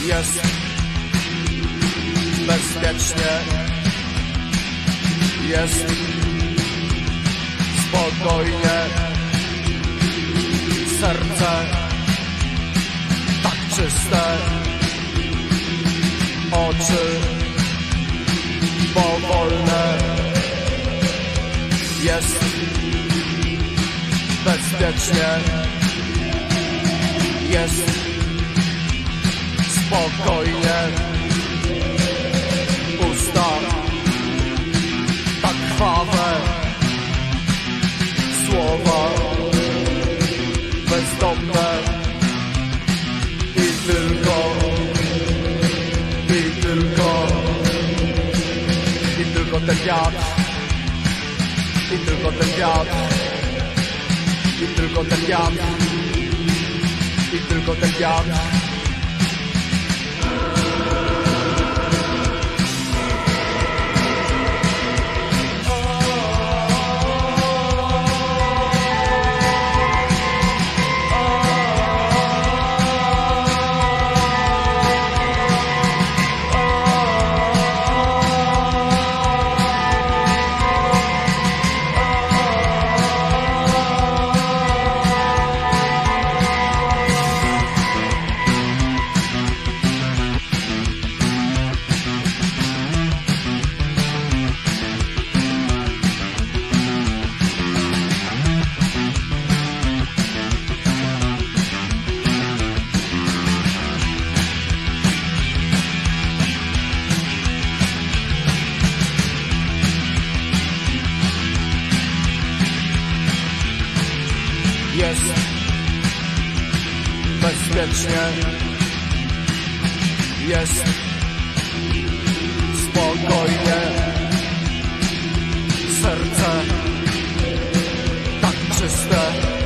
Jest bezpiecznie, jest spokojnie, serce tak czyste, oczy powolne. Jest bezpiecznie, jest spokojnie, usta tak krwawe, słowa bezdomne i tylko ten wiatr, i tylko ten wiatr, i tylko ten wiatr, i tylko ten wiatr. Jest bezpiecznie, jest spokojnie, serce tak czyste,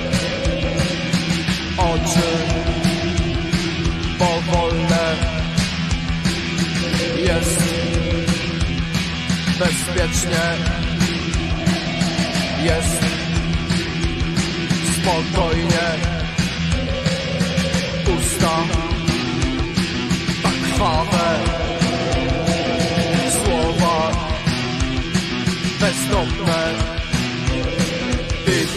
oczy powolne. Jest bezpiecznie, jest spokojnie, usta tak krwawe, słowa bezdomne i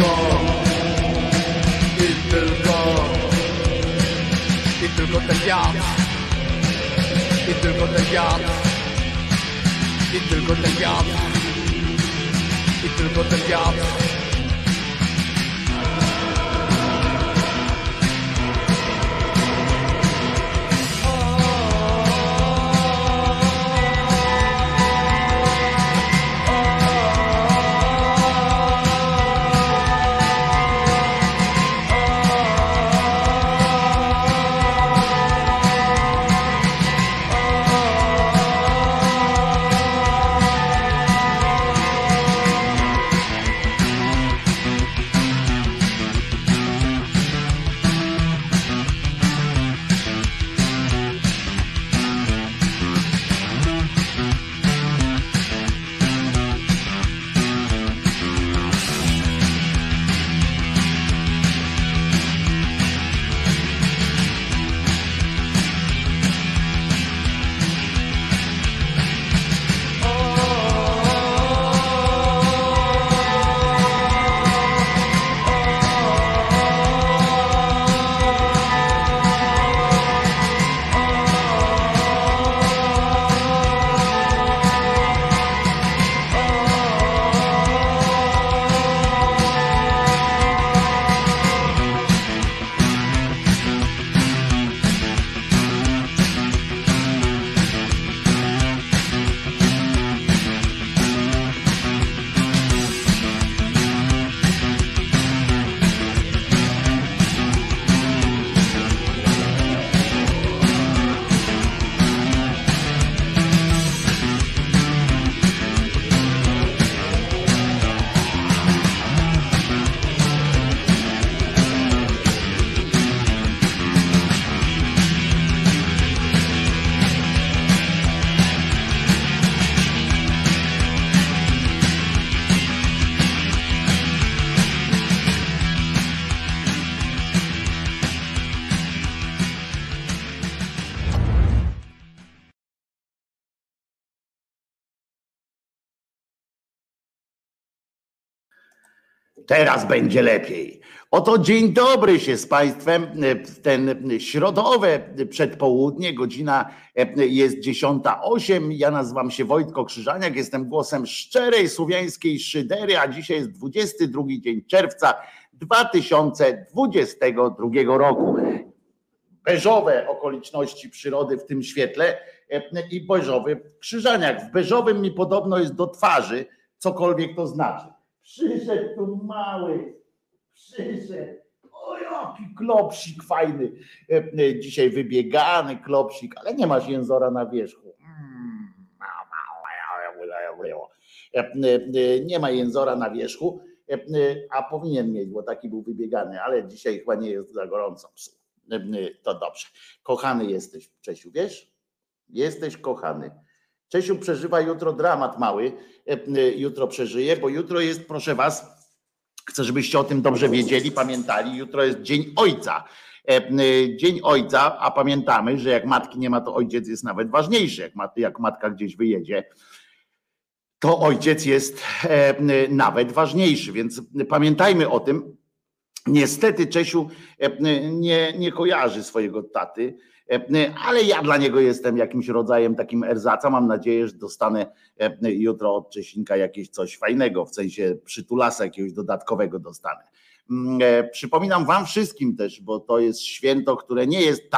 tylko ten wiatr, i tylko ten wiatr, i tylko ten wiatr, i tylko ten wiatr. Teraz będzie lepiej. Oto dzień dobry się z Państwem. Ten środowe przedpołudnie, godzina jest 10:08. Ja nazywam się Wojtko Krzyżaniak, jestem głosem szczerej słowiańskiej szydery, a dzisiaj jest 22 dzień czerwca 2022 roku. Beżowe okoliczności przyrody w tym świetle i beżowy Krzyżaniak. W beżowym mi podobno jest do twarzy, cokolwiek to znaczy. Przyszedł tu mały, o jaki klopsik fajny, dzisiaj wybiegany klopsik, ale nie masz jęzora na wierzchu. Nie ma jęzora na wierzchu, a powinien mieć, bo taki był wybiegany, ale dzisiaj chyba nie jest za gorąco psu. To dobrze. Kochany jesteś, Czesiu, wiesz? Jesteś kochany. Czesiu przeżywa jutro dramat mały, jutro przeżyje, bo jutro jest, proszę was, chcę, żebyście o tym dobrze wiedzieli, pamiętali, jutro jest Dzień Ojca. Dzień Ojca, a pamiętamy, że jak matki nie ma, to ojciec jest nawet ważniejszy. Jak matka gdzieś wyjedzie, to ojciec jest nawet ważniejszy, więc pamiętajmy o tym. Niestety Czesiu nie kojarzy swojego taty, ale ja dla niego jestem jakimś rodzajem takim erzaca. Mam nadzieję, że dostanę jutro od Czesinka jakieś coś fajnego, w sensie przytulasa jakiegoś dodatkowego dostanę. Przypominam wam wszystkim też, bo to jest święto, które nie jest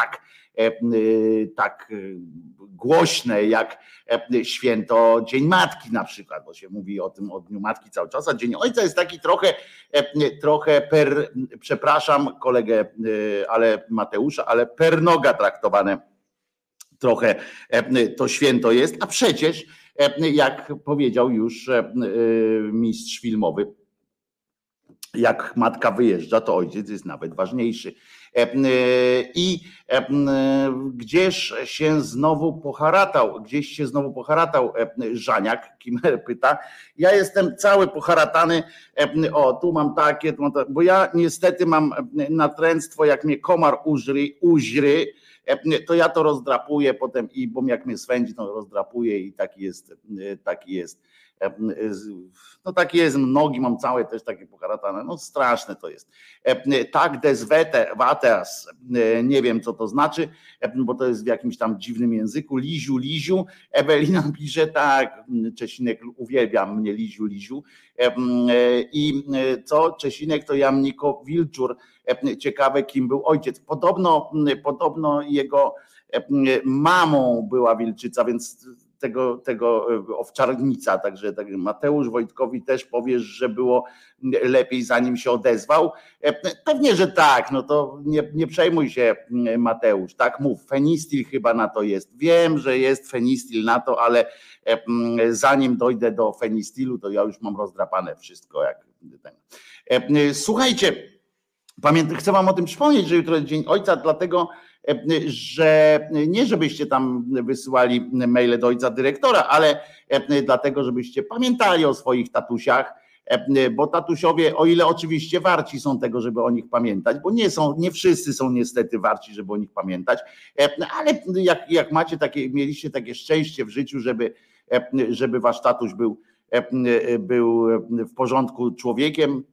tak głośne jak święto Dzień Matki na przykład, bo się mówi o tym, o Dniu Matki cały czas, a Dzień Ojca jest taki trochę przepraszam kolegę, ale Mateusza, ale per noga traktowane trochę to święto jest, a przecież jak powiedział już mistrz filmowy, jak matka wyjeżdża, to ojciec jest nawet ważniejszy. I gdzieś się znowu poharatał Żaniak, Kimmer pyta. Ja jestem cały poharatany, o tu mam takie, bo ja niestety mam natręctwo, jak mnie komar uźry, to ja to rozdrapuję potem, bo jak mnie swędzi, to rozdrapuję i taki jest. No takie jest, nogi mam całe też takie poharatane, no straszne to jest. Tak des Waters, nie wiem co to znaczy, bo to jest w jakimś tam dziwnym języku, Liziu, Ewelina pisze tak, Czesinek uwielbia mnie Liziu, i co, Czesinek to Jamniko Wilczur, ciekawe kim był ojciec, podobno jego mamą była wilczyca, więc tego owczarnica, także Mateusz Wojtkowi też powiesz, że było lepiej zanim się odezwał. Pewnie, że tak, no to nie przejmuj się Mateusz, tak mów, fenistil chyba na to jest. Wiem, że jest fenistil na to, ale zanim dojdę do fenistilu, to ja już mam rozdrapane wszystko. Słuchajcie, chcę wam o tym przypomnieć, że jutro jest Dzień Ojca, dlatego że nie żebyście tam wysyłali maile do ojca dyrektora, ale dlatego, żebyście pamiętali o swoich tatusiach, bo tatusiowie, o ile oczywiście warci są tego, żeby o nich pamiętać, bo nie wszyscy są niestety warci, żeby o nich pamiętać, ale jak mieliście takie szczęście w życiu, żeby wasz tatuś był w porządku człowiekiem,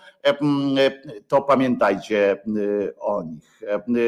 to pamiętajcie o nich.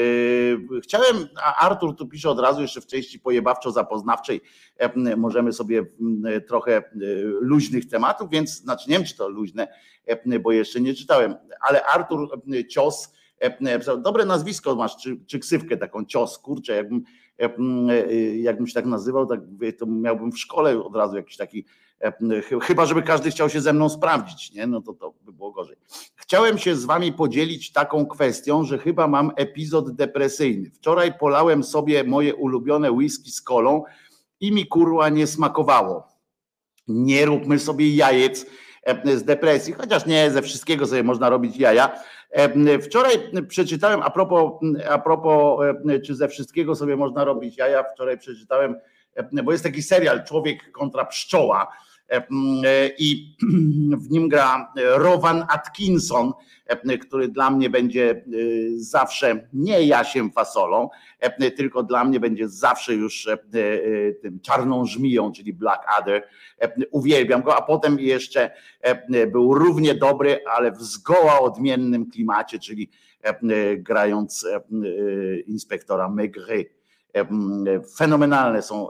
A Artur tu pisze od razu jeszcze w części pojebawczo-zapoznawczej, możemy sobie trochę luźnych tematów, więc znaczy nie wiem, czy to luźne, bo jeszcze nie czytałem, ale Artur Cios, dobre nazwisko masz, czy ksywkę taką Cios, kurczę, jakbym się tak nazywał, tak, to miałbym w szkole od razu jakiś taki, chyba żeby każdy chciał się ze mną sprawdzić, nie? No to by było gorzej. Chciałem się z wami podzielić taką kwestią, że chyba mam epizod depresyjny. Wczoraj polałem sobie moje ulubione whisky z kolą i mi kurwa nie smakowało. Nie róbmy sobie jajec z depresji, chociaż nie, ze wszystkiego sobie można robić jaja. Wczoraj przeczytałem, a propos, czy ze wszystkiego sobie można robić jaja, wczoraj przeczytałem, bo jest taki serial Człowiek kontra pszczoła i w nim gra Rowan Atkinson, który dla mnie będzie zawsze nie Jasiem Fasolą, tylko dla mnie będzie zawsze już tym czarną żmiją, czyli Blackadder. Uwielbiam go, a potem jeszcze był równie dobry, ale w zgoła odmiennym klimacie, czyli grając inspektora Maigret. Fenomenalne są,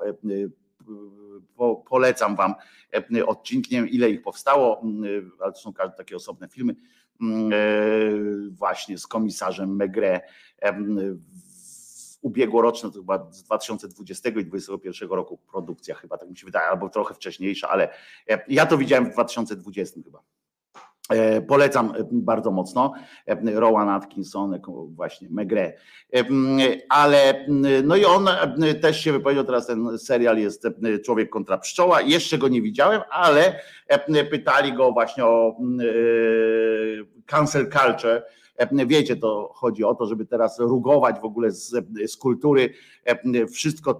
polecam wam odcinki, nie wiem ile ich powstało, ale to są każde takie osobne filmy, właśnie z komisarzem Maigret, ubiegłoroczne, to chyba z 2020 i 2021 roku produkcja chyba, tak mi się wydaje, albo trochę wcześniejsza, ale ja to widziałem w 2020 chyba. Polecam bardzo mocno Rowan Atkinson, właśnie Maigret, ale no i on też się wypowiedział, teraz ten serial jest Człowiek kontra pszczoła, jeszcze go nie widziałem, ale pytali go właśnie o cancel culture. Wiecie, to chodzi o to, żeby teraz rugować w ogóle z kultury wszystko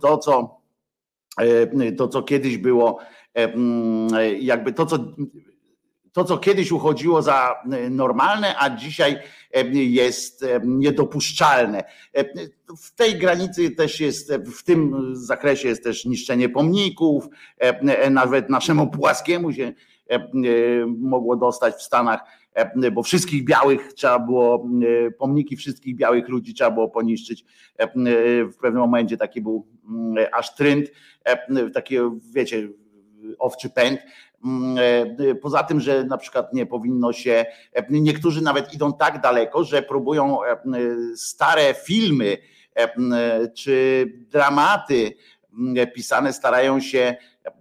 to, co kiedyś było, jakby to, co kiedyś uchodziło za normalne, a dzisiaj jest niedopuszczalne. W tej granicy też jest, w tym zakresie jest też niszczenie pomników, nawet naszemu Płaskiemu się mogło dostać w Stanach, bo wszystkich białych trzeba było, pomniki wszystkich białych ludzi trzeba było poniszczyć. W pewnym momencie taki był aż trend, taki, wiecie, owczy pęd. Poza tym, że na przykład nie powinno się, niektórzy nawet idą tak daleko, że próbują stare filmy czy dramaty pisane, starają się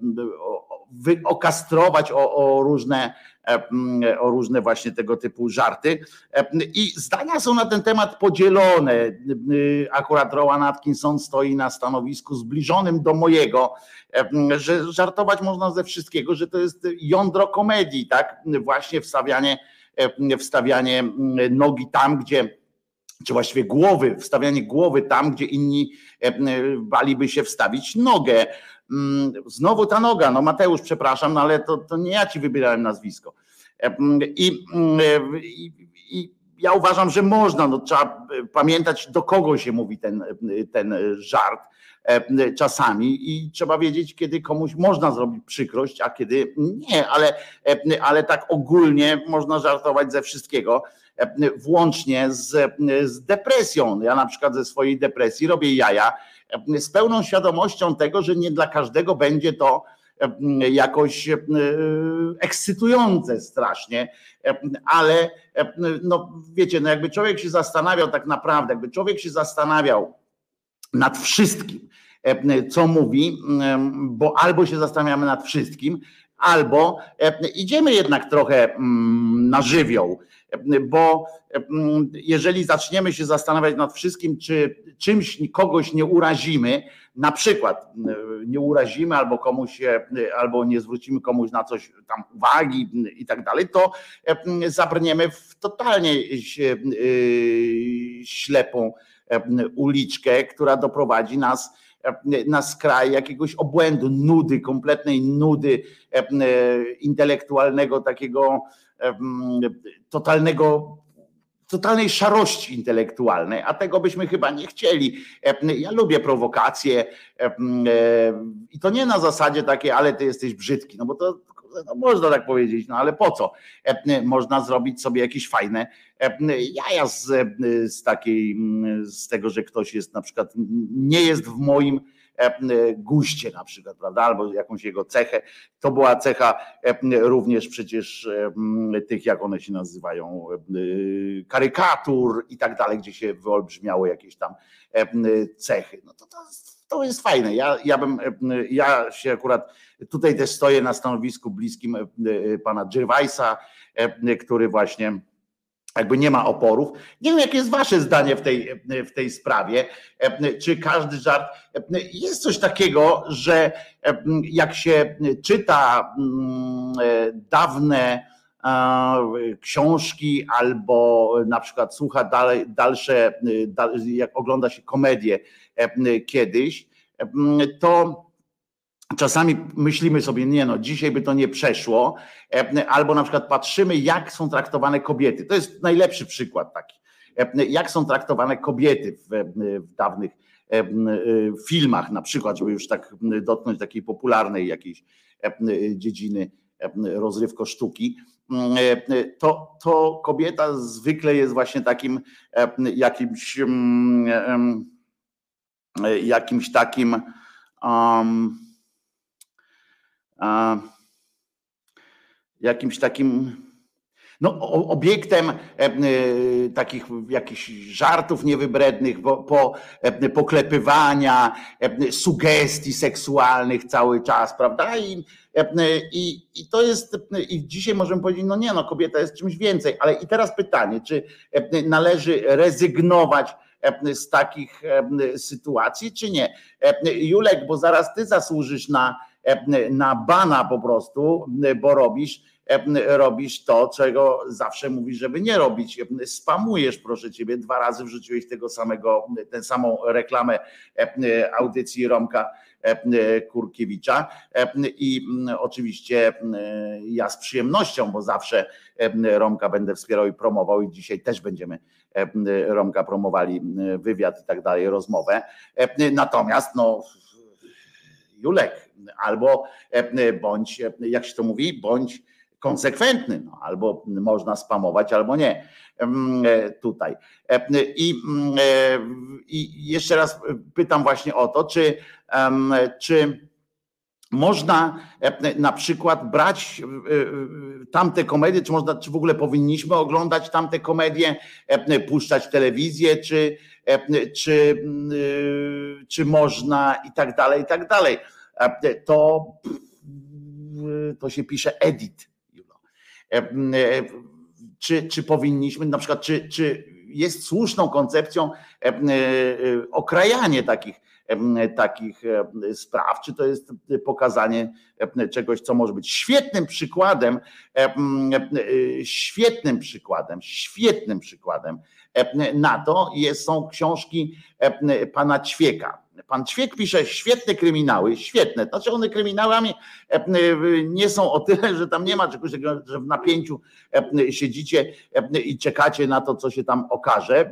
okastrować o różne właśnie tego typu żarty. I zdania są na ten temat podzielone. Akurat Rowan Atkinson stoi na stanowisku zbliżonym do mojego, że żartować można ze wszystkiego, że to jest jądro komedii, tak? Właśnie wstawianie nogi tam, gdzie, czy właściwie wstawianie głowy tam, gdzie inni baliby się wstawić nogę. Znowu ta noga, no Mateusz, przepraszam, no ale to nie ja ci wybierałem nazwisko. I ja uważam, że można, no trzeba pamiętać, do kogo się mówi ten żart czasami i trzeba wiedzieć, kiedy komuś można zrobić przykrość, a kiedy nie, ale tak ogólnie można żartować ze wszystkiego, włącznie z depresją. Ja na przykład ze swojej depresji robię jaja z pełną świadomością tego, że nie dla każdego będzie to jakoś ekscytujące strasznie, ale no wiecie, no jakby człowiek się zastanawiał tak naprawdę, jakby człowiek się zastanawiał nad wszystkim, co mówi, bo albo się zastanawiamy nad wszystkim, albo idziemy jednak trochę na żywioł, bo jeżeli zaczniemy się zastanawiać nad wszystkim, czy czymś kogoś nie urazimy, na przykład nie urazimy albo nie zwrócimy komuś na coś tam uwagi i tak dalej, to zabrniemy w totalnie ślepą uliczkę, która doprowadzi nas na skraj jakiegoś obłędu, nudy, kompletnej nudy intelektualnego, takiego totalnej szarości intelektualnej, a tego byśmy chyba nie chcieli. Ja lubię prowokacje i to nie na zasadzie takiej, ale ty jesteś brzydki, no bo to no można tak powiedzieć, no ale po co? Można zrobić sobie jakieś fajne jaja z tego, że ktoś jest na przykład, nie jest w moim guście na przykład, prawda, albo jakąś jego cechę. To była cecha również przecież tych, jak one się nazywają, karykatur i tak dalej, gdzie się wyolbrzymiało jakieś tam cechy. No to jest fajne. Ja się akurat tutaj też stoję na stanowisku bliskim pana Gervaisa, który właśnie jakby nie ma oporów. Nie wiem, jakie jest wasze zdanie w tej sprawie. Czy każdy żart, jest coś takiego, że jak się czyta dawne książki albo na przykład słucha dalsze, jak ogląda się komedię kiedyś, to czasami myślimy sobie, nie no, dzisiaj by to nie przeszło, albo na przykład patrzymy, jak są traktowane kobiety. To jest najlepszy przykład taki. Jak są traktowane kobiety w dawnych filmach, na przykład, żeby już tak dotknąć takiej popularnej jakiejś dziedziny rozrywko sztuki, to kobieta zwykle jest właśnie takim jakimś takim no, obiektem takich jakichś żartów niewybrednych, poklepywania, sugestii seksualnych cały czas, prawda? I to jest, i dzisiaj możemy powiedzieć, no nie, no kobieta jest czymś więcej, ale i teraz pytanie, czy należy rezygnować z takich sytuacji, czy nie? Julek, bo zaraz ty zasłużysz na bana po prostu, bo robisz to, czego zawsze mówisz, żeby nie robić. Spamujesz, proszę ciebie, 2 razy wrzuciłeś tę samą reklamę audycji Romka Kurkiewicza i oczywiście ja z przyjemnością, bo zawsze Romka będę wspierał i promował i dzisiaj też będziemy Romka promowali, wywiad i tak dalej, rozmowę. Natomiast no Julek, albo bądź, jak się to mówi, bądź konsekwentny, no, albo można spamować, albo nie tutaj. I jeszcze raz pytam właśnie o to, czy można na przykład brać tamte komedie, czy w ogóle powinniśmy oglądać tamte komedie, puszczać telewizję, czy można i tak dalej. To się pisze edit. Czy powinniśmy, na przykład, czy jest słuszną koncepcją okrajanie takich spraw, czy to jest pokazanie czegoś, co może być świetnym przykładem na to są książki pana Ćwieka. Pan Ćwiek pisze świetne kryminały, świetne. Znaczy one kryminałami nie są o tyle, że tam nie ma czegoś takiego, że w napięciu siedzicie i czekacie na to, co się tam okaże,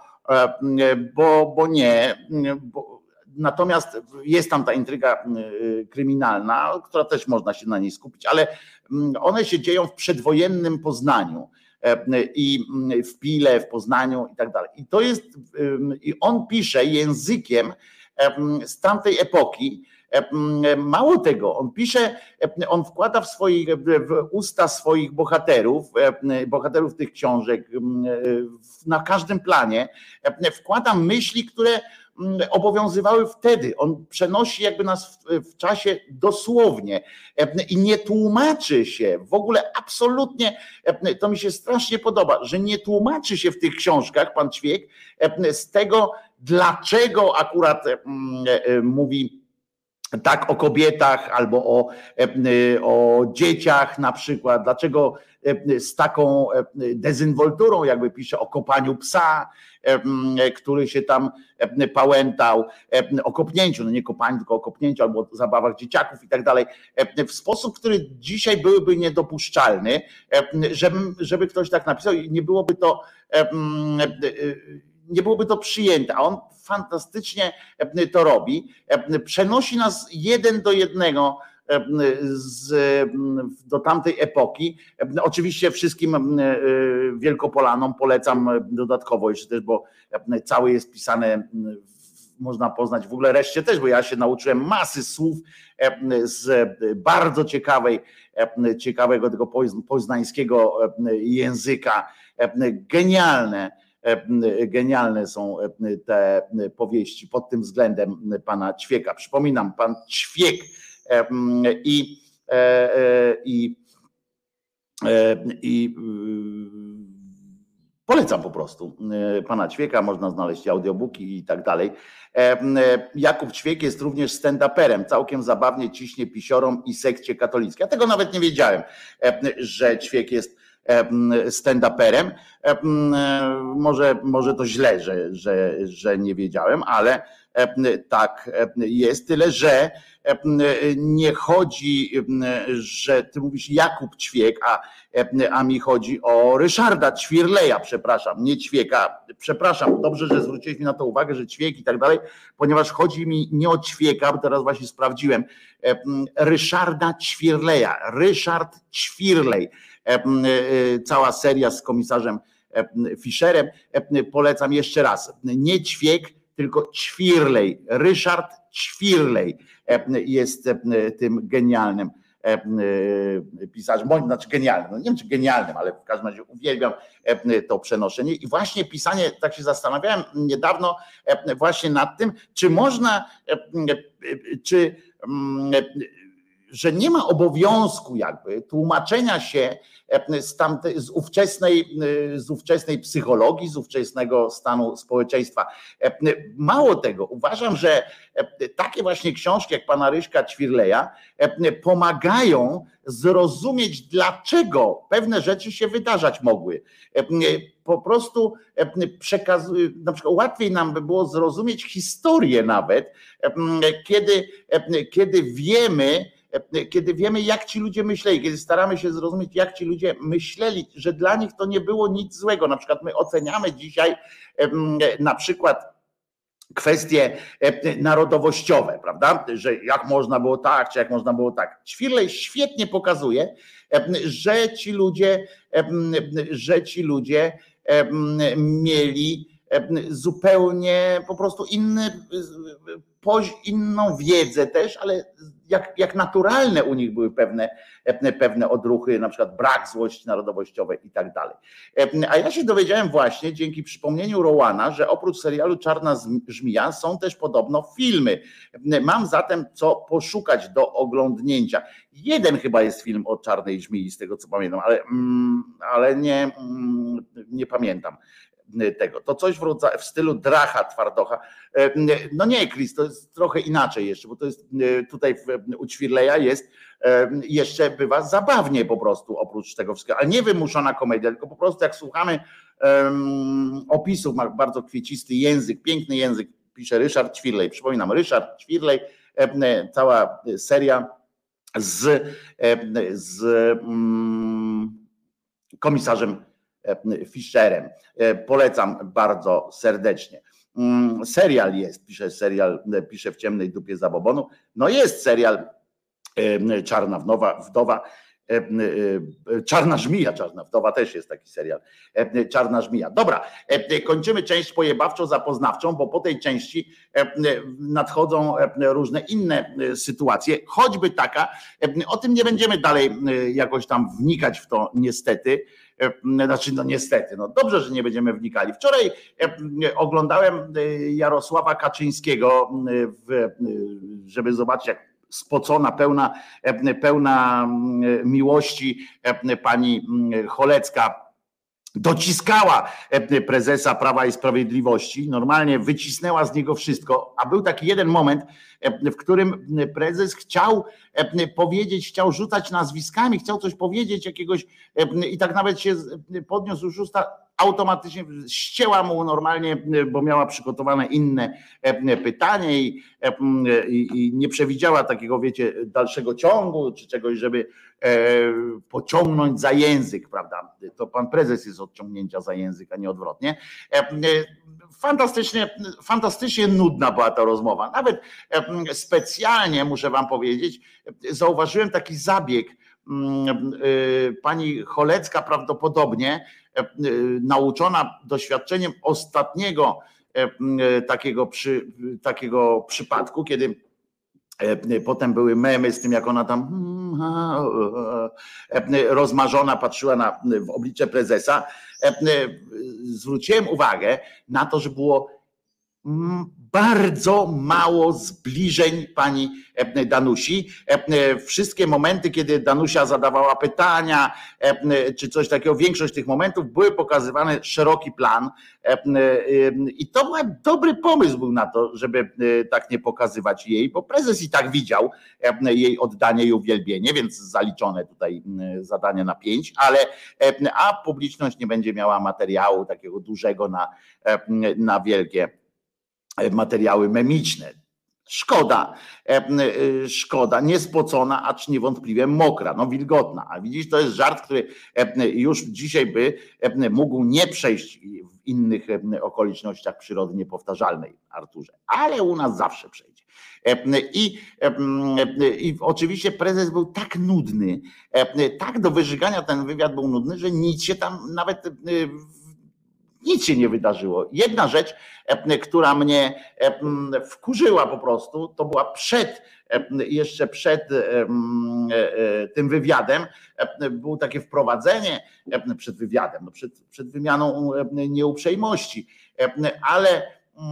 bo nie. Natomiast jest tam ta intryga kryminalna, która też można się na niej skupić, ale one się dzieją w przedwojennym Poznaniu i w Pile, w Poznaniu i tak dalej. I on pisze językiem z tamtej epoki. Mało tego, on wkłada w usta swoich bohaterów tych książek, na każdym planie, wkłada myśli, które obowiązywały wtedy. On przenosi jakby nas w czasie dosłownie i nie tłumaczy się w ogóle absolutnie, to mi się strasznie podoba, że nie tłumaczy się w tych książkach pan Ćwiek z tego, dlaczego akurat mówi tak o kobietach albo o dzieciach na przykład, dlaczego z taką dezynwolturą jakby pisze o kopaniu psa, który się tam pałętał, o kopnięciu, no nie kopaniu, tylko o kopnięciu albo o zabawach dzieciaków i tak dalej, w sposób, który dzisiaj byłby niedopuszczalny, żeby ktoś tak napisał i nie byłoby to przyjęte, a on fantastycznie to robi, przenosi nas 1:1 do tamtej epoki. Oczywiście wszystkim Wielkopolanom polecam dodatkowo jeszcze też, bo cały jest pisane, można poznać w ogóle reszcie też, bo ja się nauczyłem masy słów z bardzo ciekawego tego poznańskiego języka. Genialne są te powieści pod tym względem pana Ćwieka. Przypominam, pan Ćwiek i polecam po prostu pana Ćwieka, można znaleźć audiobooki i tak dalej. Jakub Ćwiek jest również stand-uperem, całkiem zabawnie ciśnie pisiorom i sekcie katolickiej. Ja tego nawet nie wiedziałem, że Ćwiek jest stand-uperem. Może to źle, że nie wiedziałem, ale tak jest, tyle że nie chodzi, że ty mówisz Jakub Ćwiek, a mi chodzi o Ryszarda Ćwirleja, przepraszam, nie Ćwieka, przepraszam, dobrze, że zwróciłeś mi na to uwagę, że Ćwiek i tak dalej, ponieważ chodzi mi nie o Ćwieka, bo teraz właśnie sprawdziłem, Ryszarda Ćwirleja, Ryszard Ćwirlej, cała seria z komisarzem Fischerem, polecam jeszcze raz, nie Ćwiek, tylko Ćwirlej, Ryszard Ćwirlej jest tym genialnym pisarzem, znaczy genialnym, no nie wiem czy genialnym, ale w każdym razie uwielbiam to przenoszenie i właśnie pisanie, tak się zastanawiałem niedawno właśnie nad tym, czy można, że nie ma obowiązku jakby tłumaczenia się z ówczesnej psychologii, z ówczesnego stanu społeczeństwa. Mało tego, uważam, że takie właśnie książki jak pana Ryśka Ćwirleja pomagają zrozumieć, dlaczego pewne rzeczy się wydarzać mogły. Po prostu na przykład łatwiej nam by było zrozumieć historię nawet, kiedy wiemy, jak ci ludzie myśleli, kiedy staramy się zrozumieć, jak ci ludzie myśleli, że dla nich to nie było nic złego. Na przykład my oceniamy dzisiaj na przykład kwestie narodowościowe, prawda? Że jak można było tak, czy jak można było tak. Ćwirlej świetnie pokazuje, że ci ludzie mieli zupełnie po prostu inną wiedzę też, ale jak naturalne u nich były pewne odruchy, na przykład brak złości narodowościowej i tak dalej. A ja się dowiedziałem właśnie dzięki przypomnieniu Rowana, że oprócz serialu Czarna Żmija są też podobno filmy. Mam zatem co poszukać do oglądnięcia. Jeden chyba jest film o Czarnej Żmii, z tego co pamiętam, ale nie pamiętam tego. To coś w stylu Dracha Twardocha. No nie, Chris, to jest trochę inaczej jeszcze, bo to jest tutaj u Ćwirleja jest jeszcze bywa zabawnie po prostu oprócz tego wszystkiego, ale nie wymuszona komedia, tylko po prostu jak słuchamy opisów, ma bardzo kwiechisty język, piękny język, pisze Ryszard Ćwirlej. Przypominam, Ryszard Ćwirlej, cała seria z komisarzem Fischerem. Polecam bardzo serdecznie. Serial jest, pisze w ciemnej dupie zabobonu. No jest serial Czarna Wdowa, Czarna Żmija, Czarna Wdowa też jest taki serial. Czarna Żmija. Dobra, kończymy część pojebawczo-zapoznawczą, bo po tej części nadchodzą różne inne sytuacje, choćby taka, o tym nie będziemy dalej jakoś tam wnikać w to niestety, znaczy no niestety, no dobrze, że nie będziemy wnikali. Wczoraj oglądałem Jarosława Kaczyńskiego, żeby zobaczyć jak spocona, pełna miłości pani Cholecka dociskała prezesa Prawa i Sprawiedliwości, normalnie wycisnęła z niego wszystko, a był taki jeden moment, w którym prezes chciał powiedzieć, chciał rzucać nazwiskami, chciał coś powiedzieć jakiegoś i tak nawet się podniósł już usta, automatycznie ścięła mu normalnie, bo miała przygotowane inne pytanie i nie przewidziała takiego, wiecie, dalszego ciągu czy czegoś, żeby pociągnąć za język, prawda? To pan prezes jest od ciągnięcia za język, a nie odwrotnie. Fantastycznie nudna była ta rozmowa. Nawet specjalnie, muszę wam powiedzieć, zauważyłem taki zabieg. Pani Cholecka prawdopodobnie nauczona doświadczeniem ostatniego takiego przypadku, kiedy potem były memy z tym, jak ona tam rozmarzona patrzyła w oblicze prezesa. Zwróciłem uwagę na to, że było Bardzo mało zbliżeń pani Danusi. Wszystkie momenty, kiedy Danusia zadawała pytania, czy coś takiego, większość tych momentów były pokazywane szeroki plan i to był dobry pomysł był na to, żeby tak nie pokazywać jej, bo prezes i tak widział jej oddanie i uwielbienie, więc zaliczone tutaj zadanie na 5, a publiczność nie będzie miała materiału takiego dużego na wielkie materiały memiczne. Szkoda, niespocona, acz niewątpliwie mokra, no wilgotna. A widzisz, to jest żart, który już dzisiaj by mógł nie przejść w innych okolicznościach przyrody niepowtarzalnej, Arturze, ale u nas zawsze przejdzie. I oczywiście prezes był tak nudny, tak do wyżygania ten wywiad był nudny, że nic się tam nawet nic się nie wydarzyło. Jedna rzecz, która mnie wkurzyła po prostu, to była jeszcze przed tym wywiadem, było takie wprowadzenie przed wywiadem, przed wymianą nieuprzejmości, ale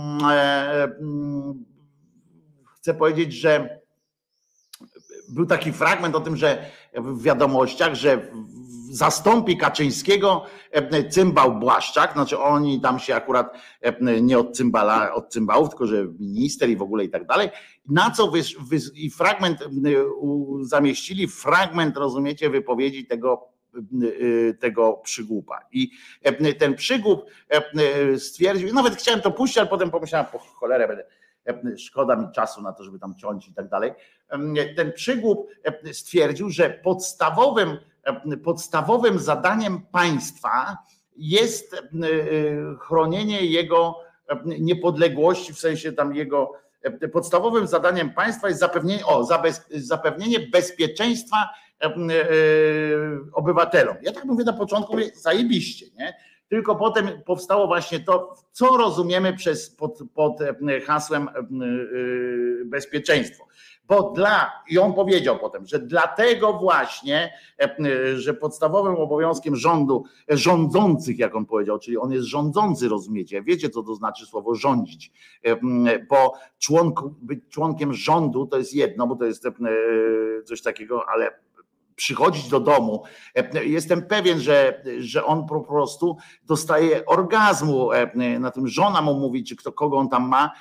chcę powiedzieć, że był taki fragment o tym, że w wiadomościach, że zastąpi Kaczyńskiego cymbał Błaszczak, znaczy oni tam się akurat nie od cymbałów, tylko że minister i w ogóle i tak dalej, na co i fragment zamieścili, fragment, rozumiecie, wypowiedzi tego przygłupa. I ten przygłup stwierdził, nawet chciałem to puścić, ale potem pomyślałem, po cholerę, szkoda mi czasu na to, żeby tam ciąć i tak dalej. Ten przygłup stwierdził, że podstawowym zadaniem państwa jest chronienie jego niepodległości, w sensie tam jego podstawowym zadaniem państwa jest zapewnienie bezpieczeństwa obywatelom. Ja tak mówię na początku, mówię, zajebiście, nie? Tylko potem powstało właśnie to, co rozumiemy pod hasłem bezpieczeństwo. I on powiedział potem, że dlatego właśnie, że podstawowym obowiązkiem rządzących, jak on powiedział, czyli on jest rządzący, rozumiecie, wiecie co to znaczy słowo rządzić, bo być członkiem rządu to jest jedno, bo to jest coś takiego, ale przychodzić do domu, jestem pewien, że on po prostu dostaje orgazmu na tym, żona mu mówi, czy kogo on tam ma,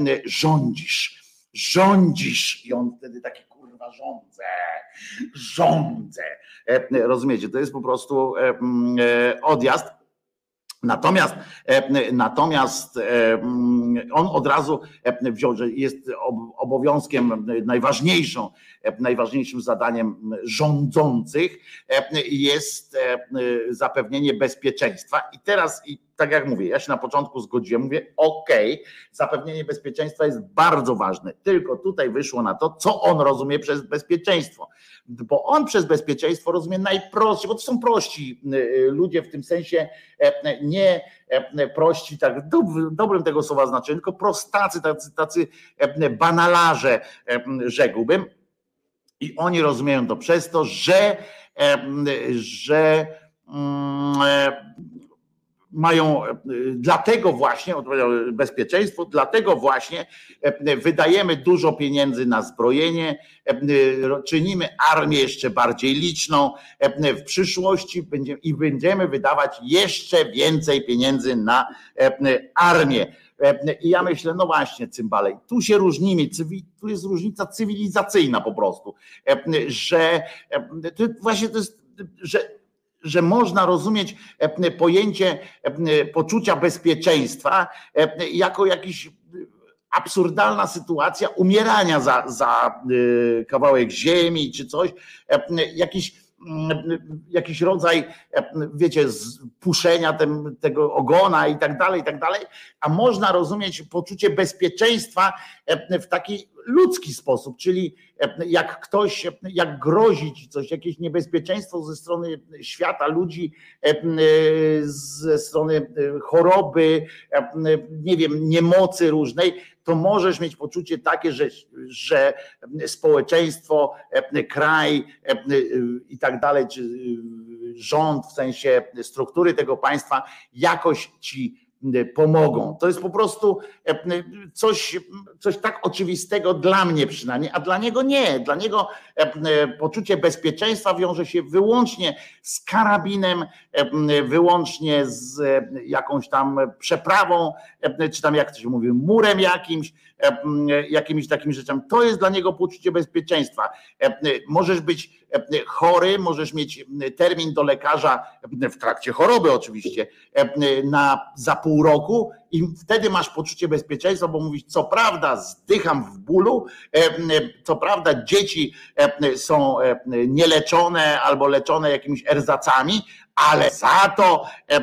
rządzisz i on wtedy taki kurwa rządzę, rozumiecie, to jest po prostu odjazd. Natomiast on od razu wziął, że jest obowiązkiem najważniejszym zadaniem rządzących jest zapewnienie bezpieczeństwa. I teraz, tak jak mówię, ja się na początku zgodziłem, mówię okej, zapewnienie bezpieczeństwa jest bardzo ważne, tylko tutaj wyszło na to, co on rozumie przez bezpieczeństwo, bo on przez bezpieczeństwo rozumie najprościej, bo to są prości ludzie w tym sensie, nie prości, tak w dobrym tego słowa znaczeniu, tylko prostacy, tacy banalarze, rzekłbym, i oni rozumieją to przez to, że mają, dlatego właśnie, bezpieczeństwo, dlatego właśnie wydajemy dużo pieniędzy na zbrojenie, czynimy armię jeszcze bardziej liczną w przyszłości i będziemy wydawać jeszcze więcej pieniędzy na armię. I ja myślę, no właśnie, cymbale, tu się różnimy, tu jest różnica cywilizacyjna po prostu, że to właśnie to jest, że można rozumieć pojęcie poczucia bezpieczeństwa jako jakiś absurdalna sytuacja umierania za kawałek ziemi czy coś, jakiś rodzaj, wiecie, puszenia tego ogona i tak dalej, a można rozumieć poczucie bezpieczeństwa w taki ludzki sposób, czyli jak grozi ci coś, jakieś niebezpieczeństwo ze strony świata, ludzi, ze strony choroby, nie wiem, niemocy różnej, to możesz mieć poczucie takie, że społeczeństwo, kraj i tak dalej, czy rząd w sensie struktury tego państwa jakoś ci pomogą. To jest po prostu coś tak oczywistego dla mnie przynajmniej, a dla niego nie. Dla niego poczucie bezpieczeństwa wiąże się wyłącznie z karabinem, wyłącznie z jakąś tam przeprawą, czy tam jak to się mówi, murem jakimiś takimi rzeczami. To jest dla niego poczucie bezpieczeństwa. Możesz być chory, możesz mieć termin do lekarza w trakcie choroby oczywiście za pół roku i wtedy masz poczucie bezpieczeństwa, bo mówisz, co prawda zdycham w bólu, co prawda dzieci są nieleczone albo leczone jakimiś erzacami, ale za to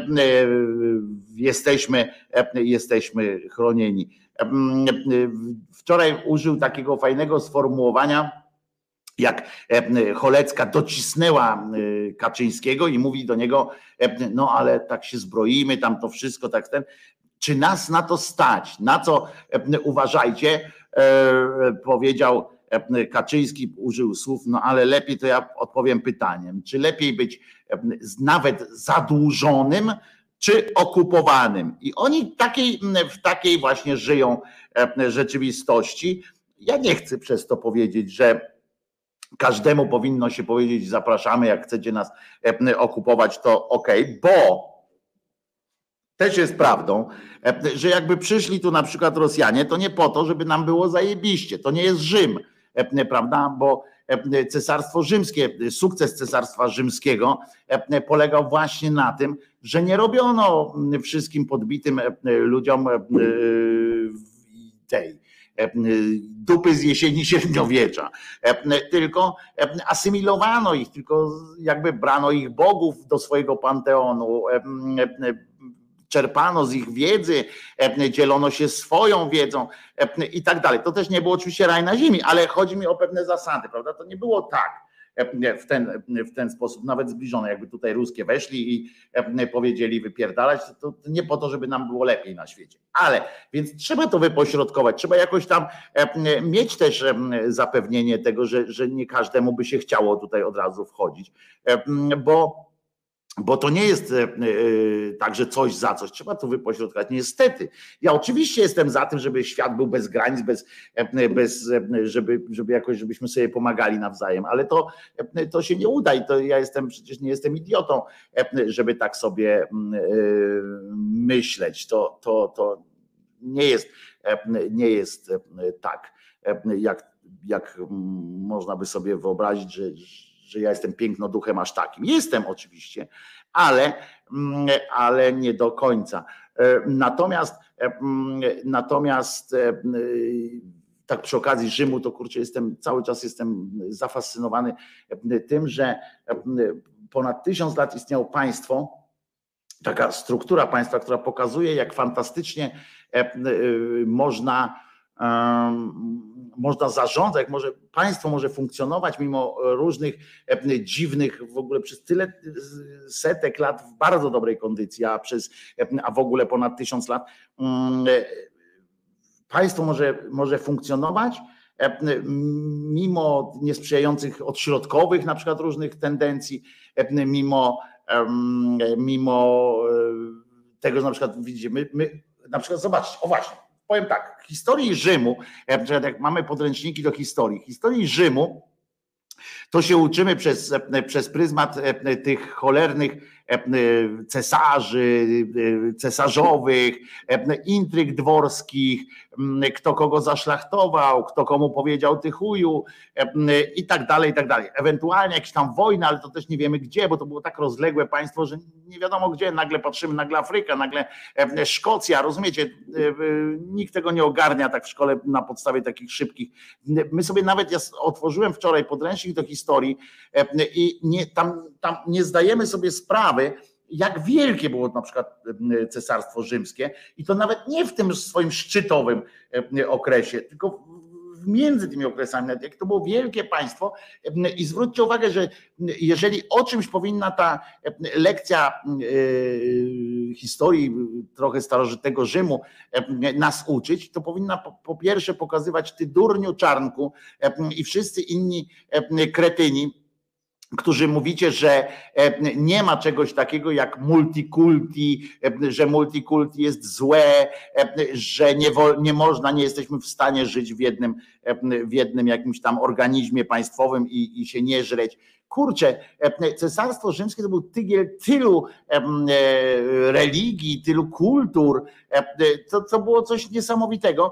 jesteśmy chronieni. Wczoraj użył takiego fajnego sformułowania, jak Cholecka docisnęła Kaczyńskiego i mówi do niego, no ale tak się zbroimy, tam to wszystko, tak ten. Czy nas na to stać? Na co uważajcie, powiedział Kaczyński, użył słów, no ale lepiej to ja odpowiem pytaniem, czy lepiej być nawet zadłużonym, czy okupowanym? I oni w takiej właśnie żyją rzeczywistości. Ja nie chcę przez to powiedzieć, że każdemu powinno się powiedzieć, zapraszamy, jak chcecie nas okupować, to okej, bo też jest prawdą, że jakby przyszli tu na przykład Rosjanie, to nie po to, żeby nam było zajebiście, to nie jest Rzym, prawda, bo Cesarstwo Rzymskie, sukces Cesarstwa Rzymskiego polegał właśnie na tym, że nie robiono wszystkim podbitym ludziom tej dupy z jesieni średniowiecza, tylko asymilowano ich, tylko jakby brano ich bogów do swojego panteonu, czerpano z ich wiedzy, dzielono się swoją wiedzą i tak dalej. To też nie było oczywiście raj na ziemi, ale chodzi mi o pewne zasady, prawda? To nie było tak w ten sposób, nawet zbliżone, jakby tutaj ruskie weszli i powiedzieli wypierdalać, to nie po to, żeby nam było lepiej na świecie. Ale, więc trzeba to wypośrodkować, trzeba jakoś tam mieć też zapewnienie tego, że nie każdemu by się chciało tutaj od razu wchodzić, bo to nie jest tak, że coś za coś, trzeba to wypośrodkować. Niestety, ja oczywiście jestem za tym, żeby świat był bez granic, żeby jakoś, żebyśmy sobie pomagali nawzajem, ale to się nie uda i to ja przecież nie jestem idiotą, żeby tak sobie myśleć. To nie jest tak, jak można by sobie wyobrazić, że ja jestem pięknoduchem aż takim. Jestem oczywiście, ale nie do końca. Natomiast tak przy okazji Rzymu, to kurczę, cały czas jestem zafascynowany tym, że ponad 1000 lat istniało państwo, taka struktura państwa, która pokazuje, jak fantastycznie można zarządzać, jak państwo może funkcjonować mimo różnych dziwnych, w ogóle przez tyle setek lat w bardzo dobrej kondycji, a w ogóle ponad 1000 lat państwo może funkcjonować mimo niesprzyjających odśrodkowych na przykład różnych tendencji, mimo tego, że na przykład widzimy, my na przykład zobaczcie, o właśnie, powiem tak, w historii Rzymu, jak mamy podręczniki do historii Rzymu, to się uczymy przez pryzmat tych cholernych cesarzy, cesarzowych, intryg dworskich, kto kogo zaszlachtował, kto komu powiedział ty chuju i tak dalej, i tak dalej. Ewentualnie jakieś tam wojny, ale to też nie wiemy gdzie, bo to było tak rozległe państwo, że nie wiadomo gdzie, nagle patrzymy, nagle Afryka, nagle Szkocja, rozumiecie, nikt tego nie ogarnia tak w szkole na podstawie takich szybkich. My sobie nawet, ja otworzyłem wczoraj podręcznik do historii i tam nie zdajemy sobie sprawy, jak wielkie było na przykład Cesarstwo Rzymskie i to nawet nie w tym swoim szczytowym okresie, tylko między tymi okresami, jak to było wielkie państwo. I zwróćcie uwagę, że jeżeli o czymś powinna ta lekcja historii trochę starożytnego Rzymu nas uczyć, to powinna po pierwsze pokazywać ty durniu czarnku i wszyscy inni kretyni, którzy mówicie, że nie ma czegoś takiego jak multikulti, że multikulti jest złe, że nie można, nie jesteśmy w stanie żyć w jednym jakimś tam organizmie państwowym i się nie żreć. Kurczę, Cesarstwo Rzymskie to był tygiel tylu religii, tylu kultur, to było coś niesamowitego.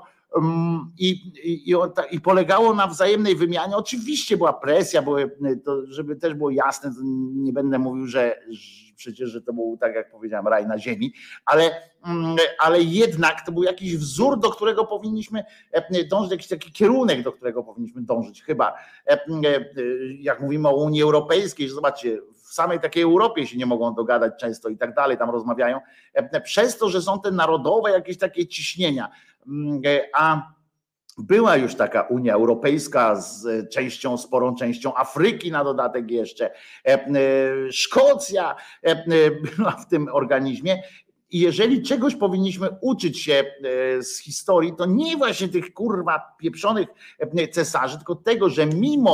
I polegało na wzajemnej wymianie. Oczywiście była presja, żeby też było jasne, nie będę mówił, że przecież że to był, tak jak powiedziałem, raj na ziemi, ale jednak to był jakiś wzór, do którego powinniśmy dążyć, jakiś taki kierunek, do którego powinniśmy dążyć chyba. Jak mówimy o Unii Europejskiej, że zobaczcie, w samej takiej Europie się nie mogą dogadać często i tak dalej, tam rozmawiają, przez to, że są te narodowe jakieś takie ciśnienia. A była już taka Unia Europejska z sporą częścią Afryki na dodatek jeszcze. Szkocja była w tym organizmie. I jeżeli czegoś powinniśmy uczyć się z historii, to nie właśnie tych kurwa pieprzonych cesarzy, tylko tego, że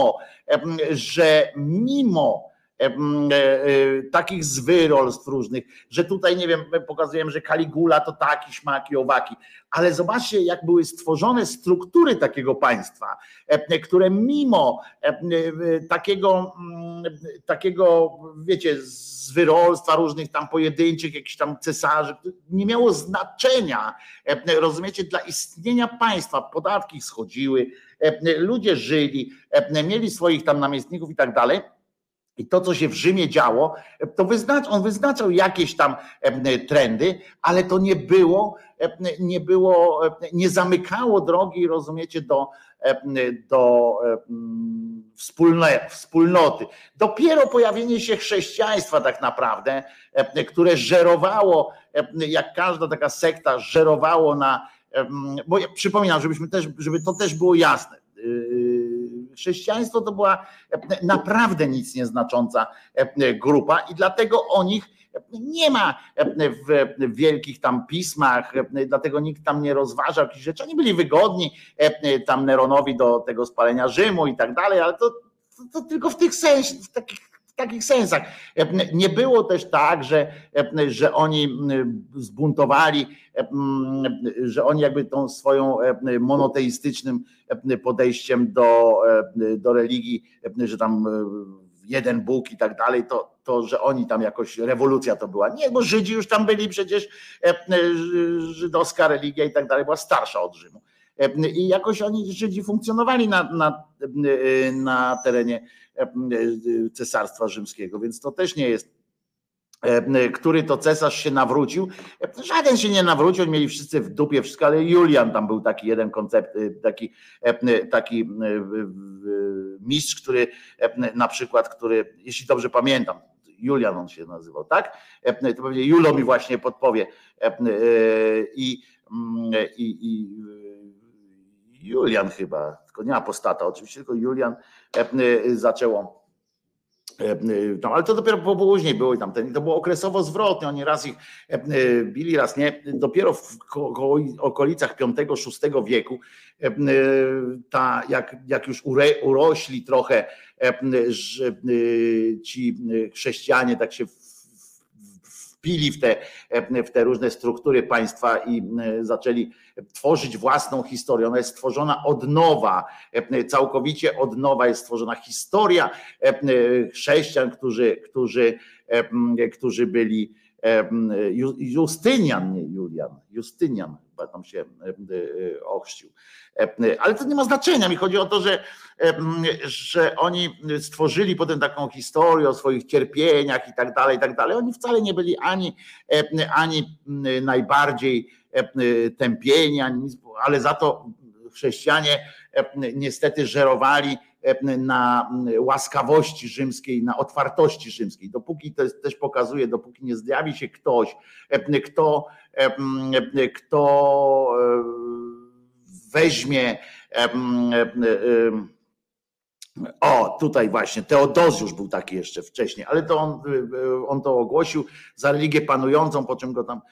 mimo takich zwyrolstw różnych, że tutaj nie wiem, pokazujemy, że Kaligula to taki, śmaki, owaki, ale zobaczcie, jak były stworzone struktury takiego państwa, które mimo takiego wiecie, zwyrolstwa różnych tam pojedynczych, jakichś tam cesarzy, nie miało znaczenia, rozumiecie, dla istnienia państwa. Podatki schodziły, ludzie żyli, mieli swoich tam namiestników i tak dalej. I to, co się w Rzymie działo, to on wyznaczał jakieś tam trendy, ale to nie zamykało drogi, rozumiecie, do wspólnoty. Dopiero pojawienie się chrześcijaństwa tak naprawdę, które żerowało, jak każda taka sekta żerowało bo ja przypominam, żeby to też było jasne. Chrześcijaństwo to była naprawdę nic nieznacząca grupa i dlatego o nich nie ma w wielkich tam pismach, dlatego nikt tam nie rozważał jakichś rzeczy. Oni byli wygodni tam Neronowi do tego spalenia Rzymu i tak dalej, ale to tylko w takich sensach. Nie było też tak, że oni zbuntowali, że oni jakby tą swoją monoteistycznym podejściem do religii, że tam jeden Bóg i tak dalej, to że oni tam jakoś rewolucja to była. Nie, bo Żydzi już tam byli przecież, żydowska religia i tak dalej była starsza od Rzymu. I jakoś oni Żydzi funkcjonowali na terenie Cesarstwa Rzymskiego, więc to też nie jest, który to cesarz się nawrócił. Żaden się nie nawrócił, oni mieli wszyscy w dupie wszystko, ale Julian tam był taki jeden koncept, taki mistrz, który na przykład, jeśli dobrze pamiętam, Julian on się nazywał, tak? To pewnie Julo mi właśnie podpowie. I Julian chyba, tylko nie apostata oczywiście, tylko Julian zaczęło tam, ale to dopiero później było i tamten, to było okresowo zwrotnie, oni raz ich bili, raz nie, dopiero w okolicach V-VI wieku, jak już urośli trochę ci chrześcijanie, tak się wpili w te różne struktury państwa i zaczęli tworzyć własną historię. Ona jest stworzona od nowa, całkowicie od nowa jest stworzona historia chrześcijan, którzy byli Justynian, nie Julian, Justynian chyba tam się ochrzcił. Ale to nie ma znaczenia. Mi chodzi o to, że oni stworzyli potem taką historię o swoich cierpieniach i tak dalej, i tak dalej. Oni wcale nie byli ani najbardziej tępieni, ale za to chrześcijanie niestety żerowali na łaskawości rzymskiej, na otwartości rzymskiej. Dopóki to też pokazuje, dopóki nie zjawi się ktoś, kto weźmie, tutaj właśnie Teodozjusz był taki jeszcze wcześniej, ale to on to ogłosił za religię panującą, po czym go tam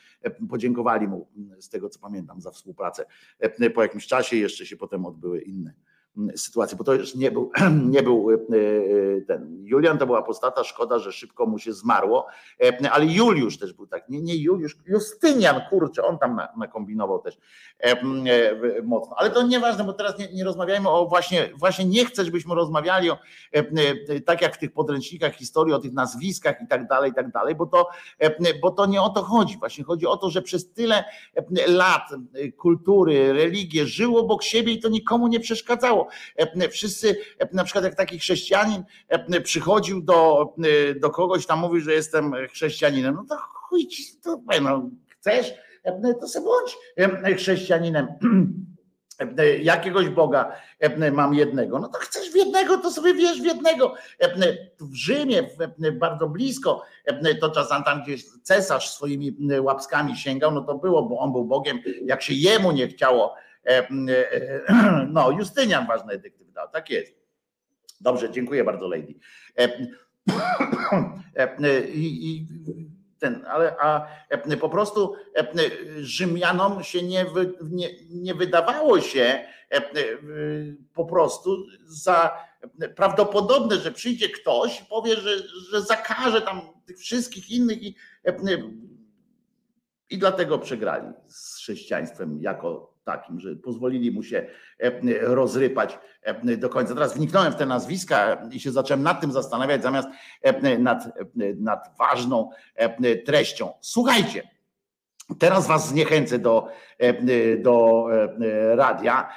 podziękowali mu, z tego co pamiętam, za współpracę. Po jakimś czasie jeszcze się potem odbyły inne sytuację, bo to już nie był ten Julian, to była postata, szkoda, że szybko mu się zmarło, ale Juliusz też był tak, nie Juliusz, Justynian, kurczę, on tam nakombinował też mocno, ale to nieważne, bo teraz nie rozmawiajmy o właśnie nie chcę, żebyśmy rozmawiali o tak jak w tych podręcznikach historii, o tych nazwiskach i tak dalej, bo to nie o to chodzi, właśnie chodzi o to, że przez tyle lat kultury, religie żył obok siebie i to nikomu nie przeszkadzało. Wszyscy, na przykład jak taki chrześcijanin przychodził do kogoś, tam mówi, że jestem chrześcijaninem, no to chuj ci, to no, chcesz, to sobie bądź chrześcijaninem. Jakiegoś Boga mam jednego, no to chcesz w jednego, to sobie wierz w jednego. W Rzymie, bardzo blisko, to czasem tam gdzieś cesarz swoimi łapskami sięgał, no to było, bo on był Bogiem, jak się jemu nie chciało. No, Justynian ważny edykt wydał, tak jest. Dobrze, dziękuję bardzo, lady. Ale po prostu Rzymianom się nie wydawało się po prostu za prawdopodobne, że przyjdzie ktoś i powie, że zakaże tam tych wszystkich innych i dlatego przegrali z chrześcijaństwem jako takim, że pozwolili mu się rozrypać do końca. Teraz wniknąłem w te nazwiska i się zacząłem nad tym zastanawiać, zamiast nad ważną treścią. Słuchajcie, teraz was zniechęcę do radia.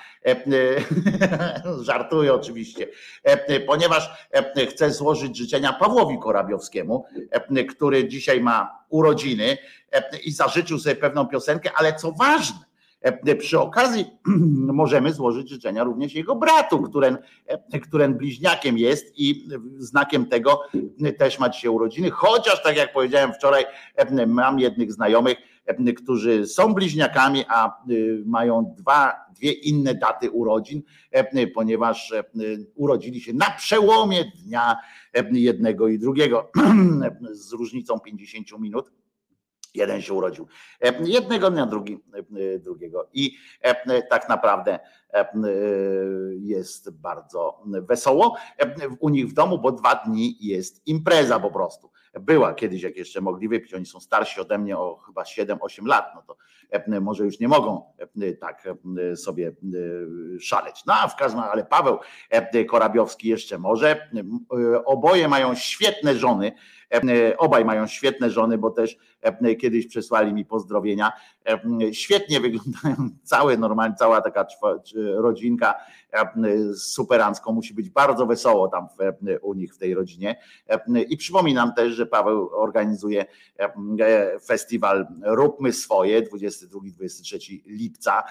Żartuję oczywiście, ponieważ chcę złożyć życzenia Pawłowi Korabiowskiemu, który dzisiaj ma urodziny i zażyczył sobie pewną piosenkę, ale co ważne, przy okazji możemy złożyć życzenia również jego bratu, którym bliźniakiem jest i znakiem tego też ma dzisiaj urodziny, chociaż tak jak powiedziałem wczoraj, mam jednych znajomych, którzy są bliźniakami, a mają dwie inne daty urodzin, ponieważ urodzili się na przełomie dnia jednego i drugiego z różnicą 50 minut. Jeden się urodził jednego dnia, drugiego. I tak naprawdę jest bardzo wesoło u nich w domu, bo 2 dni jest impreza po prostu. Była kiedyś, jak jeszcze mogli wypić, oni są starsi ode mnie o chyba 7-8 lat, no to może już nie mogą tak sobie szaleć. No a w każdym razie, ale Paweł Korabiowski jeszcze może. Oboje mają świetne żony, obaj mają świetne żony, bo też kiedyś przesłali mi pozdrowienia. Świetnie wyglądają, cała taka rodzinka superancko, musi być bardzo wesoło tam u nich w tej rodzinie. I przypominam też, że Paweł organizuje festiwal Róbmy Swoje 22-23 lipca.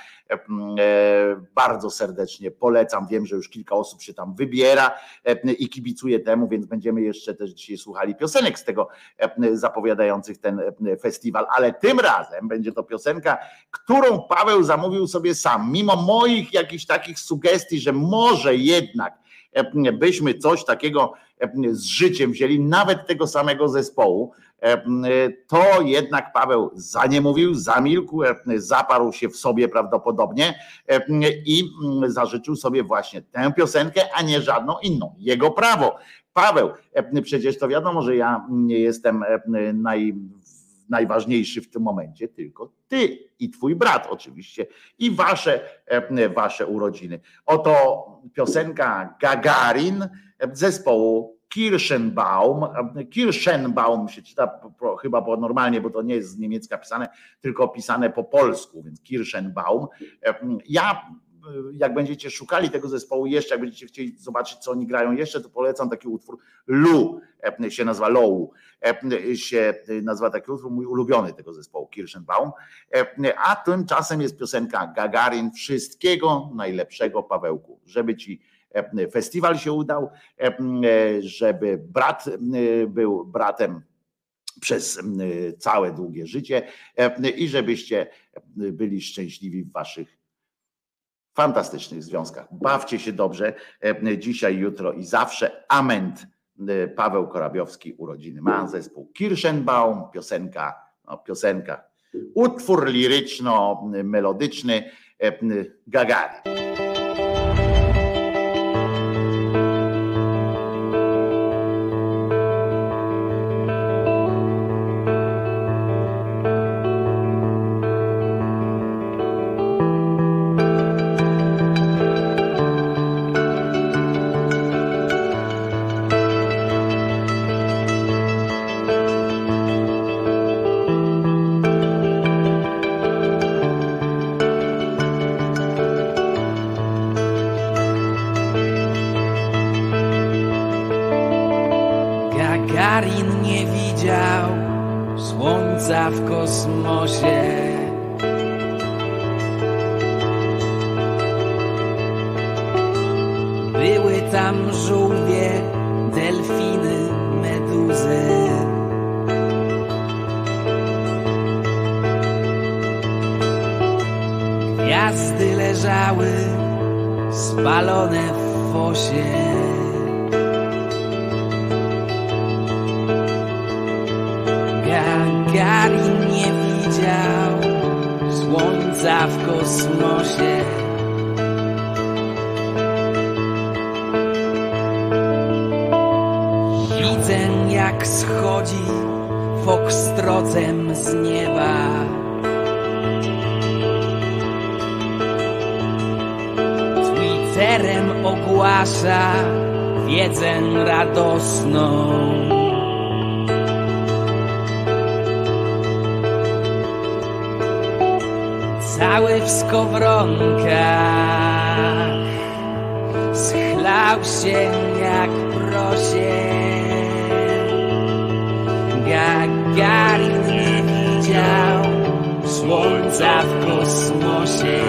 Bardzo serdecznie polecam, wiem, że już kilka osób się tam wybiera i kibicuje temu, więc będziemy jeszcze też dzisiaj słuchali piosenek z tego zapowiadających ten festiwal, ale tym razem będzie to piosenka, którą Paweł zamówił sobie sam, mimo moich jakichś takich sugestii, że może jednak byśmy coś takiego z życiem wzięli, nawet tego samego zespołu, to jednak Paweł zaniemówił, zamilkł, zaparł się w sobie prawdopodobnie i zażyczył sobie właśnie tę piosenkę, a nie żadną inną. Jego prawo. Paweł, przecież to wiadomo, że ja nie jestem najważniejszy w tym momencie, tylko ty i twój brat oczywiście i wasze urodziny. Oto piosenka Gagarin zespołu Kirschenbaum się czyta chyba po normalnie, bo to nie jest z niemiecka pisane, tylko pisane po polsku, więc Kirschenbaum. Ja, jak będziecie szukali tego zespołu jeszcze, jak będziecie chcieli zobaczyć, co oni grają jeszcze, to polecam taki utwór Lu, się nazywa Low, się nazywa taki utwór, mój ulubiony tego zespołu Kirschenbaum, a tymczasem jest piosenka Gagarin. Wszystkiego najlepszego, Pawełku, żeby ci festiwal się udał, żeby brat był bratem przez całe długie życie i żebyście byli szczęśliwi w waszych fantastycznych związkach. Bawcie się dobrze dzisiaj, jutro i zawsze. Amen. Paweł Korabiowski urodziny ma, zespół Kirschenbaum, piosenka, utwór liryczno-melodyczny Gagarin. Gagarin nie widział słońca w kosmosie. Były tam żółwie, delfiny, meduzy. Gwiazdy leżały spalone w fosie. Gagarin nie widział słońca w kosmosie. Widzę, jak schodzi foxtrotem z nieba. Twitterem ogłasza wiedzę radosną. Cały w skowronkach schlał się jak prosie. Gagarin nie widział słońca w kosmosie.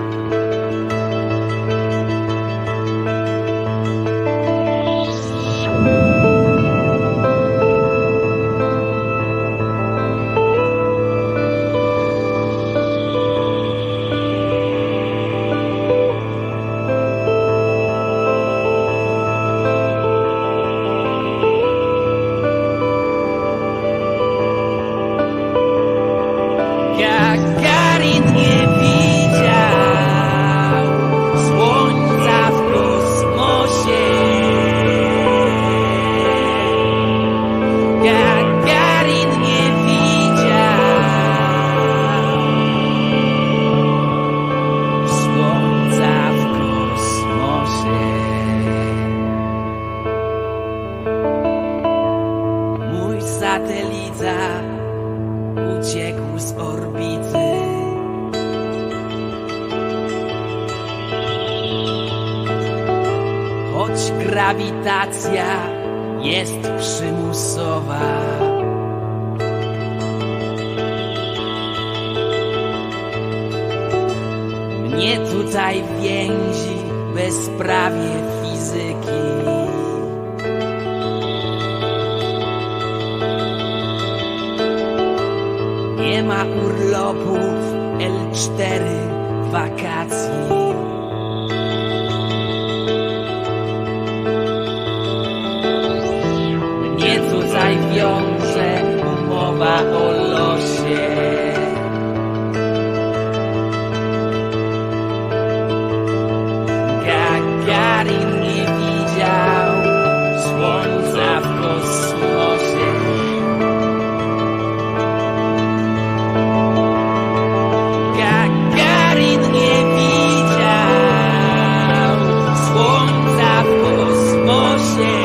Grawitacja jest przymusowa. Mnie tutaj więzi bezprawie fizyki. Nie ma urlopów L4 wakacji. Tutaj wiąże umowa o losie. Gagarin nie widział słońca w kosmosie. Gagarin nie widział słońca w kosmosie.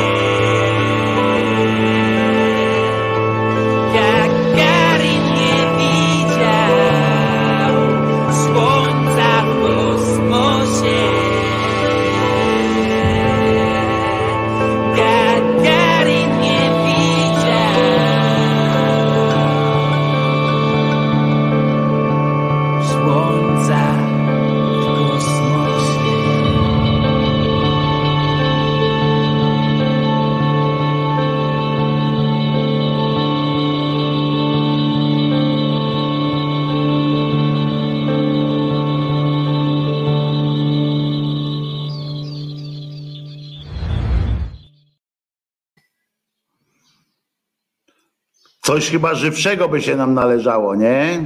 Coś chyba żywszego by się nam należało, nie?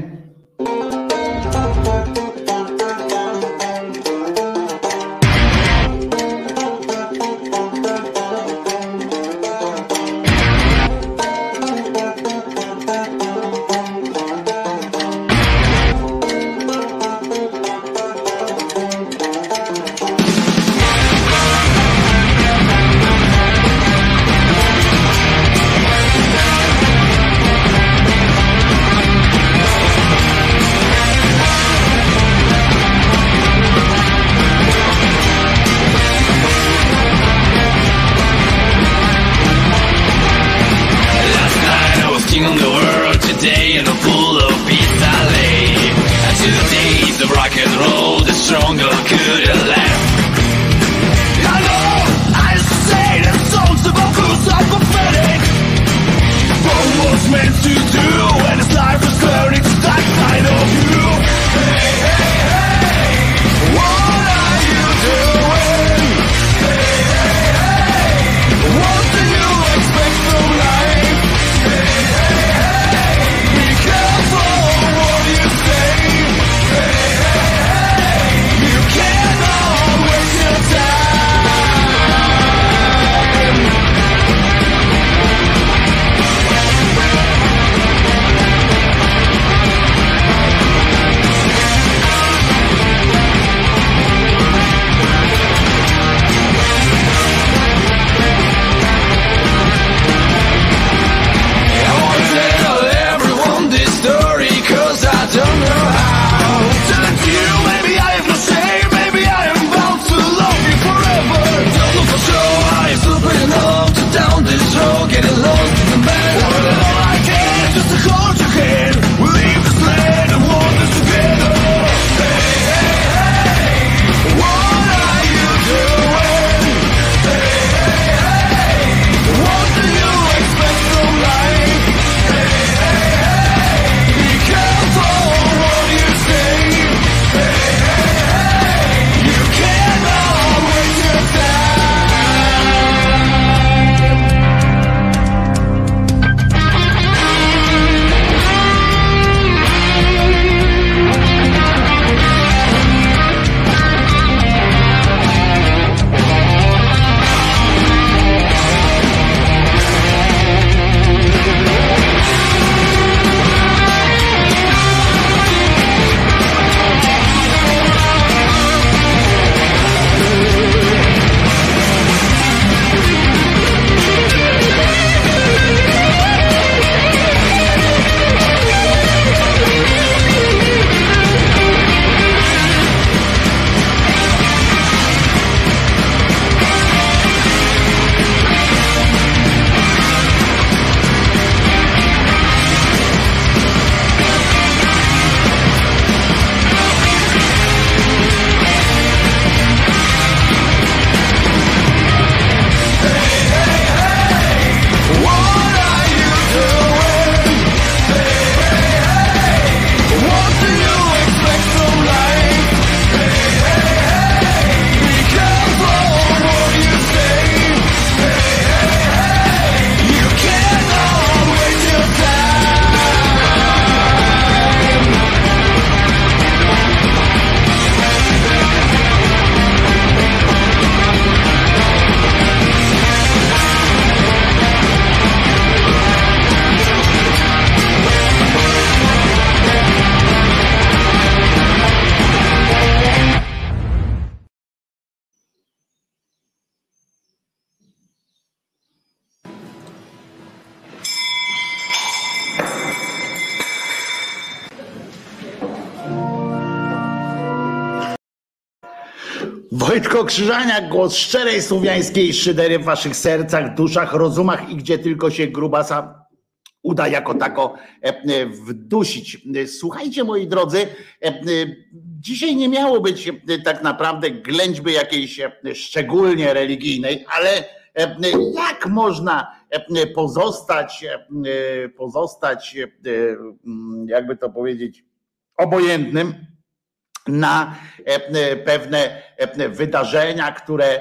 longer could it last. I know I say that songs of vocals are pathetic. What was meant to do when this life was turning to that side of you? Hey, hey, hey, what are you doing? Hey, hey, hey, what do you expect from life? Hey, hey, hey, be careful what you say. Hey, hey, hey, you cannot waste your time. Wojtko Krzyżaniak, głos szczerej słowiańskiej szydery w waszych sercach, duszach, rozumach i gdzie tylko się grubasa uda jako tako wdusić. Słuchajcie, moi drodzy, dzisiaj nie miało być tak naprawdę ględźby jakiejś szczególnie religijnej, ale jak można pozostać, jakby to powiedzieć, obojętnym na pewne wydarzenia,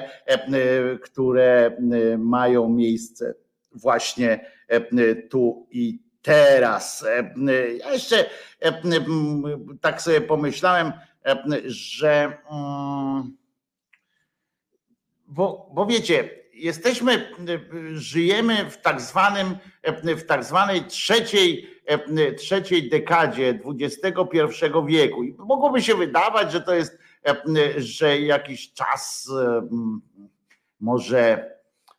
które mają miejsce właśnie tu i teraz. Ja jeszcze tak sobie pomyślałem, że bo wiecie, żyjemy w tak zwanej trzeciej dekadzie XXI wieku i mogłoby się wydawać, że to jest, że jakiś czas może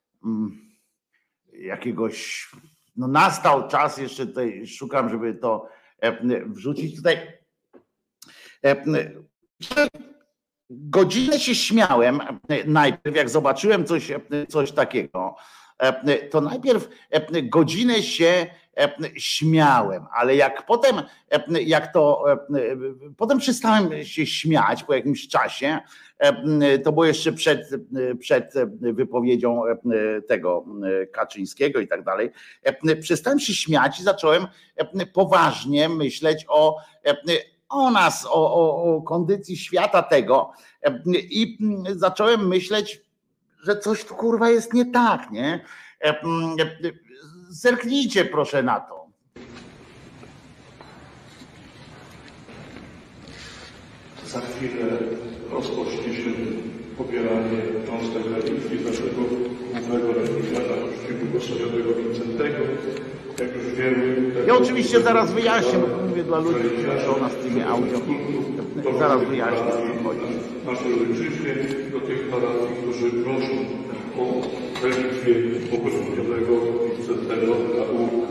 jakiegoś, no nastał czas, jeszcze tutaj szukam, żeby to wrzucić tutaj. Godzinę się śmiałem najpierw, jak zobaczyłem coś takiego, to najpierw godzinę się śmiałem, ale potem przestałem się śmiać po jakimś czasie, to było jeszcze przed wypowiedzią tego Kaczyńskiego i tak dalej, przestałem się śmiać i zacząłem poważnie myśleć o nas, o kondycji świata tego i zacząłem myśleć, że coś tu kurwa jest nie tak, nie? Zerknijcie proszę na to. Za chwilę rozpocznie się pobieranie cząstek relikwi naszego głównego relikwiarza Kościoła Błogosławionego Wincentego. Jak już wiemy... Ja oczywiście zaraz wyjaśnię, bo mówię dla ludzi, którzy są na streamie audio. Zaraz wyjaśnię, o co chodzi. Naszej ojczyźnie, do tych parafii, którzy proszą o relikwie Błogosławionego Wincentego KU.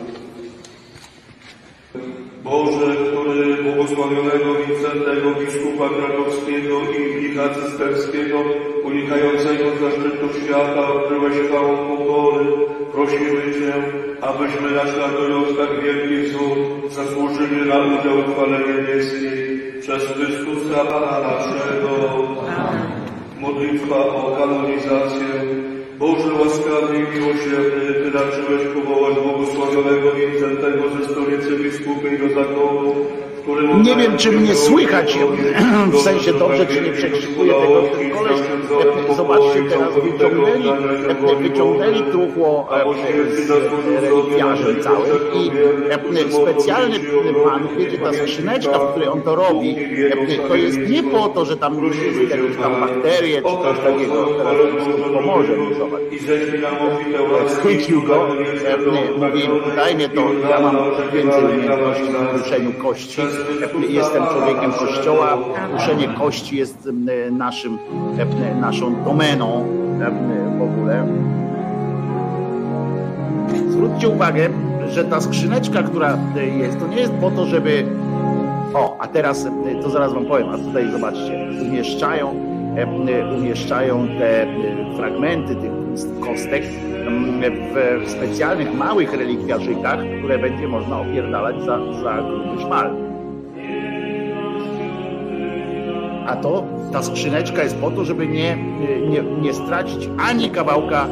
Boże, który błogosławionego Wincentego, biskupa krakowskiego i mnicha cysterskiego, unikającego zaszczytów świata, obryłeś chwałą pokory, prosimy Cię, abyśmy naśladując tak wielki wzór, zasłużyli na udział w chwale niebieskiej przez Chrystusa Pana naszego. Modlitwa o kanonizację. Boże łaskawy i miłosierny, Ty raczyłeś powołać błogosławionego Wincentego ze stolicy biskupy i do zakonu, w którym... Nie wiem, czy mnie słychać, w sensie dobrze, czy nie przekrzykuję tego, ten koleś, zobaczcie, teraz wyciągnęli truchło z relikwiarzem całym i specjalny pan, wiecie, ta skrzyneczka, w której on to robi, to jest nie po to, że tam jest jakieś tam bakterie, czy coś takiego, teraz pomoże mi, zobacz. Schwycił go, mówi, daj mnie to, ja mam więcej umiejętności w ruszeniu kości, jestem człowiekiem kościoła, ruszenie kości jest naszą domeną w ogóle. Zwróćcie uwagę, że ta skrzyneczka, która jest, to nie jest po to, żeby... A teraz, to zaraz wam powiem, a tutaj zobaczcie, umieszczają te fragmenty tych kostek w specjalnych małych relikwiarzykach, które będzie można opierdalać za gruby szmal. A ta skrzyneczka jest po to, żeby nie stracić ani kawałka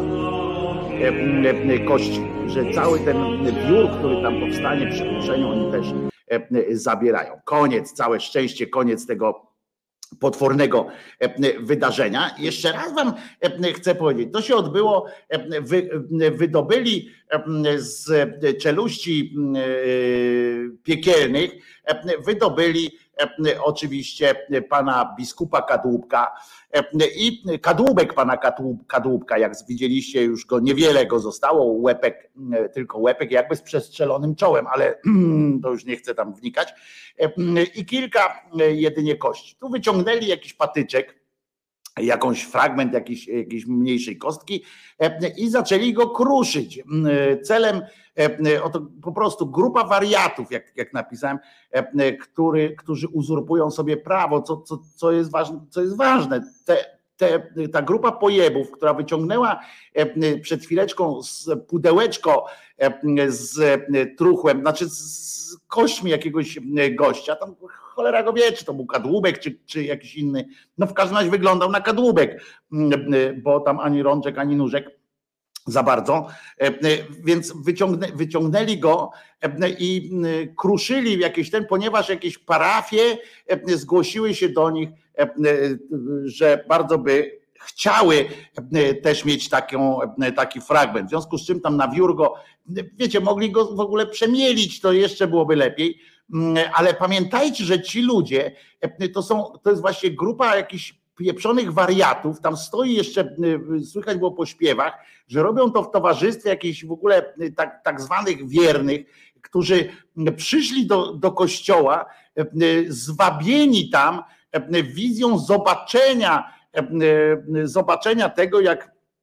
kości, że cały ten wiór, który tam powstanie przy kruszeniu, oni też zabierają. Całe szczęście, koniec tego potwornego wydarzenia. Jeszcze raz wam chcę powiedzieć, to się odbyło, wydobyli z czeluści piekielnych, wydobyli oczywiście pana biskupa Kadłubka i kadłubek pana Kadłubka, jak widzieliście, już niewiele go zostało, tylko łepek jakby z przestrzelonym czołem, ale to już nie chcę tam wnikać, i kilka jedynie kości. Tu wyciągnęli jakiś patyczek, jakąś fragment jakiejś mniejszej kostki i zaczęli go kruszyć. Celem, oto po prostu grupa wariatów, jak napisałem, którzy uzurpują sobie prawo, co jest ważne. Ta grupa pojebów, która wyciągnęła przed chwileczką pudełeczko z truchłem, znaczy z kośćmi jakiegoś gościa, tam cholera go wie, czy to był kadłubek, czy jakiś inny, no w każdym razie wyglądał na kadłubek, bo tam ani rączek, ani nóżek za bardzo, więc wyciągnęli go i kruszyli w jakieś ponieważ jakieś parafie zgłosiły się do nich, że bardzo by chciały też mieć taki fragment, w związku z czym tam na wiór go, wiecie, mogli go w ogóle przemielić, to jeszcze byłoby lepiej, ale pamiętajcie, że ci ludzie to jest właśnie grupa jakichś pieprzonych wariatów, tam stoi jeszcze, słychać było po śpiewach, że robią to w towarzystwie jakichś w ogóle tak zwanych wiernych, którzy przyszli do kościoła, zwabieni tam wizją zobaczenia tego,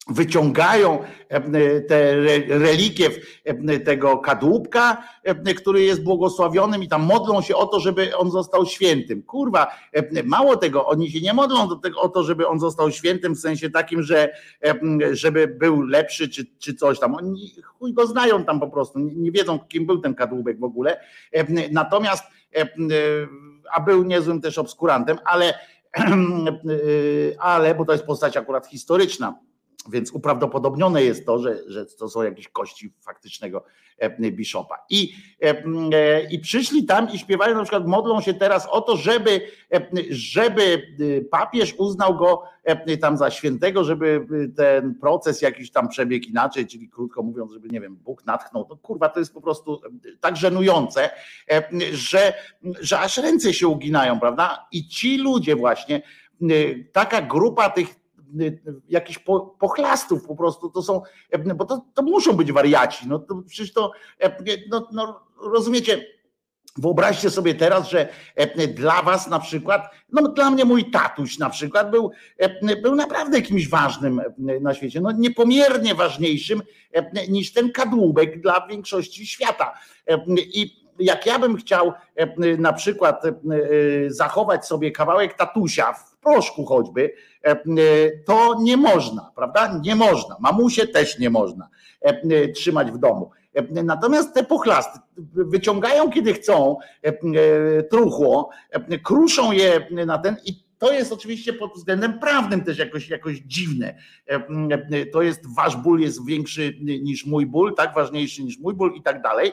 wyciągają te relikwie tego kadłubka, który jest błogosławionym i tam modlą się o to, żeby on został świętym. Kurwa, mało tego, oni się nie modlą o to, żeby on został świętym w sensie takim, że żeby był lepszy czy coś tam. Oni chuj go znają tam po prostu, nie wiedzą, kim był ten kadłubek w ogóle. Natomiast, a był niezłym też obskurantem, ale bo to jest postać akurat historyczna, więc uprawdopodobnione jest to, że to są jakieś kości faktycznego biszopa. I przyszli tam i śpiewają, na przykład modlą się teraz o to, żeby papież uznał go tam za świętego, żeby ten proces jakiś tam przebiegł inaczej, czyli krótko mówiąc, żeby, nie wiem, Bóg natchnął. To kurwa, to jest po prostu tak żenujące, że aż ręce się uginają, prawda? I ci ludzie właśnie, taka grupa tych jakichś pochlastów po prostu, to są, bo to muszą być wariaci, no to przecież to, no rozumiecie, wyobraźcie sobie teraz, że dla was na przykład, no dla mnie mój tatuś na przykład był naprawdę kimś ważnym na świecie, no niepomiernie ważniejszym niż ten kadłubek dla większości świata. I jak ja bym chciał na przykład zachować sobie kawałek tatusia w proszku choćby, to nie można, prawda? Nie można. Mamusie też nie można trzymać w domu. Natomiast te pochlasty wyciągają kiedy chcą truchło, kruszą je na ten i to jest oczywiście pod względem prawnym też jakoś dziwne. To jest, wasz ból jest większy niż mój ból, tak, ważniejszy niż mój ból i tak dalej.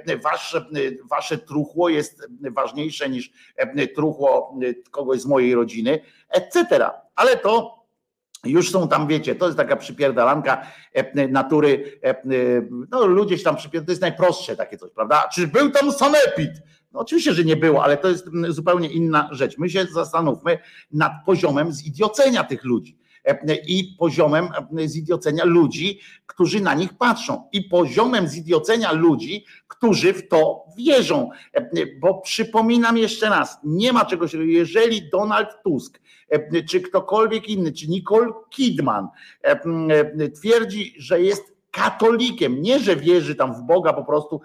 Wasze truchło jest ważniejsze niż truchło kogoś z mojej rodziny, etc. Ale to już są tam, wiecie, to jest taka przypierdalanka natury, no ludzie się tam to jest najprostsze takie coś, prawda? Czy był tam sanepid? No oczywiście, że nie było, ale to jest zupełnie inna rzecz. My się zastanówmy nad poziomem zidiocenia tych ludzi i poziomem zidiocenia ludzi, którzy na nich patrzą i poziomem zidiocenia ludzi, którzy w to wierzą. Bo przypominam jeszcze raz, nie ma czegoś, jeżeli Donald Tusk czy ktokolwiek inny, czy Nicole Kidman twierdzi, że jest katolikiem, nie że wierzy tam w Boga po prostu,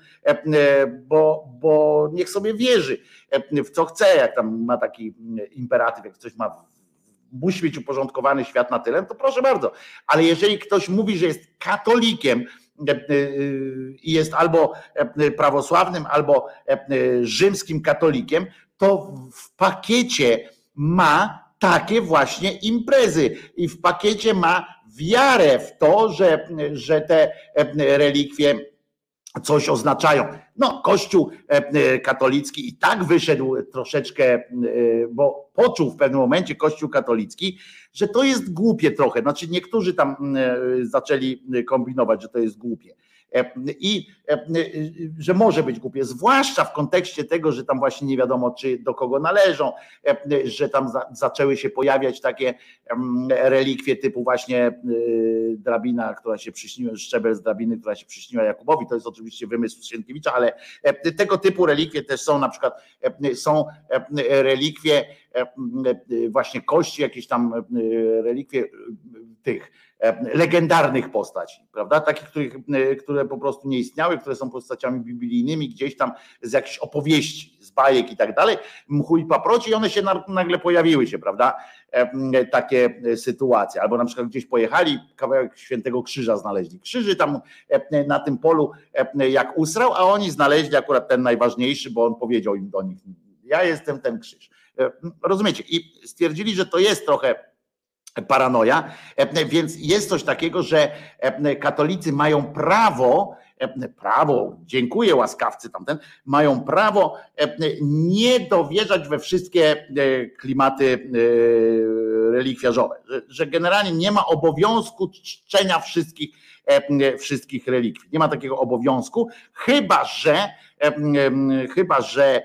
bo niech sobie wierzy w co chce, jak tam ma taki imperatyw, jak coś musi mieć uporządkowany świat na tyle, to proszę bardzo. Ale jeżeli ktoś mówi, że jest katolikiem i jest albo prawosławnym, albo rzymskim katolikiem, to w pakiecie ma takie właśnie imprezy i w pakiecie ma wiarę w to, że te relikwie coś oznaczają. No, Kościół katolicki i tak wyszedł troszeczkę, bo poczuł w pewnym momencie Kościół katolicki, że to jest głupie trochę. Znaczy niektórzy tam zaczęli kombinować, że to jest głupie. I że może być głupie, zwłaszcza w kontekście tego, że tam właśnie nie wiadomo, czy do kogo należą, że tam zaczęły się pojawiać takie relikwie typu właśnie drabina, która się przyśniła, szczebel z drabiny, która się przyśniła Jakubowi, to jest oczywiście wymysł Sienkiewicza, ale tego typu relikwie też są, na przykład są relikwie właśnie kości, jakieś tam relikwie tych legendarnych postaci, prawda? Takich, które po prostu nie istniały, które są postaciami biblijnymi, gdzieś tam z jakichś opowieści, z bajek i tak dalej, mchu i paproci, i one się nagle pojawiły się, prawda? Takie sytuacje. Albo na przykład gdzieś pojechali, kawałek Świętego Krzyża znaleźli. Krzyży tam na tym polu jak usrał, a oni znaleźli akurat ten najważniejszy, bo on powiedział im do nich, ja jestem ten krzyż. Rozumiecie? I stwierdzili, że to jest trochę paranoja, więc jest coś takiego, że katolicy mają prawo, dziękuję łaskawcy tamten, mają prawo nie dowierzać we wszystkie klimaty relikwiarzowe, że generalnie nie ma obowiązku czczenia wszystkich relikwii. Nie ma takiego obowiązku, chyba że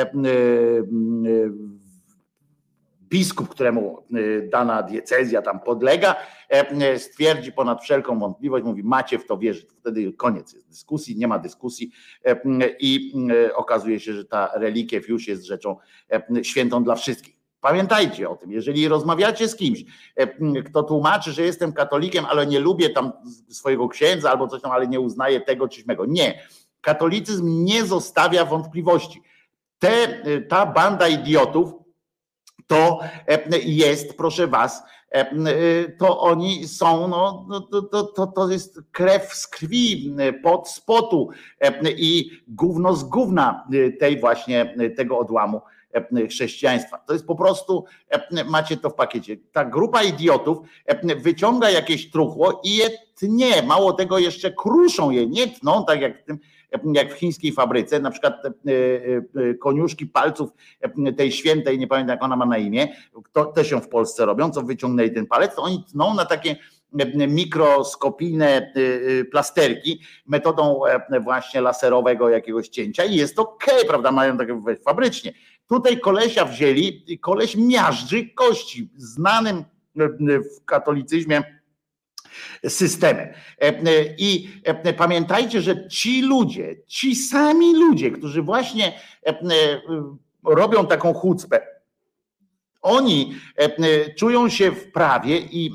biskup, któremu dana diecezja tam podlega, stwierdzi ponad wszelką wątpliwość, mówi, macie w to wierzyć. Wtedy koniec jest dyskusji, nie ma dyskusji i okazuje się, że ta relikiew już jest rzeczą świętą dla wszystkich. Pamiętajcie o tym, jeżeli rozmawiacie z kimś, kto tłumaczy, że jestem katolikiem, ale nie lubię tam swojego księdza albo coś tam, ale nie uznaję tego czy śmego. Nie. Katolicyzm nie zostawia wątpliwości. Ta banda idiotów to jest, proszę was, to oni są, to jest krew z krwi, pot z potu i gówno z gówna tego odłamu chrześcijaństwa. To jest po prostu, macie to w pakiecie. Ta grupa idiotów wyciąga jakieś truchło i je tnie. Mało tego, jeszcze kruszą je, nie tną, tak jak w chińskiej fabryce, na przykład koniuszki palców tej świętej, nie pamiętam jak ona ma na imię, to też ją w Polsce robią, co wyciągnęli ten palec, to oni tną na takie mikroskopijne plasterki metodą właśnie laserowego jakiegoś cięcia i jest okej, prawda, mają takie fabrycznie. Tutaj kolesia wzięli, koleś miażdży kości, znanym w katolicyzmie systemem. I pamiętajcie, że ci sami ludzie, którzy właśnie robią taką chucpę, oni czują się w prawie i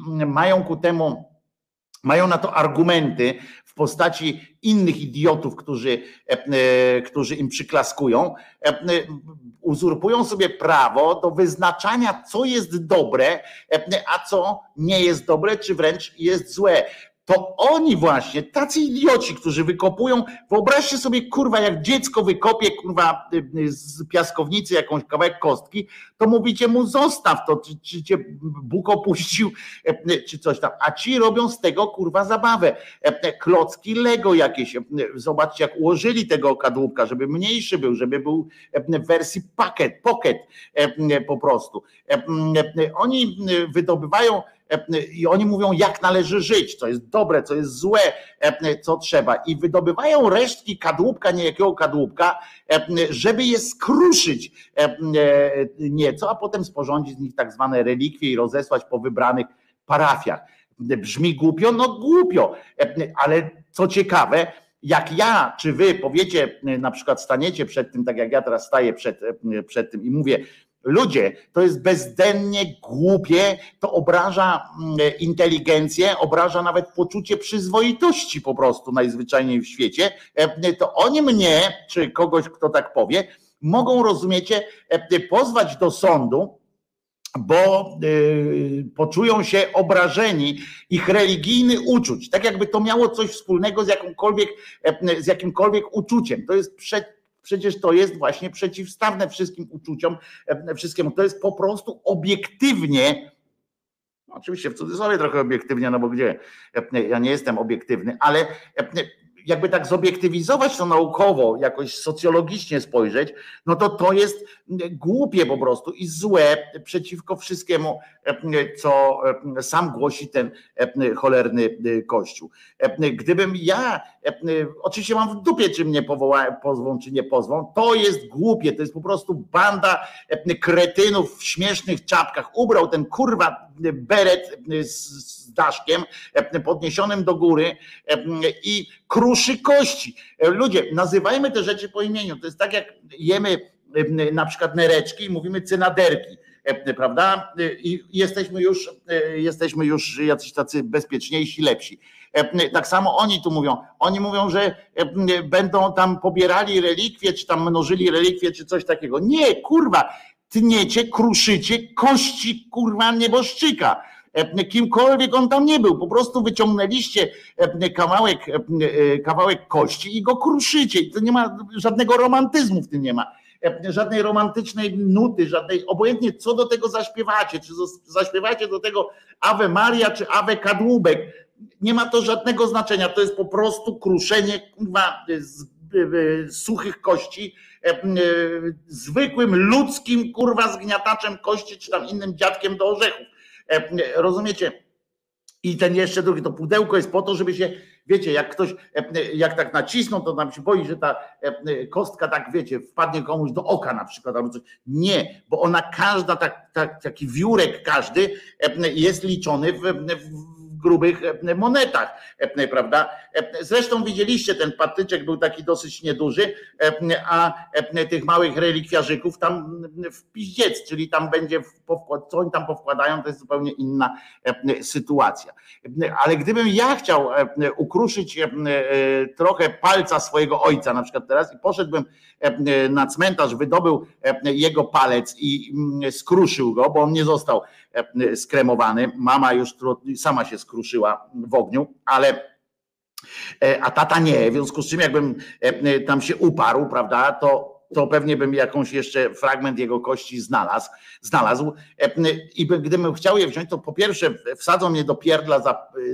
mają na to argumenty w postaci innych idiotów, którzy im przyklaskują, uzurpują sobie prawo do wyznaczania, co jest dobre, a co nie jest dobre, czy wręcz jest złe. To oni właśnie, tacy idioci, którzy wykopują, wyobraźcie sobie, kurwa, jak dziecko wykopie, kurwa, z piaskownicy jakąś kawałek kostki, to mówicie mu zostaw to, czy cię Bóg opuścił, czy coś tam, a ci robią z tego, kurwa, zabawę. Klocki Lego jakieś, zobaczcie, jak ułożyli tego kadłubka, żeby mniejszy był, żeby był w wersji pocket po prostu. Oni wydobywają i oni mówią, jak należy żyć, co jest dobre, co jest złe, co trzeba. I wydobywają resztki kadłubka, niejakiego kadłubka, żeby je skruszyć nieco, a potem sporządzić z nich tak zwane relikwie i rozesłać po wybranych parafiach. Brzmi głupio? No głupio, ale co ciekawe, jak ja czy wy powiecie, na przykład staniecie przed tym, tak jak ja teraz staję przed tym i mówię, ludzie, to jest bezdennie głupie, to obraża inteligencję, obraża nawet poczucie przyzwoitości po prostu najzwyczajniej w świecie, to oni mnie, czy kogoś, kto tak powie, mogą, rozumiecie, pozwać do sądu, bo poczują się obrażeni, ich religijny uczuć, tak jakby to miało coś wspólnego z jakimkolwiek uczuciem. To jest przecież to jest właśnie przeciwstawne wszystkim uczuciom, wszystkiemu. To jest po prostu obiektywnie, oczywiście w cudzysłowie trochę obiektywnie, no bo gdzie? Ja nie jestem obiektywny, ale jakby tak zobiektywizować to naukowo, jakoś socjologicznie spojrzeć, no to jest głupie po prostu i złe przeciwko wszystkiemu, co sam głosi ten cholerny Kościół. Gdybym ja, oczywiście mam w dupie, czy mnie pozwą, czy nie pozwą, to jest głupie, to jest po prostu banda kretynów w śmiesznych czapkach. Ubrał ten kurwa beret z daszkiem podniesionym do góry i kruszy kości. Ludzie, nazywajmy te rzeczy po imieniu. To jest tak, jak jemy na przykład nereczki i mówimy cynaderki, prawda? I jesteśmy już jacyś tacy bezpieczniejsi, lepsi. Tak samo oni tu mówią. Oni mówią, że będą tam pobierali relikwie, czy tam mnożyli relikwie, czy coś takiego. Nie, kurwa, tniecie, kruszycie kości, kurwa, nieboszczyka. Kimkolwiek on tam nie był, po prostu wyciągnęliście kawałek kości i go kruszycie. To nie ma żadnego romantyzmu w tym, nie ma żadnej romantycznej nuty, żadnej, obojętnie co do tego zaśpiewacie, czy zaśpiewacie do tego Ave Maria, czy Ave Kadłubek, nie ma to żadnego znaczenia, to jest po prostu kruszenie kurwa suchych kości zwykłym ludzkim kurwa zgniataczem kości, czy tam innym dziadkiem do orzechów. Rozumiecie? I ten jeszcze drugi, to pudełko jest po to, żeby się, wiecie, jak ktoś, jak tak nacisną, to nam się boi, że ta kostka tak, wiecie, wpadnie komuś do oka na przykład, albo coś. Nie, bo ona każda, taki wiórek każdy jest liczony w grubych monetach, prawda? Zresztą widzieliście, ten patyczek był taki dosyć nieduży, a tych małych relikwiarzyków tam w piździec, czyli tam będzie, co oni tam powkładają, to jest zupełnie inna sytuacja. Ale gdybym ja chciał ukruszyć trochę palca swojego ojca na przykład teraz i poszedłbym na cmentarz, wydobył jego palec i skruszył go, bo on nie został skremowany, mama już sama się skruszyła w ogniu, a tata nie, w związku z czym jakbym tam się uparł, prawda, to pewnie bym jakąś jeszcze fragment jego kości znalazł i gdybym chciał je wziąć, to po pierwsze wsadzą mnie do pierdla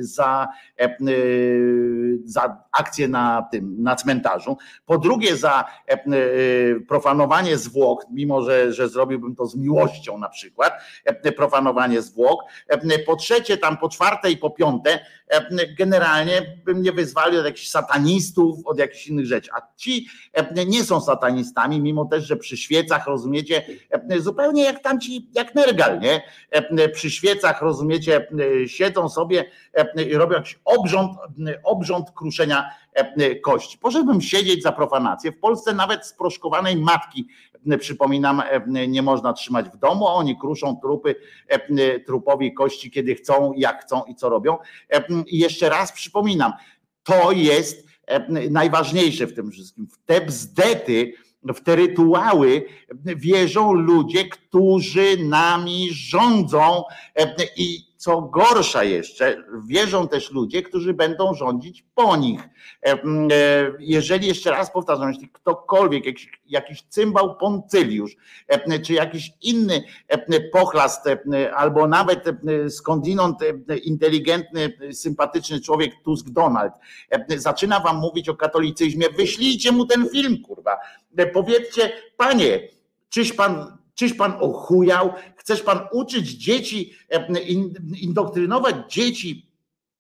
za akcję na cmentarzu, po drugie za profanowanie zwłok, mimo że zrobiłbym to z miłością na przykład, profanowanie zwłok, po trzecie tam po czwarte i po piąte generalnie bym nie wyzwalił od jakichś satanistów, od jakichś innych rzeczy, a ci nie są satanistami, mimo też, że przy świecach, rozumiecie, zupełnie jak tamci, jak Nergal, nie? Przy świecach, rozumiecie, siedzą sobie i robią jakiś obrząd kruszenia kości. Poszedłbym siedzieć za profanację. W Polsce nawet sproszkowanej matki, przypominam, nie można trzymać w domu, a oni kruszą trupowi kości, kiedy chcą, jak chcą i co robią. I jeszcze raz przypominam, to jest najważniejsze w tym wszystkim. W te bzdety, w te rytuały wierzą ludzie, którzy nami rządzą i co gorsza jeszcze, wierzą też ludzie, którzy będą rządzić po nich. Jeżeli, jeszcze raz powtarzam, jeśli ktokolwiek, jakiś cymbał Poncyliusz, czy jakiś inny pochlast, albo nawet skądinąd inteligentny, sympatyczny człowiek Tusk Donald, zaczyna wam mówić o katolicyzmie, wyślijcie mu ten film, kurwa. Powiedzcie, panie, czyś pan ochujał? Chcesz pan uczyć dzieci, indoktrynować dzieci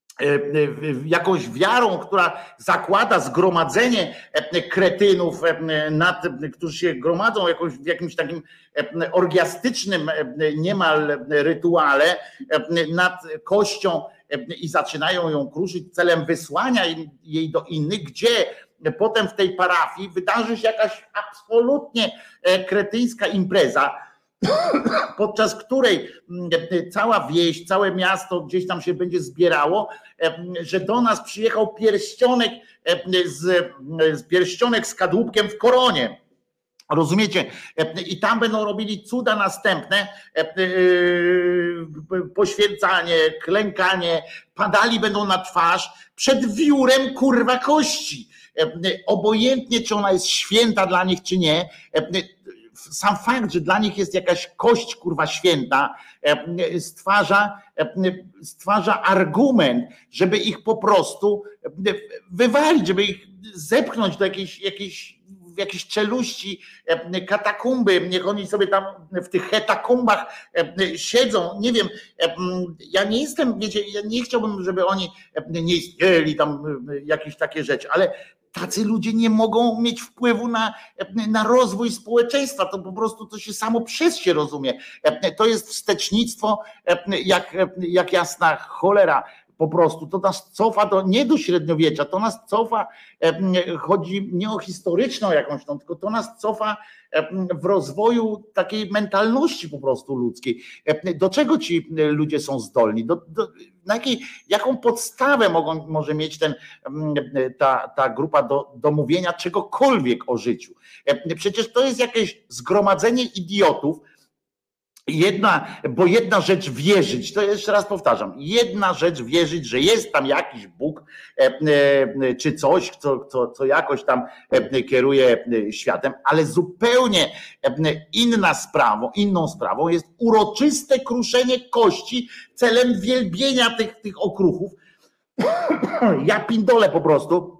jakąś wiarą, która zakłada zgromadzenie kretynów, którzy się gromadzą w jakimś takim orgiastycznym niemal rytuale nad kością i zaczynają ją kruszyć celem wysłania jej do innych, gdzie potem w tej parafii wydarzy się jakaś absolutnie kretyńska impreza, podczas której cała wieś, całe miasto gdzieś tam się będzie zbierało, że do nas przyjechał pierścionek z kadłubkiem w koronie. Rozumiecie? I tam będą robili cuda następne, poświęcanie, klękanie, padali będą na twarz przed wiórem kurwa kości. Obojętnie, czy ona jest święta dla nich, czy nie, sam fakt, że dla nich jest jakaś kość kurwa święta, stwarza argument, żeby ich po prostu wywalić, żeby ich zepchnąć do jakiejś czeluści, katakumby, niech oni sobie tam w tych hetakumbach siedzą, nie wiem, ja nie jestem, wiecie, ja nie chciałbym, żeby oni nie istnieli tam jakieś takie rzeczy, ale tacy ludzie nie mogą mieć wpływu na rozwój społeczeństwa, to po prostu to się samo przez się rozumie, to jest wstecznictwo jak jasna cholera. Po prostu to nas cofa nie do średniowiecza, to nas cofa, chodzi nie o historyczną jakąś, tylko to nas cofa w rozwoju takiej mentalności po prostu ludzkiej. Do czego ci ludzie są zdolni? Jaką podstawę może mieć ta grupa do mówienia czegokolwiek o życiu? Przecież to jest jakieś zgromadzenie idiotów. Jedna rzecz wierzyć, to jeszcze raz powtarzam, jedna rzecz wierzyć, że jest tam jakiś Bóg czy coś, co jakoś tam kieruje światem, ale zupełnie inną sprawą jest uroczyste kruszenie kości celem wielbienia tych okruchów. Ja pindolę po prostu,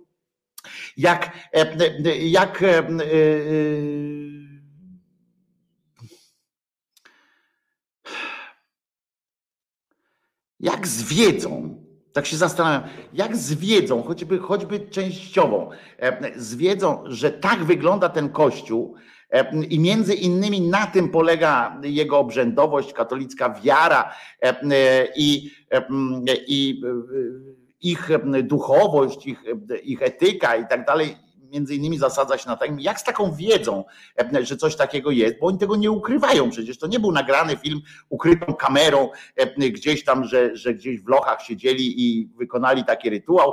jak zwiedzą, tak się zastanawiam, jak zwiedzą, choćby częściową, zwiedzą, że tak wygląda ten kościół, I między innymi na tym polega jego obrzędowość, katolicka wiara i ich duchowość, ich etyka i tak dalej. Między innymi zasadza się na tym, jak z taką wiedzą, że coś takiego jest, bo oni tego nie ukrywają przecież. To nie był nagrany film ukrytą kamerą gdzieś tam, że gdzieś w lochach siedzieli i wykonali taki rytuał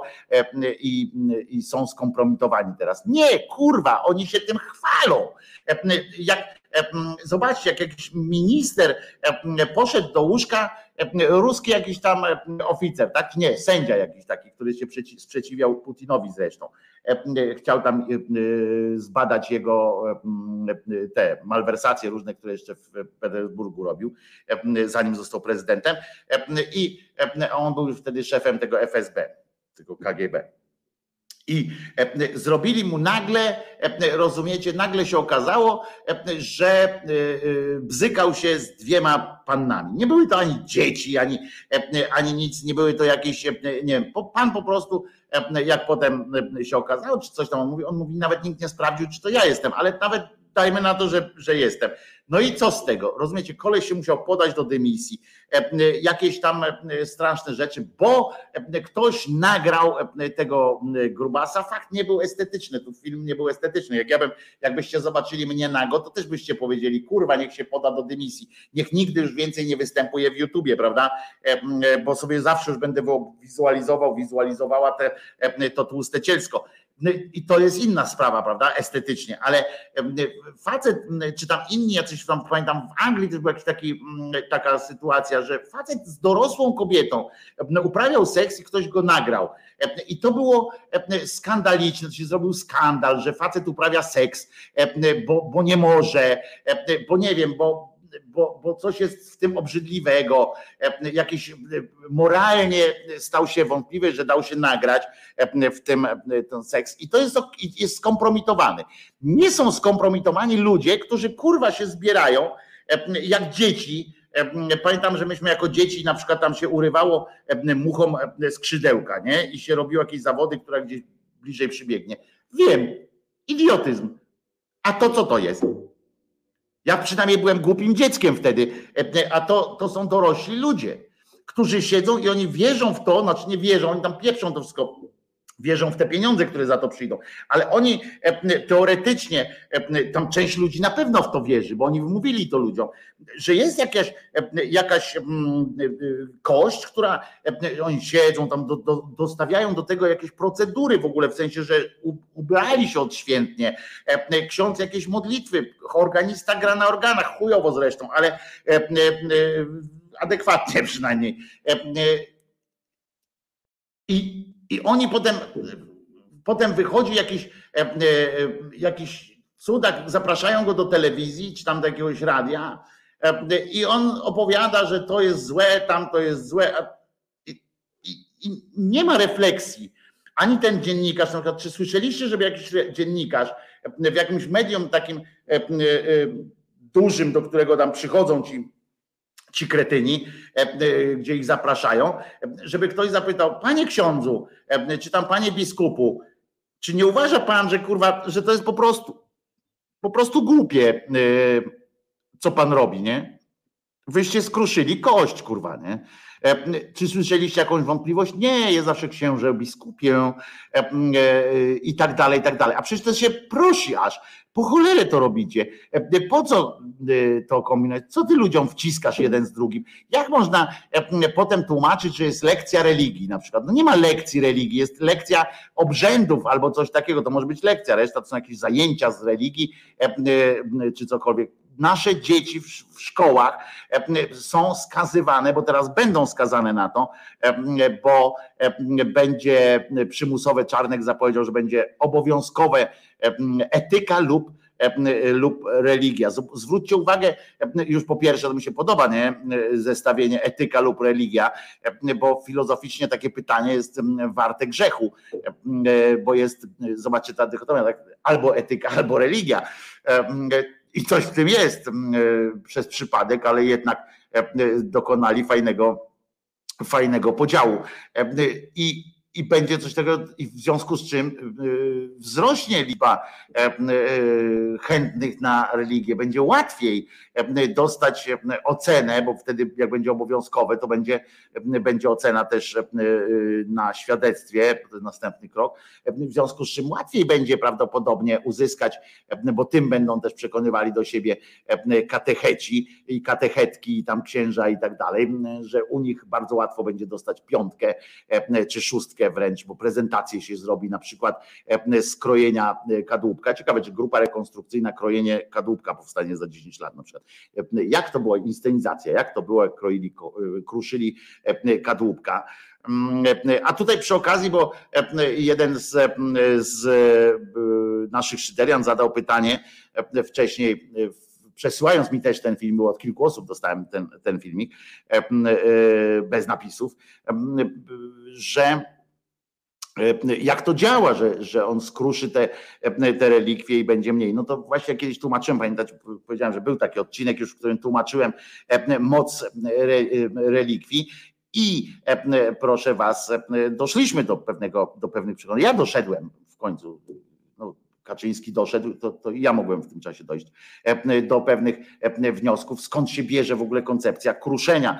i są skompromitowani teraz. Nie, kurwa, oni się tym chwalą. Zobaczcie, jak jakiś minister poszedł do łóżka, ruski jakiś tam oficer, tak? Nie, sędzia jakiś taki, który się sprzeciwiał Putinowi zresztą. Chciał tam zbadać jego te malwersacje różne, które jeszcze w Petersburgu robił, zanim został prezydentem. I on był już wtedy szefem tego FSB, tego KGB. I zrobili mu nagle, rozumiecie, nagle się okazało, że bzykał się z 2 pannami. Nie były to ani dzieci, ani nic, nie były to jakieś, nie wiem, pan po prostu, jak potem się okazało, czy coś tam on mówi, nawet nikt nie sprawdził, czy to ja jestem, ale nawet dajmy na to, że jestem. No i co z tego? Rozumiecie, koleś się musiał podać do dymisji, jakieś tam straszne rzeczy, bo ktoś nagrał tego grubasa. Fakt nie był estetyczny, tu film nie był estetyczny. Jakbyście zobaczyli mnie nago, to też byście powiedzieli, kurwa, niech się poda do dymisji, niech nigdy już więcej nie występuje w YouTubie, prawda? Bo sobie zawsze już będę wizualizowała to tłuste cielsko. I to jest inna sprawa, prawda, estetycznie, ale facet, czy tam inni jacyś tam, pamiętam w Anglii też była taka sytuacja, że facet z dorosłą kobietą uprawiał seks i ktoś go nagrał. I to było skandaliczne, to się zrobił skandal, że facet uprawia seks, bo nie może, bo nie wiem, bo coś jest w tym obrzydliwego, jakiś moralnie stał się wątpliwy, że dał się nagrać w tym ten seks i to jest skompromitowany. Nie są skompromitowani ludzie, którzy kurwa się zbierają jak dzieci. Pamiętam, że myśmy jako dzieci na przykład tam się urywało muchom skrzydełka, nie? I się robiło jakieś zawody, która gdzieś bliżej przybiegnie. Wiem, idiotyzm. A to co to jest? Ja przynajmniej byłem głupim dzieckiem wtedy, a to są dorośli ludzie, którzy siedzą i oni wierzą w to, znaczy nie wierzą, oni tam pieprzą to wszystko, wierzą w te pieniądze, które za to przyjdą, ale oni teoretycznie, tam część ludzi na pewno w to wierzy, bo oni mówili to ludziom, że jest jakaś kość, która, oni siedzą tam, dostawiają do tego jakieś procedury w ogóle, w sensie, że ubrali się odświętnie, ksiądz jakieś modlitwy, organista gra na organach, chujowo zresztą, ale adekwatnie przynajmniej. I oni potem wychodzi jakiś cudak, zapraszają go do telewizji, czy tam do jakiegoś radia i on opowiada, że to jest złe, tam to jest złe i nie ma refleksji. Ani ten dziennikarz, na przykład, czy słyszeliście, żeby jakiś dziennikarz w jakimś medium takim dużym, do którego tam przychodzą ci kretyni, gdzie ich zapraszają, żeby ktoś zapytał, panie ksiądzu, czy tam panie biskupu, czy nie uważa pan, że kurwa, że to jest po prostu głupie, co pan robi, nie? Wyście skruszyli kość, kurwa, nie? Czy słyszeliście jakąś wątpliwość? Nie, jest zawsze księże biskupie i tak dalej, i tak dalej. A przecież to się prosi aż. Po cholerę to robicie. Po co to kombinować? Co ty ludziom wciskasz jeden z drugim? Jak można potem tłumaczyć, że jest lekcja religii na przykład? No nie ma lekcji religii, jest lekcja obrzędów albo coś takiego. To może być lekcja, reszta to są jakieś zajęcia z religii czy cokolwiek. Nasze dzieci w szkołach są skazywane, bo teraz będą skazane na to, bo będzie przymusowe, Czarnek zapowiedział, że będzie obowiązkowe etyka lub religia. Zwróćcie uwagę, już po pierwsze, to mi się podoba, nie? Zestawienie etyka lub religia, bo filozoficznie takie pytanie jest warte grzechu, bo jest, zobaczcie, ta dychotomia, tak? Albo etyka, albo religia. I coś w tym jest przez przypadek, ale jednak dokonali fajnego podziału. i będzie coś takiego, i w związku z czym wzrośnie liczba chętnych na religię, będzie łatwiej dostać ocenę, bo wtedy jak będzie obowiązkowe, to będzie ocena też na świadectwie, to jest następny krok, w związku z czym łatwiej będzie prawdopodobnie uzyskać, bo tym będą też przekonywali do siebie katecheci i katechetki i tam księża i tak dalej, że u nich bardzo łatwo będzie dostać 5 czy 6 wręcz, bo prezentację się zrobi na przykład z krojenia kadłubka. Ciekawe, czy grupa rekonstrukcyjna krojenie kadłubka powstanie za 10 lat na przykład. Jak to była inscenizacja, jak to było, jak kruszyli kadłubka. A tutaj przy okazji, bo jeden z naszych szyderian zadał pytanie wcześniej, przesyłając mi też ten film, bo od kilku osób dostałem ten filmik bez napisów, że jak to działa, że on skruszy te relikwie i będzie mniej. No to właśnie kiedyś tłumaczyłem, pamiętacie, powiedziałem, że był taki odcinek już, w którym tłumaczyłem moc relikwii i proszę was, doszliśmy do pewnych przekonań. Ja doszedłem w końcu, no, Kaczyński doszedł, to i ja mogłem w tym czasie dojść do pewnych wniosków, skąd się bierze w ogóle koncepcja kruszenia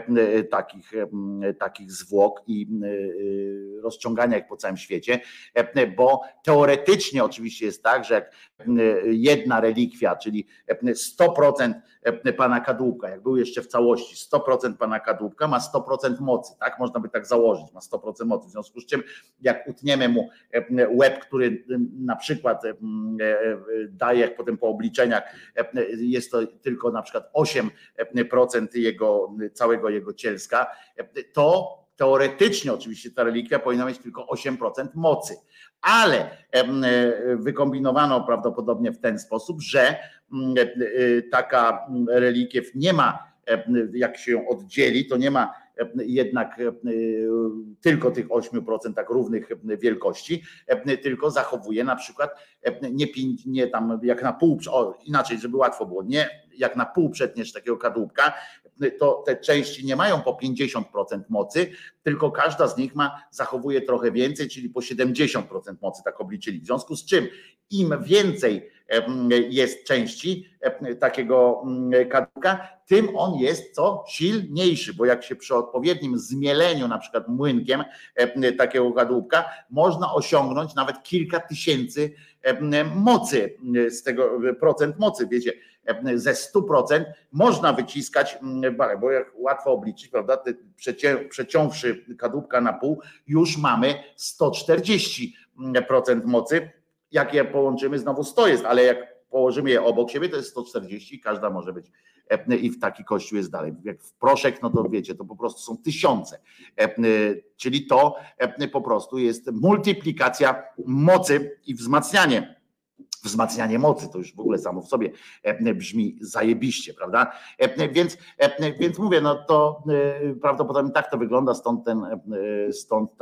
takich zwłok i rozciągania ich po całym świecie, bo teoretycznie oczywiście jest tak, że jak jedna relikwia, czyli 100% pana kadłubka, jak był jeszcze w całości 100% pana kadłubka, ma 100% mocy, tak? Można by tak założyć, ma 100% mocy, w związku z czym jak utniemy mu łeb, który na przykład daje, jak potem po obliczeniach jest to tylko na przykład 8% całego jego cielska, to teoretycznie oczywiście ta relikwia powinna mieć tylko 8% mocy, ale wykombinowano prawdopodobnie w ten sposób, że taka relikiew nie ma, jak się ją oddzieli, to nie ma jednak tylko tych 8% tak równych wielkości, tylko zachowuje na przykład nie tam jak na pół, inaczej, żeby łatwo było, nie jak na pół przetniesz takiego kadłubka, to te części nie mają po 50% mocy, tylko każda z nich zachowuje trochę więcej, czyli po 70% mocy, tak obliczyli. W związku z czym im więcej jest części takiego kadłubka, tym on jest silniejszy, bo jak się przy odpowiednim zmieleniu, na przykład młynkiem takiego kadłubka, można osiągnąć nawet kilka tysięcy mocy, z tego procent mocy, wiecie, ze 100% można wyciskać, bo jak łatwo obliczyć, prawda, przeciąwszy kadłubka na pół, już mamy 140% mocy. Jak je połączymy, znowu 100 jest, ale jak położymy je obok siebie, to jest 140, każda może być i w taki kościół jest dalej. Jak w proszek, no to wiecie, to po prostu są tysiące. Czyli to po prostu jest multiplikacja mocy i wzmacnianie mocy, to już w ogóle samo w sobie brzmi zajebiście, prawda? Więc mówię, no to prawdopodobnie tak to wygląda, stąd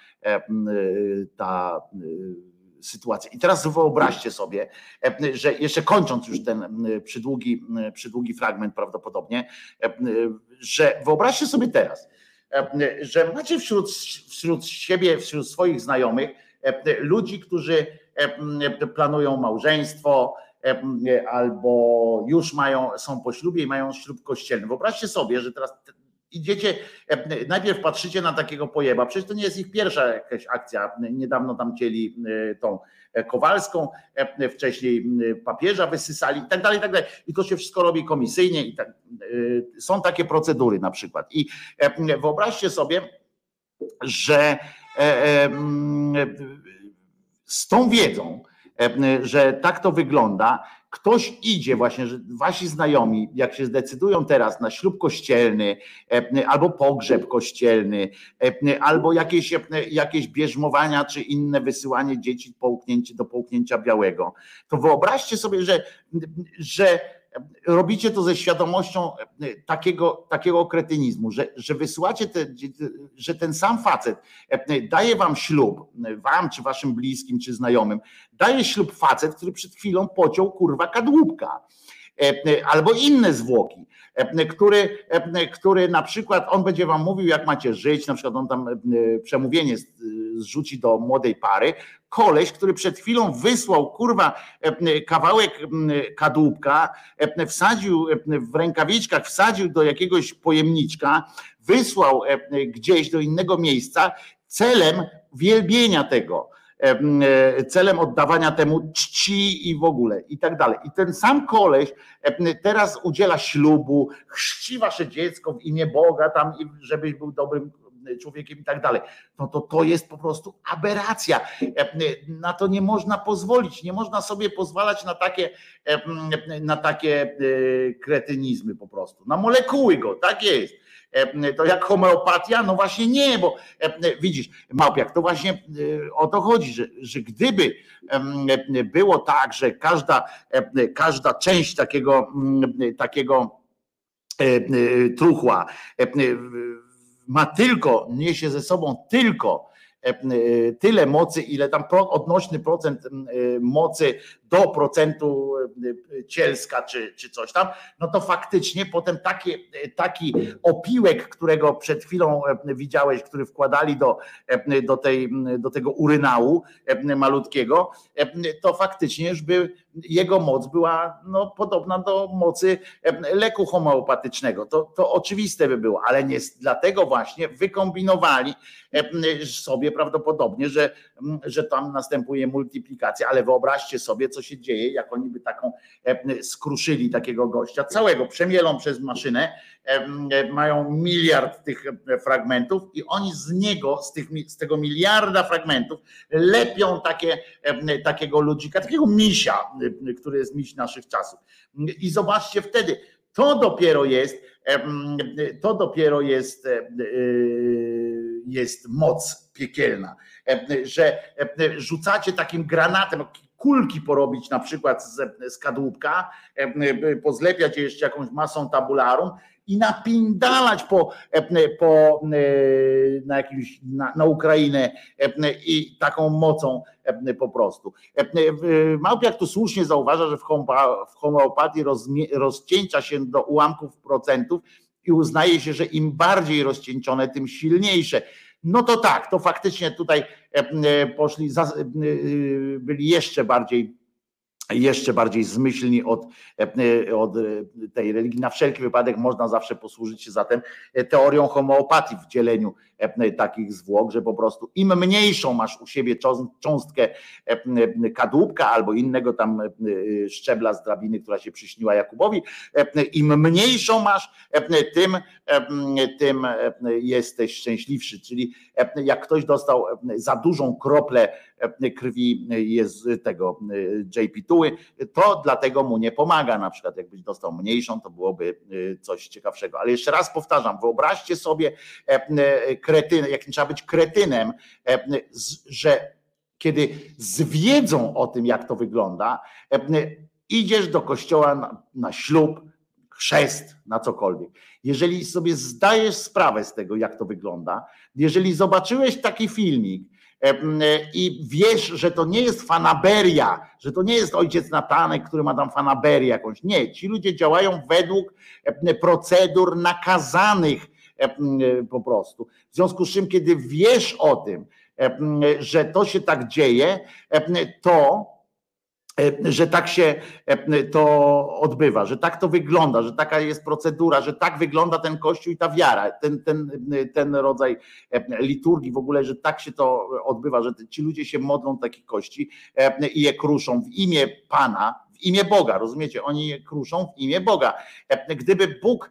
ta sytuacja. I teraz wyobraźcie sobie, że jeszcze kończąc już ten przydługi fragment prawdopodobnie, że wyobraźcie sobie teraz, że macie wśród siebie, wśród swoich znajomych ludzi, którzy planują małżeństwo albo już są po ślubie i mają ślub kościelny. Wyobraźcie sobie, że teraz idziecie, najpierw patrzycie na takiego pojeba, przecież to nie jest ich pierwsza jakaś akcja, niedawno tam cieli tą Kowalską, wcześniej papieża wysysali i tak dalej, i to się wszystko robi komisyjnie i tak, są takie procedury na przykład i wyobraźcie sobie, że z tą wiedzą, że tak to wygląda, ktoś idzie właśnie, że wasi znajomi, jak się zdecydują teraz na ślub kościelny, albo pogrzeb kościelny, albo jakieś bierzmowania, czy inne wysyłanie dzieci do połknięcia białego, to wyobraźcie sobie, że robicie to ze świadomością takiego kretynizmu, że wysyłacie że ten sam facet daje wam ślub, wam czy waszym bliskim, czy znajomym, daje ślub facet, który przed chwilą pociął kurwa kadłubka. Albo inne zwłoki, który na przykład on będzie wam mówił, jak macie żyć, na przykład on tam przemówienie zrzuci do młodej pary, koleś, który przed chwilą wysłał kurwa kawałek kadłubka, wsadził w rękawiczkach, wsadził do jakiegoś pojemniczka, wysłał gdzieś do innego miejsca celem wielbienia tego, celem oddawania temu czci i w ogóle i tak dalej. I ten sam koleś teraz udziela ślubu, chrzci wasze dziecko w imię Boga tam, żebyś był dobrym człowiekiem i tak dalej. No to jest po prostu aberracja. Na to nie można pozwolić. Nie można sobie pozwalać na takie kretynizmy po prostu. Na molekuły go, tak jest. To jak homeopatia? No właśnie nie, bo widzisz, Małpiak, to właśnie o to chodzi, że gdyby było tak, że każda część takiego truchła niesie ze sobą tylko tyle mocy, ile tam odnośny procent mocy do procentu cielska czy coś tam, no to faktycznie potem taki opiłek, którego przed chwilą widziałeś, który wkładali do tego urynału malutkiego, to faktycznie już jego moc była podobna do mocy leku homeopatycznego. To oczywiste by było, ale nie dlatego właśnie wykombinowali sobie prawdopodobnie, że tam następuje multiplikacja, ale wyobraźcie sobie, co się dzieje, jak oni by taką skruszyli takiego gościa, całego przemielą przez maszynę, mają miliard tych fragmentów i oni z tego miliarda fragmentów lepią takiego ludzika, takiego misia, który jest miś naszych czasów. I zobaczcie wtedy, to dopiero jest moc piekielna, że rzucacie takim granatem, kulki porobić na przykład z kadłubka, pozlepiać je jeszcze jakąś masą tabularum i napindalać na Ukrainę i taką mocą po prostu. Małpiak tu słusznie zauważa, że w homeopatii rozcieńcza się do ułamków procentów i uznaje się, że im bardziej rozcieńczone, tym silniejsze. No to tak, to faktycznie tutaj poszli, byli jeszcze bardziej zmyślni od tej religii. Na wszelki wypadek można zawsze posłużyć się zatem teorią homeopatii w dzieleniu takich zwłok, że po prostu im mniejszą masz u siebie cząstkę kadłubka albo innego tam szczebla z drabiny, która się przyśniła Jakubowi, im mniejszą masz, tym jesteś szczęśliwszy. Czyli jak ktoś dostał za dużą kroplę krwi tego JP2, to dlatego mu nie pomaga. Na przykład jakbyś dostał mniejszą, to byłoby coś ciekawszego. Ale jeszcze raz powtarzam, wyobraźcie sobie jakim trzeba być kretynem, że kiedy z wiedzą o tym, jak to wygląda, idziesz do kościoła na ślub, chrzest, na cokolwiek. Jeżeli sobie zdajesz sprawę z tego, jak to wygląda, jeżeli zobaczyłeś taki filmik i wiesz, że to nie jest fanaberia, że to nie jest ojciec Natanek, który ma tam fanaberię jakąś. Nie, ci ludzie działają według procedur nakazanych po prostu. W związku z czym, kiedy wiesz o tym, że to się tak dzieje, że tak się to odbywa, że tak to wygląda, że taka jest procedura, że tak wygląda ten Kościół i ta wiara, ten rodzaj liturgii w ogóle, że tak się to odbywa, że ci ludzie się modlą takich kości i je kruszą w imię Pana, w imię Boga, rozumiecie? Oni je kruszą w imię Boga. Gdyby Bóg...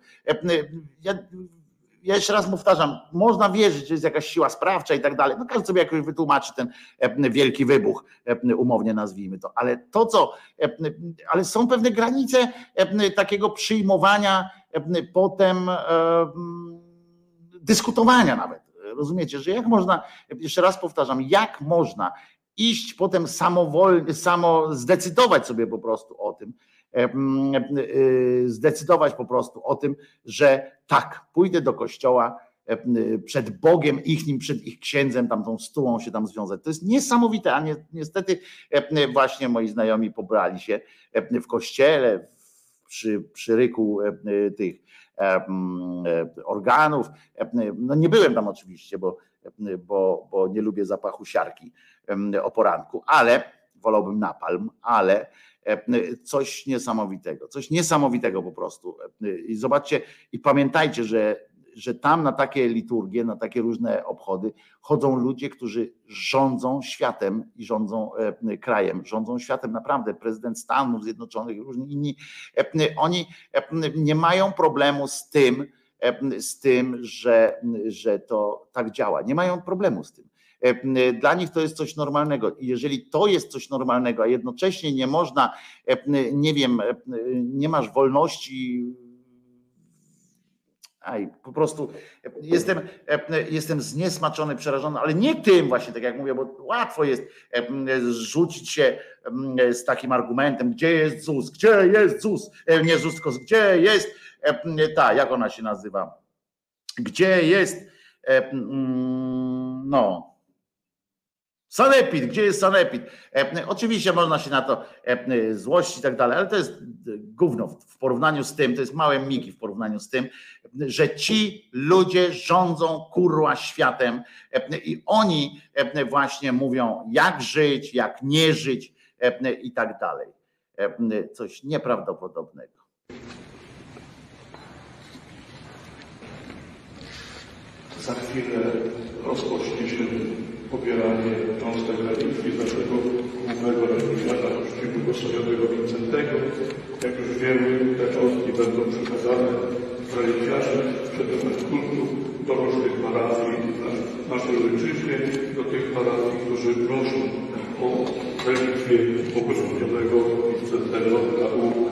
Ja jeszcze raz powtarzam, można wierzyć, że jest jakaś siła sprawcza i tak dalej. No każdy sobie jakoś wytłumaczy ten wielki wybuch, umownie nazwijmy to. Ale są pewne granice takiego przyjmowania, potem dyskutowania nawet. Rozumiecie, że jak można, jeszcze raz powtarzam, jak można iść potem zdecydować sobie po prostu o tym, zdecydować po prostu o tym, że tak, pójdę do kościoła przed Bogiem ich, przed ich księdzem, tam tą stułą się tam związać. To jest niesamowite, a niestety właśnie moi znajomi pobrali się w kościele, przy ryku tych organów. No nie byłem tam oczywiście, bo nie lubię zapachu siarki o poranku, ale wolałbym napalm, ale coś niesamowitego po prostu. I zobaczcie i pamiętajcie, że tam na takie liturgie, na takie różne obchody chodzą ludzie, którzy rządzą światem i rządzą krajem, rządzą światem naprawdę, prezydent Stanów Zjednoczonych, różni inni, oni nie mają problemu z tym, że to tak działa. Nie mają problemu z tym. Dla nich to jest coś normalnego i jeżeli to jest coś normalnego, a jednocześnie nie można, nie wiem, nie masz wolności, po prostu jestem zniesmaczony, przerażony, ale nie tym właśnie, tak jak mówię, bo łatwo jest rzucić się z takim argumentem, gdzie jest ZUS, nie ZUS, tylko gdzie jest jak ona się nazywa, gdzie jest sanepid, gdzie jest sanepid? Oczywiście można się na to złościć i tak dalej, ale to jest gówno w porównaniu z tym, to jest małe migi w porównaniu z tym, że ci ludzie rządzą kurwa światem i oni właśnie mówią, jak żyć, jak nie żyć i tak dalej. Coś nieprawdopodobnego. Za chwilę rozpocznie się pobieranie cząstek relikwi z naszego głównego relikwiarza Kościoła Błogosławionego Wincentego. Jak już wiemy, te cząstki będą przekazane w relikwiarze w przedmiotach kultu do różnych parafii w naszej ojczyźnie, do tych parafii, którzy proszą o relikwie Błogosławionego Wincentego na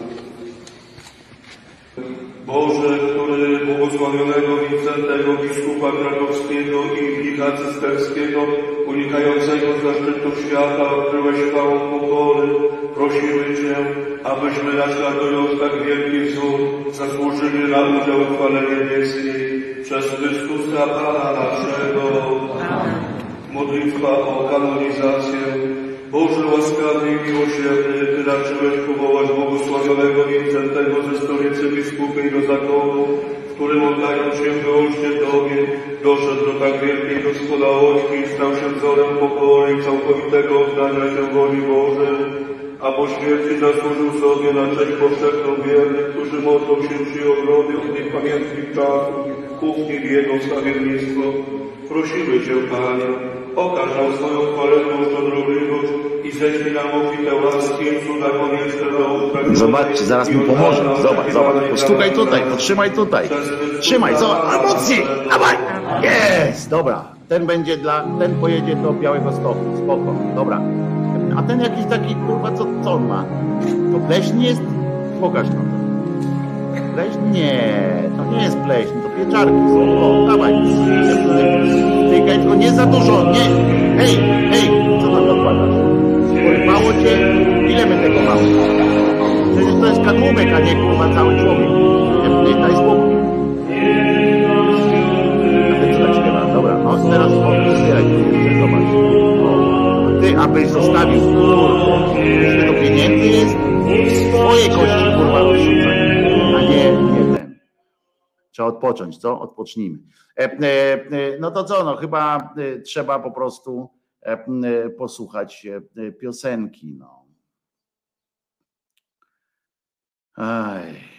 Boże, który błogosławionego Wincentego, biskupa krakowskiego i mnicha cysterskiego, unikającego zaszczytów świata, odkryłeś chwałą pokory, prosimy Cię, abyśmy naśladując tak wielki wzór, zasłużyli na udział w chwale niebieskiej przez Chrystusa Pana naszego. Modlitwa o kanonizację. Boże łaskawy i miłosierny, Ty raczyłeś powołać błogosławionego Wincentego ze stolicy biskupiej do zakonu, w którym oddając się wyłącznie Tobie, doszedł do tak wielkiej doskonałości i stał się wzorem pokory i całkowitego oddania się woli Bożej, a po śmierci zasłużył sobie na cześć powszechną wiernych, którzy modlą się przy ogrodzie od niepamiętnych czasów, ufni w Jego wstawiennictwo. Prosimy Cię, Panie, okaż nam swoją chwalebną szczodrobliwość i ześlij nam obfite łaski i cuda konieczne do uprawienia. Zobaczcie, zaraz mi pomoże. Zobacz, postukaj tutaj, potrzymaj tutaj. Trzymaj, zobacz, mocniej, dawaj. Jest, dobra. Ten pojedzie do Białegostoku, spoko, dobra. A ten jakiś taki, kurwa, co on ma? To pleśń jest? Pokaż nam to. Pleśń? Nie, to nie jest pleśń, to pieczarki są. O, dawaj. Tykaj, tylko nie za dużo, nie. Hej, co tam dokładasz? Porywało cię? Ile my tego mamy? Przecież to jest kadłubek, a nie kurwa cały człowiek. Daj spokój. A ty co tak śpiewa? Dobra, no teraz otwieraj tu jeszcze, zobacz. A ty, abyś zostawił, kurwa, jeśli to pieniędzy jest, swoje kości kurwa rozrzucaj. A nie ten. Trzeba odpocząć, co? Odpocznijmy. No to co, no chyba trzeba po prostu posłuchać piosenki, no. Aj.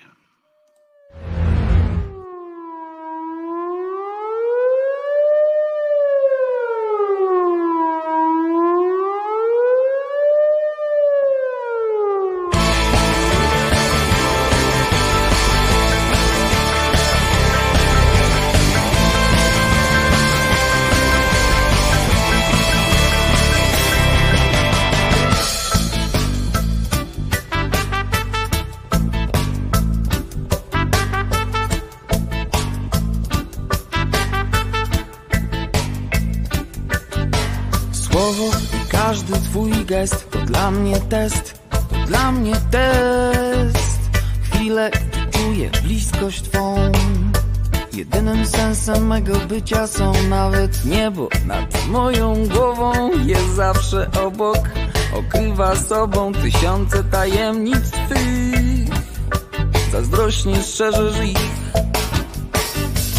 Każdy twój gest to dla mnie test, to dla mnie test. Chwilę, gdy czuję bliskość twą, jedynym sensem mego bycia są nawet niebo nad moją głową. Jest zawsze obok, okrywa sobą tysiące tajemnic twych. Zazdrośnie strzeżesz ich,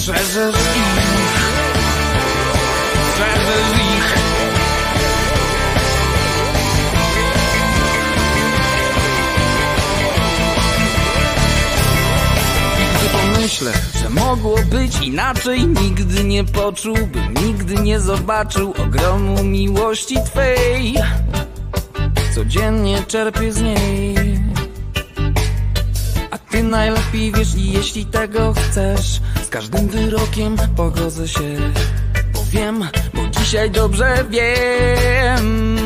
strzeżesz ich. I gdy pomyślę, że mogło być inaczej, nigdy nie poczułbym, nigdy nie zobaczył ogromu miłości Twej. Codziennie czerpię z niej, a Ty najlepiej wiesz i jeśli tego chcesz, z każdym wyrokiem pogodzę się. Wiem, bo dzisiaj dobrze wiem.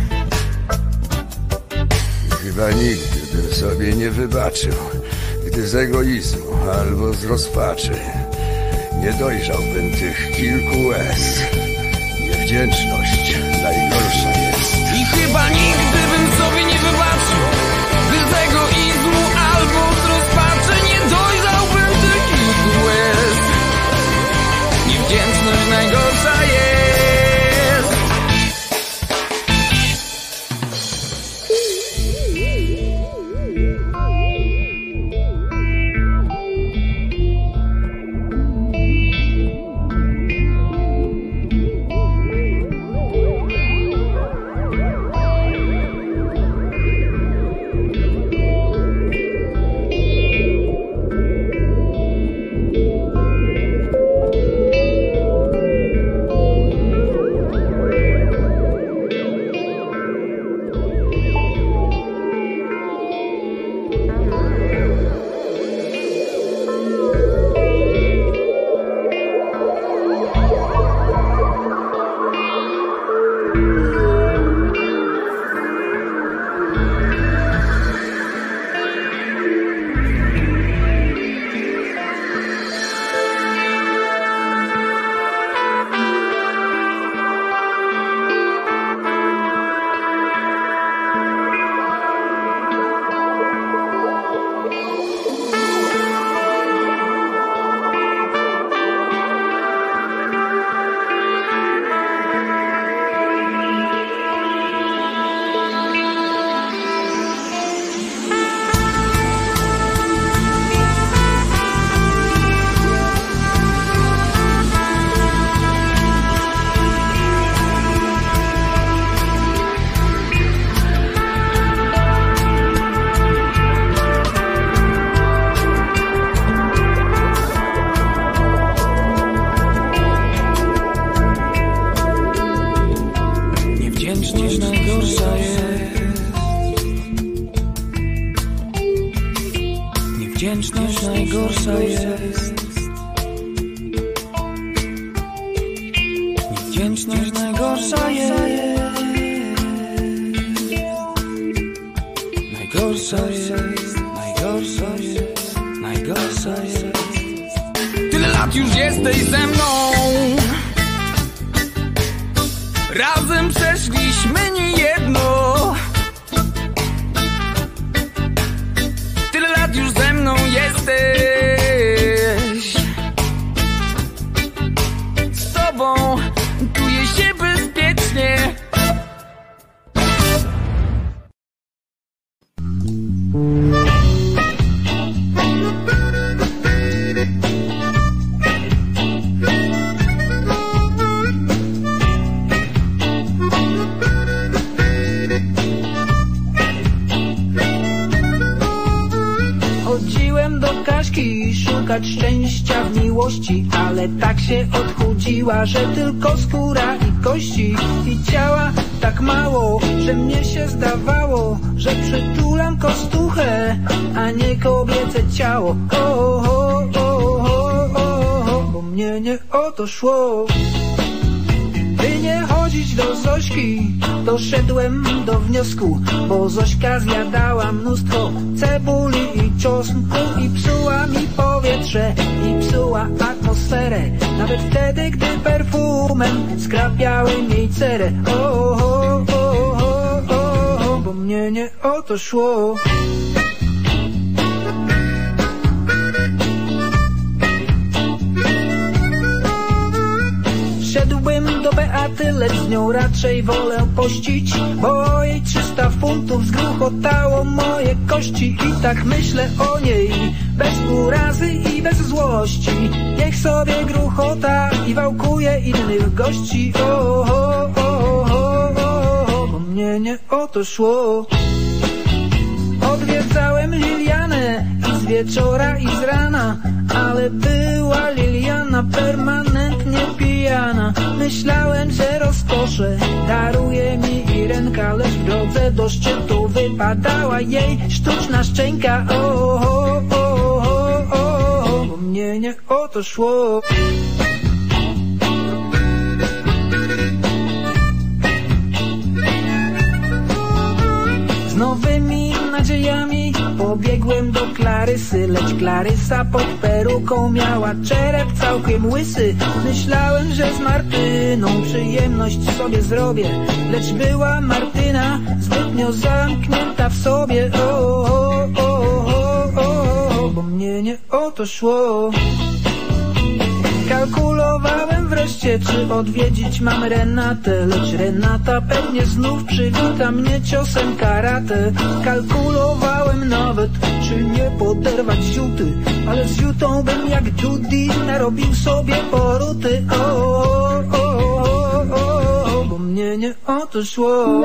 Chyba nigdy bym sobie nie wybaczył, gdy z egoizmu albo z rozpaczy nie dojrzałbym tych kilku łez. Niewdzięczność najgorsza jest. I chyba nigdy bym sobie nie wybaczył, gdy z egoizmu albo z rozpaczy nie dojrzałbym tych kilku łez. Niewdzięczność najgorsza jest. Niewdzięczność najgorsza jest. Niewdzięczność najgorsza jest. Najgorsza jest. Najgorsza jest. Najgorsza jest. Tyle lat już jesteś ze mną. Razem przeszliśmy niejedno. Tyle lat już ze mną jesteś. Z tobą czuję się bezpiecznie. Chodziłem do Kaśki szukać szczęścia w miłości, ale tak się odchudziła, że tylko skóra i kości. I ciała tak mało, że mnie się zdawało, że przytulam kostuchę, a nie kobiece ciało. Bo mnie nie o to szło. By nie chodzić do Zośki, doszedłem do wniosku, bo Zośka zjadała mnóstwo cebuli i czosnku i psuła mi powietrze i psuła atmosferę, nawet wtedy, gdy perfumem skrapiałem jej cerę. Bo mnie nie o to szło. Szedłbym Chciałbym do Beaty, lecz z nią raczej wolę pościć, bo jej 300 funtów zgruchotało moje kości. I tak myślę o niej, bez urazy i bez złości. Niech sobie gruchota i wałkuje innych gości. Bo mnie nie o to szło. Odwiedzałem Lilianę i z wieczora i z rana, ale była Liliana permanentnie pijana. Myślałem, że rozkoszę daruje mi Irenka, lecz w drodze do szczytu wypadała jej sztuczna szczęka. Bo mnie nie o to szło. Z nowymi nadziejami pobiegłem do Klarysy, lecz Klarysa pod peruką miała czerep całkiem łysy. Myślałem, że z Martyną przyjemność sobie zrobię, lecz była Martyna zbytnio zamknięta w sobie. Bo mnie nie o to szło. Kalkulowałem wreszcie, czy odwiedzić mam Renatę, lecz Renata pewnie znów przywita mnie ciosem karate. Kalkulowałem nawet, czy nie poderwać Ziuty, ale z Ziutą bym jak Judy narobił sobie poruty. Bo mnie nie o to szło.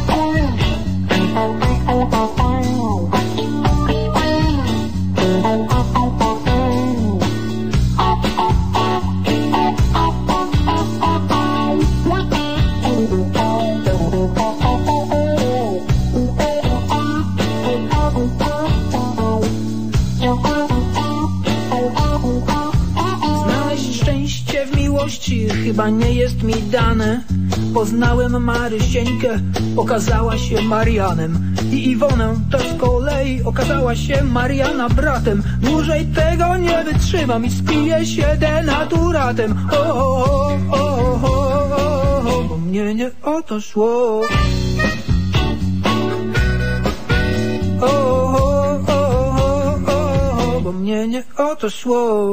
Chyba nie jest mi dane. Poznałem Marysieńkę, okazała się Marianem, i Iwonę to z kolei okazała się Mariana bratem. Dłużej tego nie wytrzymam i spiję się denaturatem. Bo mnie nie o to szło. Bo mnie nie o to szło.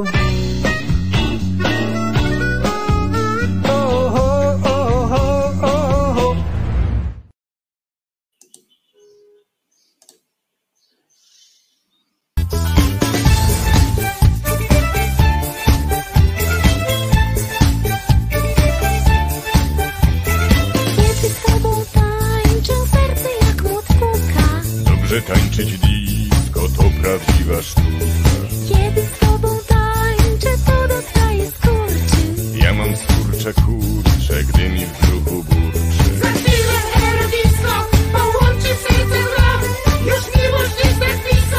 Tańczyć disco to prawdziwa sztuka. Kiedy z tobą tańczę, to dostaję skurczy. Ja mam skurcze kurcze, gdy mi w brzuchu burczy. Za chwilę aerodisco połączy serce dwa. Już miłość jest bez pisu.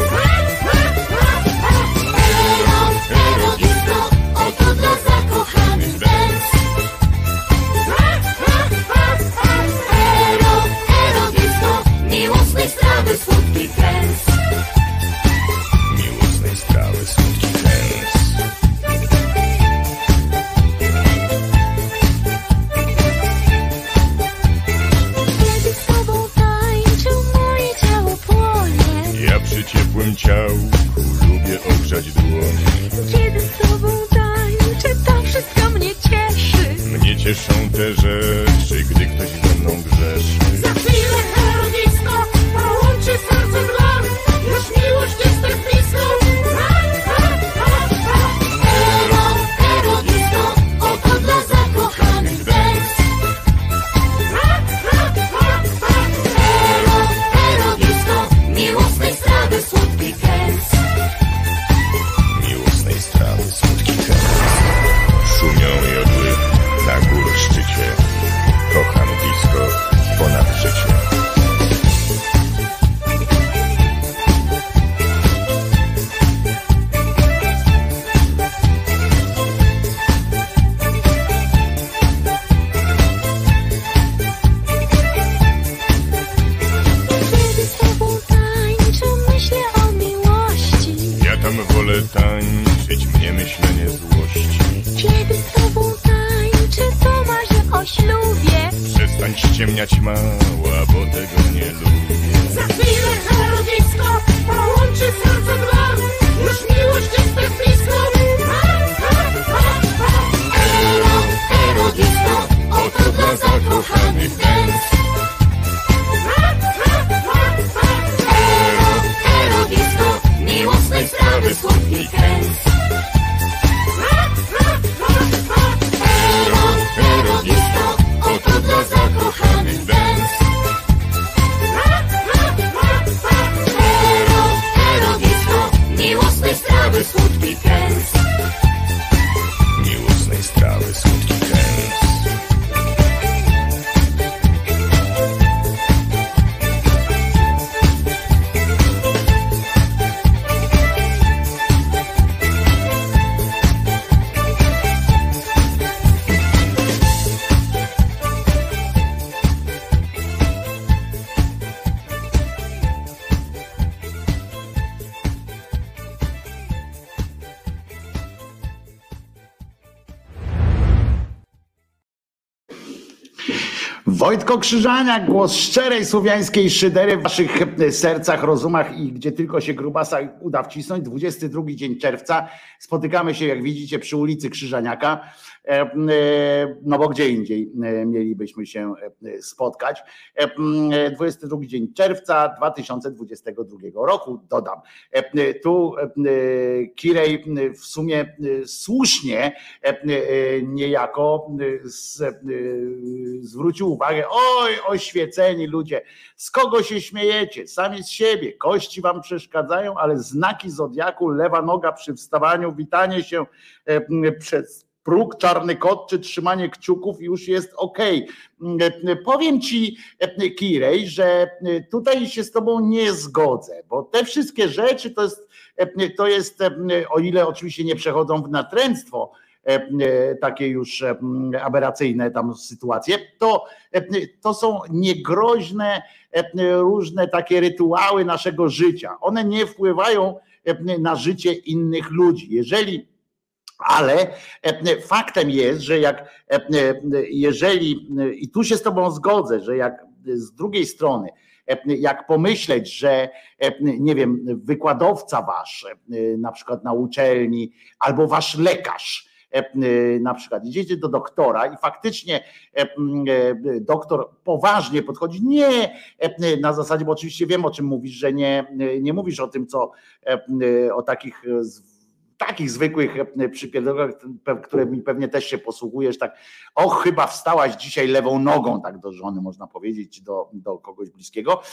Aerodisco, oto dla zakochanych dance. Aerodisco, miłosnej sprawy słodki trens. Miłosnej sprawy słodki trens. Kiedy z tobą tańczę, moje ciało płonie. Ja przy ciepłym ciałku lubię ogrzać dłonie. Kiedy z tobą tańczę, to wszystko mnie cieszy. Mnie cieszą te rzeczy, gdy ktoś ze mną grzeszy. Za chwilę aerodisco połączy serce dwa. Już miłość jest tak blisko. Aerodisco, oto dla zakochanych dance. Aerodisco, miłosnej sprawy słodki trens. Miłosnej sprawy słodki trens. Szumią jodły na górszczycie. Kocham disco ponad życie. Kiedy z tobą tańczę, myślę o miłości. Ja tam wolę tańczyć, mnie myślenie złości. Kiedy z tobą tańczę, to marzę o ślubie. Przestań ściemniać mała, bo tego nie lubię. Za chwilę aerodisco połączy serce dwa. Już miłość jest tak blisko. Aerodisco, zakochany w dance. Ero disco, miłosnej sprawy słodki kręc. Ero disco, oto dla zakochanych dance. Ero disco, miłosnej sprawy słodki kręc. Miłosnej strawy słodki kręc. Wojtko Krzyżaniak, głos szczerej słowiańskiej szydery w waszych sercach, rozumach i gdzie tylko się grubasa uda wcisnąć. 22 dzień czerwca. Spotykamy się, jak widzicie, przy ulicy Krzyżaniaka. No bo gdzie indziej mielibyśmy się spotkać. 22 dzień czerwca 2022 roku, dodam. Tu Kirej w sumie słusznie niejako zwrócił uwagę: oj, oświeceni ludzie, z kogo się śmiejecie? Sami z siebie. Kości wam przeszkadzają, ale znaki zodiaku, lewa noga przy wstawaniu, witanie się przez próg, czarny kot czy trzymanie kciuków już jest okej. Powiem ci, Kirej, że tutaj się z tobą nie zgodzę, bo te wszystkie rzeczy to jest, o ile oczywiście nie przechodzą w natręctwo, takie już aberracyjne tam sytuacje, to są niegroźne różne takie rytuały naszego życia. One nie wpływają na życie innych ludzi. Ale faktem jest, że jeżeli, i tu się z tobą zgodzę, że jak z drugiej strony, jak pomyśleć, że nie wiem, wykładowca wasz, na przykład na uczelni, albo wasz lekarz, na przykład idziecie do doktora i faktycznie doktor poważnie podchodzi, nie na zasadzie, bo oczywiście wiem, o czym mówisz, że nie mówisz o tym, co o takich zwykłych przypierdolach, którymi pewnie też się posługujesz, tak, chyba wstałaś dzisiaj lewą nogą, tak do żony można powiedzieć, czy do kogoś bliskiego,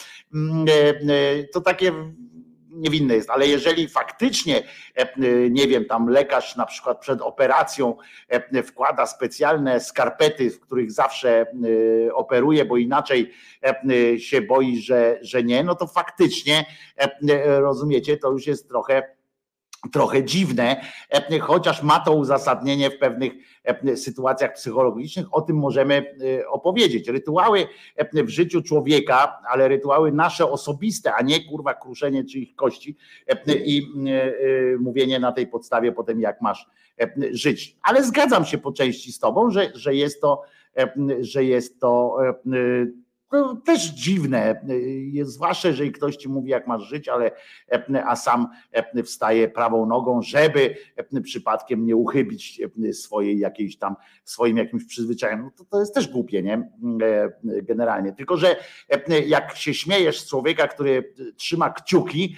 to takie niewinne jest, ale jeżeli faktycznie, nie wiem, tam lekarz na przykład przed operacją wkłada specjalne skarpety, w których zawsze operuje, bo inaczej się boi, że nie, no to faktycznie, rozumiecie, to już jest trochę dziwne, chociaż ma to uzasadnienie w pewnych sytuacjach psychologicznych, o tym możemy opowiedzieć. Rytuały w życiu człowieka, ale rytuały nasze osobiste, a nie kurwa kruszenie czyich kości i mówienie na tej podstawie potem, jak masz żyć. Ale zgadzam się po części z tobą, że jest to też dziwne, zwłaszcza jeżeli ktoś ci mówi, jak masz żyć, a sam wstaje prawą nogą, żeby przypadkiem nie uchybić swoim jakimś przyzwyczajem. No to jest też głupie, nie? Generalnie. Tylko że jak się śmiejesz z człowieka, który trzyma kciuki,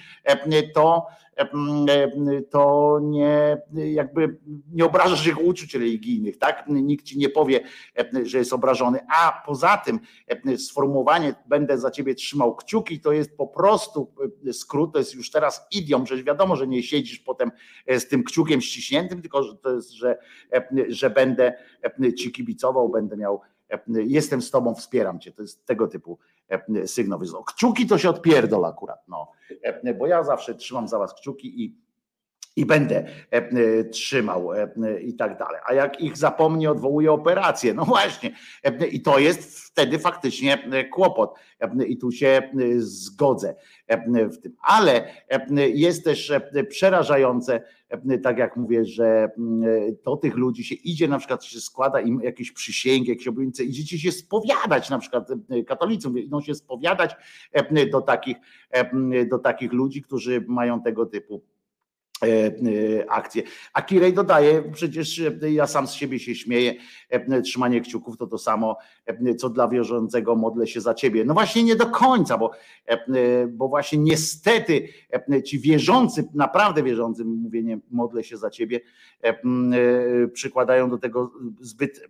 to nie obrażasz jego uczuć religijnych, tak? Nikt ci nie powie, że jest obrażony, a poza tym sformułowanie będę za ciebie trzymał kciuki, to jest po prostu skrót, to jest już teraz idiom, że wiadomo, że nie siedzisz potem z tym kciukiem ściśniętym, tylko że to jest, że będę ci kibicował, będę miał, jestem z tobą, wspieram cię, to jest tego typu sygnał. Kciuki to się odpierdol akurat, no, bo ja zawsze trzymam za was kciuki i będę trzymał i tak dalej. A jak ich zapomni, odwołuje operację. No właśnie. I to jest wtedy faktycznie kłopot. I tu się zgodzę w tym. Ale jest też przerażające, tak jak mówię, że do tych ludzi się idzie, na przykład się składa im jakieś przysięgi, jakieś obietnice, idziecie się spowiadać, na przykład katolicy idą się spowiadać do takich ludzi, którzy mają tego typu akcje. A Kirej dodaje, przecież ja sam z siebie się śmieję, trzymanie kciuków to samo, co dla wierzącego modlę się za ciebie. No właśnie nie do końca, bo właśnie niestety ci wierzący, naprawdę wierzący, mówienie modlę się za ciebie, przykładają do tego zbyt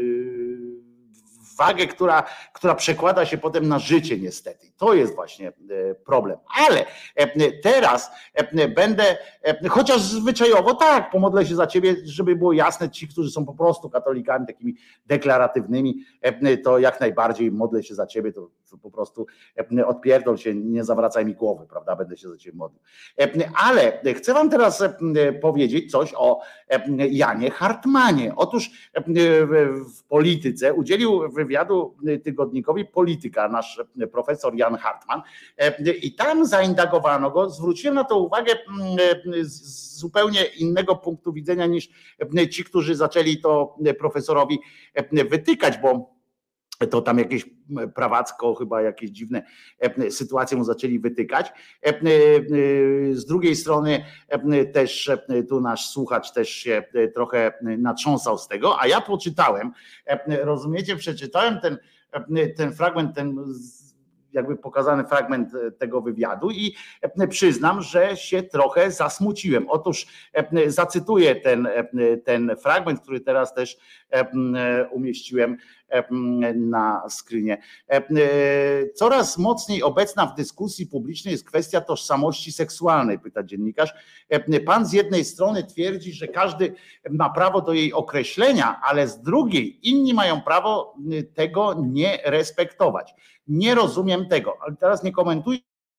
wagę, która przekłada się potem na życie niestety. To jest właśnie problem. Ale teraz będę, chociaż zwyczajowo tak, pomodlę się za ciebie, żeby było jasne, ci, którzy są po prostu katolikami takimi deklaratywnymi, to jak najbardziej modlę się za ciebie, to po prostu odpierdol się, nie zawracaj mi głowy, prawda, będę się za ciebie modlił. Ale chcę wam teraz powiedzieć coś o Janie Hartmanie. Otóż w Polityce udzielił wywiadu tygodnikowi Polityka, nasz profesor Jan Hartman, i tam zaindagowano go, zwróciłem na to uwagę z zupełnie innego punktu widzenia niż ci, którzy zaczęli to profesorowi wytykać, bo to tam jakieś prawacko, chyba jakieś dziwne sytuacje mu zaczęli wytykać. Z drugiej strony też tu nasz słuchacz też się trochę natrząsał z tego, a ja poczytałem, rozumiecie, przeczytałem ten fragment, ten jakby pokazany fragment tego wywiadu i przyznam, że się trochę zasmuciłem. Otóż zacytuję ten fragment, który teraz też umieściłem na screenie. Coraz mocniej obecna w dyskusji publicznej jest kwestia tożsamości seksualnej, pyta dziennikarz. Pan z jednej strony twierdzi, że każdy ma prawo do jej określenia, ale z drugiej inni mają prawo tego nie respektować. Nie rozumiem tego, ale teraz nie komentuj,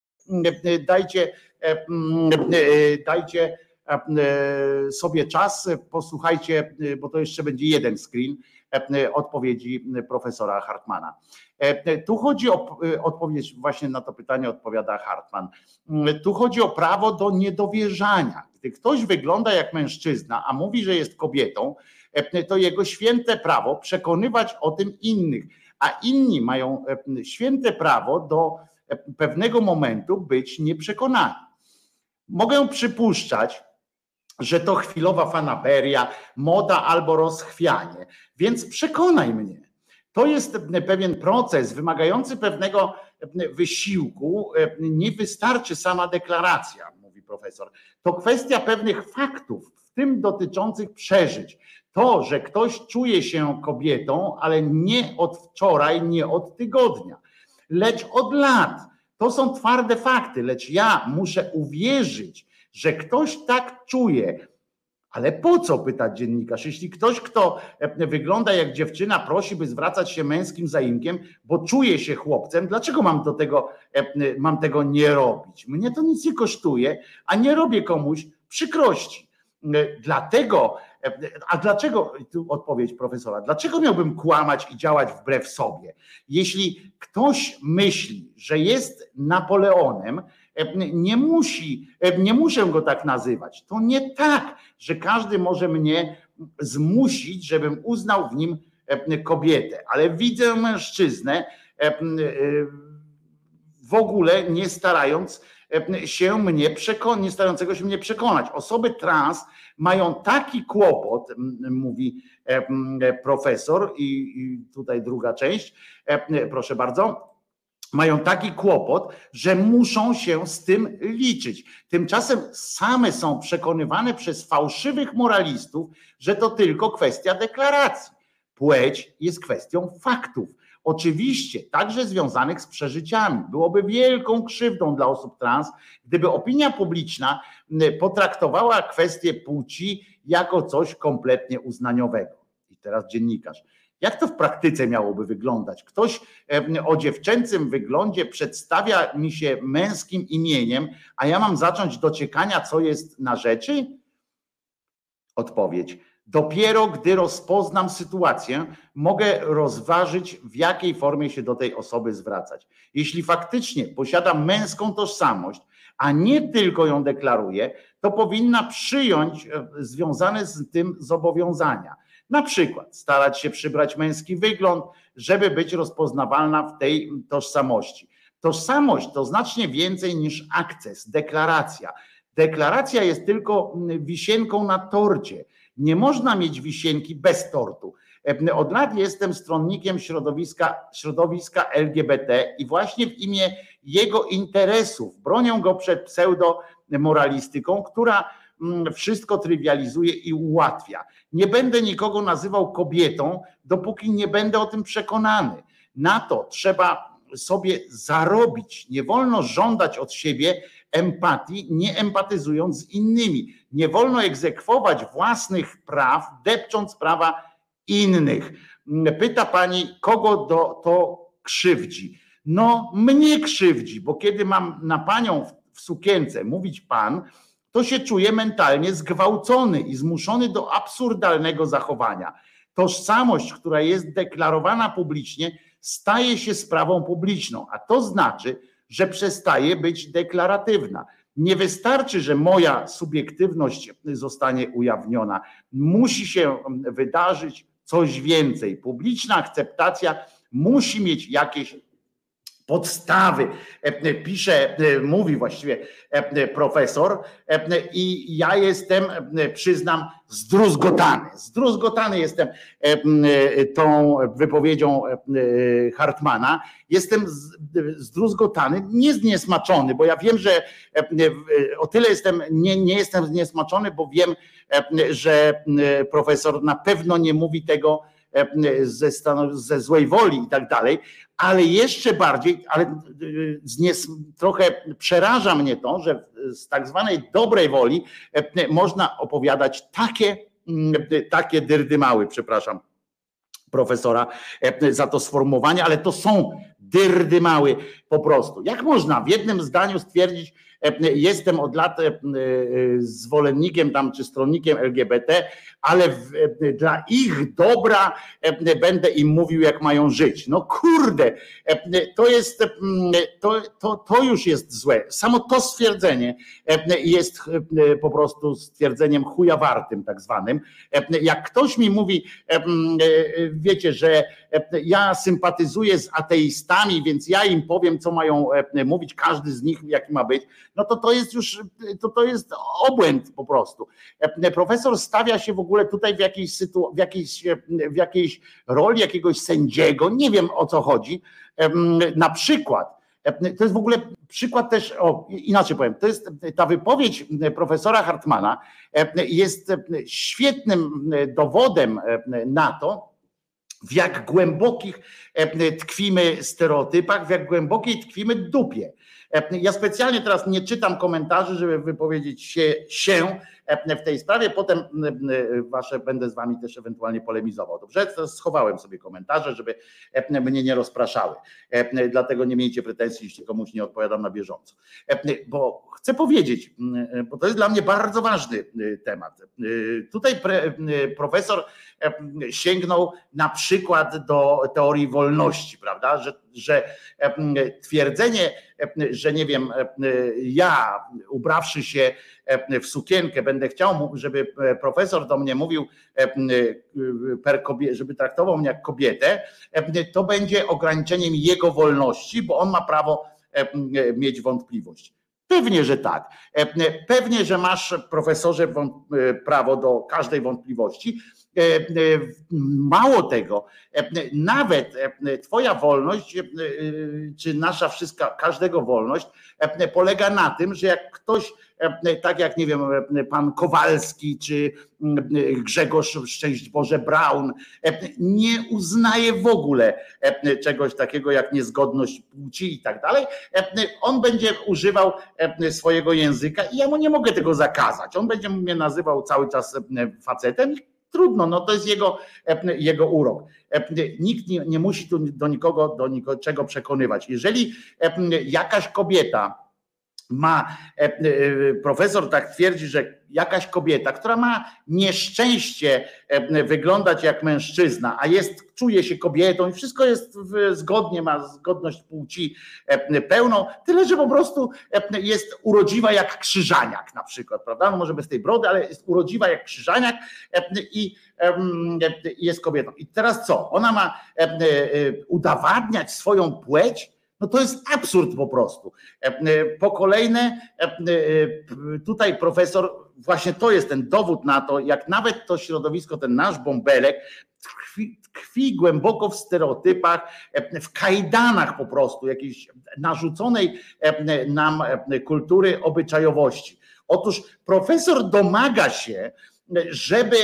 dajcie sobie czas, posłuchajcie, bo to jeszcze będzie jeden screen odpowiedzi profesora Hartmana. Tu chodzi o odpowiedź, właśnie na to pytanie odpowiada Hartman. Tu chodzi o prawo do niedowierzania. Gdy ktoś wygląda jak mężczyzna, a mówi, że jest kobietą, to jego święte prawo przekonywać o tym innych, a inni mają święte prawo do pewnego momentu być nieprzekonani. Mogę przypuszczać, że to chwilowa fanaberia, moda albo rozchwianie, więc przekonaj mnie. To jest pewien proces wymagający pewnego wysiłku, nie wystarczy sama deklaracja, mówi profesor. To kwestia pewnych faktów, w tym dotyczących przeżyć. To, że ktoś czuje się kobietą, ale nie od wczoraj, nie od tygodnia, lecz od lat. To są twarde fakty, lecz ja muszę uwierzyć, że ktoś tak czuje. Ale po co, pyta dziennikarz, jeśli ktoś, kto wygląda jak dziewczyna, prosi, by zwracać się męskim zaimkiem, bo czuje się chłopcem, dlaczego mam tego nie robić? Mnie to nic nie kosztuje, a nie robię komuś przykrości. Dlatego, a dlaczego, tu odpowiedź profesora, dlaczego miałbym kłamać i działać wbrew sobie? Jeśli ktoś myśli, że jest Napoleonem, nie muszę go tak nazywać. To nie tak, że każdy może mnie zmusić, żebym uznał w nim kobietę, ale widzę mężczyznę w ogóle nie starającego się mnie przekonać. Osoby trans mają taki kłopot, mówi profesor, i tutaj druga część, proszę bardzo, mają taki kłopot, że muszą się z tym liczyć. Tymczasem same są przekonywane przez fałszywych moralistów, że to tylko kwestia deklaracji. Płeć jest kwestią faktów. Oczywiście także związanych z przeżyciami. Byłoby wielką krzywdą dla osób trans, gdyby opinia publiczna potraktowała kwestię płci jako coś kompletnie uznaniowego. I teraz dziennikarz. Jak to w praktyce miałoby wyglądać? Ktoś o dziewczęcym wyglądzie przedstawia mi się męskim imieniem, a ja mam zacząć dociekania, co jest na rzeczy? Odpowiedź. Dopiero gdy rozpoznam sytuację, mogę rozważyć, w jakiej formie się do tej osoby zwracać. Jeśli faktycznie posiadam męską tożsamość, a nie tylko ją deklaruję, to powinna przyjąć związane z tym zobowiązania. Na przykład starać się przybrać męski wygląd, żeby być rozpoznawalna w tej tożsamości. Tożsamość to znacznie więcej niż akces, deklaracja. Deklaracja jest tylko wisienką na torcie. Nie można mieć wisienki bez tortu. Od lat jestem stronnikiem środowiska LGBT i właśnie w imię jego interesów bronię go przed pseudomoralistyką, która wszystko trywializuje i ułatwia. Nie będę nikogo nazywał kobietą, dopóki nie będę o tym przekonany. Na to trzeba sobie zarobić. Nie wolno żądać od siebie empatii, nie empatyzując z innymi. Nie wolno egzekwować własnych praw, depcząc prawa innych. Pyta pani, kogo to krzywdzi? No mnie krzywdzi, bo kiedy mam na panią w sukience mówić pan, to się czuję mentalnie zgwałcony i zmuszony do absurdalnego zachowania. Tożsamość, która jest deklarowana publicznie, staje się sprawą publiczną, a to znaczy, że przestaje być deklaratywna. Nie wystarczy, że moja subiektywność zostanie ujawniona. Musi się wydarzyć coś więcej. Publiczna akceptacja musi mieć jakieś podstawy, mówi właściwie profesor, i ja jestem, przyznam, zdruzgotany jestem tą wypowiedzią Hartmana, jestem zdruzgotany, nie zniesmaczony, bo ja wiem, że o tyle nie jestem zniesmaczony, bo wiem, że profesor na pewno nie mówi tego ze złej woli i tak dalej, ale jeszcze bardziej, trochę przeraża mnie to, że z tak zwanej dobrej woli można opowiadać takie dyrdymały, przepraszam profesora za to sformułowanie, ale to są dyrdymały po prostu. Jak można w jednym zdaniu stwierdzić, jestem od lat zwolennikiem tam czy stronnikiem LGBT, ale dla ich dobra będę im mówił, jak mają żyć. No kurde, to już jest złe. Samo to stwierdzenie jest po prostu stwierdzeniem chuja wartym tak zwanym. Jak ktoś mi mówi, wiecie, że ja sympatyzuję z ateistami, więc ja im powiem, co mają mówić, każdy z nich jaki ma być, no to jest już, to jest obłęd po prostu. Profesor stawia się w ogóle tutaj w jakiejś roli jakiegoś sędziego, nie wiem o co chodzi, na przykład. To jest w ogóle przykład też, inaczej powiem, to jest ta wypowiedź profesora Hartmana jest świetnym dowodem na to, w jak głębokich tkwimy stereotypach, w jak głębokiej tkwimy dupie. Ja specjalnie teraz nie czytam komentarzy, żeby wypowiedzieć się w tej sprawie, potem wasze będę z wami też ewentualnie polemizował. Dobrze? Teraz schowałem sobie komentarze, żeby mnie nie rozpraszały. Dlatego nie miejcie pretensji, jeśli komuś nie odpowiadam na bieżąco. Bo chcę powiedzieć, bo to jest dla mnie bardzo ważny temat. Tutaj profesor sięgnął na przykład do teorii wolności, prawda? Że twierdzenie, że nie wiem, ja ubrawszy się w sukienkę będę chciał, żeby profesor do mnie mówił, żeby traktował mnie jak kobietę, to będzie ograniczeniem jego wolności, bo on ma prawo mieć wątpliwość. Pewnie, że tak. Pewnie, że masz, profesorze, prawo do każdej wątpliwości. Mało tego, nawet twoja wolność, czy nasza każdego wolność polega na tym, że jak ktoś, tak jak nie wiem, pan Kowalski czy Grzegorz, szczęść Boże, Braun, nie uznaje w ogóle czegoś takiego jak niezgodność płci i tak dalej, on będzie używał swojego języka i ja mu nie mogę tego zakazać. On będzie mnie nazywał cały czas facetem. Trudno, no to jest jego urok. Nikt nie musi tu do niczego przekonywać. Jeżeli jakaś kobieta ma, profesor tak twierdzi, że jakaś kobieta, która ma nieszczęście wyglądać jak mężczyzna, a czuje się kobietą i wszystko jest zgodnie, ma zgodność płci pełną, tyle że po prostu jest urodziwa jak krzyżaniak na przykład, prawda? No może bez tej brody, ale jest urodziwa jak krzyżaniak i jest kobietą. I teraz co? Ona ma udowadniać swoją płeć No to jest absurd po prostu. Po kolejne, tutaj profesor, właśnie to jest ten dowód na to, jak nawet to środowisko, ten nasz bąbelek tkwi głęboko w stereotypach, w kajdanach po prostu, jakiejś narzuconej nam kultury obyczajowości. Otóż profesor domaga się, żeby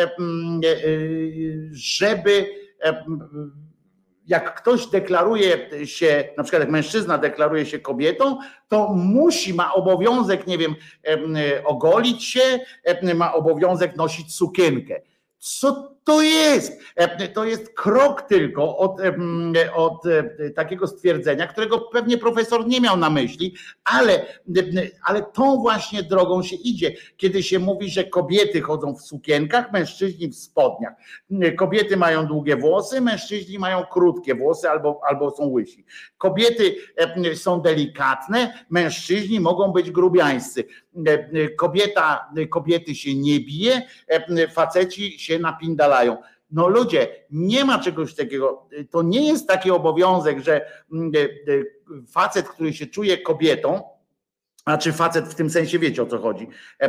jak ktoś deklaruje się, na przykład jak mężczyzna deklaruje się kobietą, to ma obowiązek, nie wiem, ogolić się, ma obowiązek nosić sukienkę. Co to jest? To jest krok tylko od takiego stwierdzenia, którego pewnie profesor nie miał na myśli, ale tą właśnie drogą się idzie, kiedy się mówi, że kobiety chodzą w sukienkach, mężczyźni w spodniach. Kobiety mają długie włosy, mężczyźni mają krótkie włosy albo są łysi. Kobiety są delikatne, mężczyźni mogą być grubiańscy. Kobiety się nie bije, faceci się napindalają. No ludzie, nie ma czegoś takiego, to nie jest taki obowiązek, że facet, który się czuje kobietą, znaczy facet w tym sensie, wiecie o co chodzi,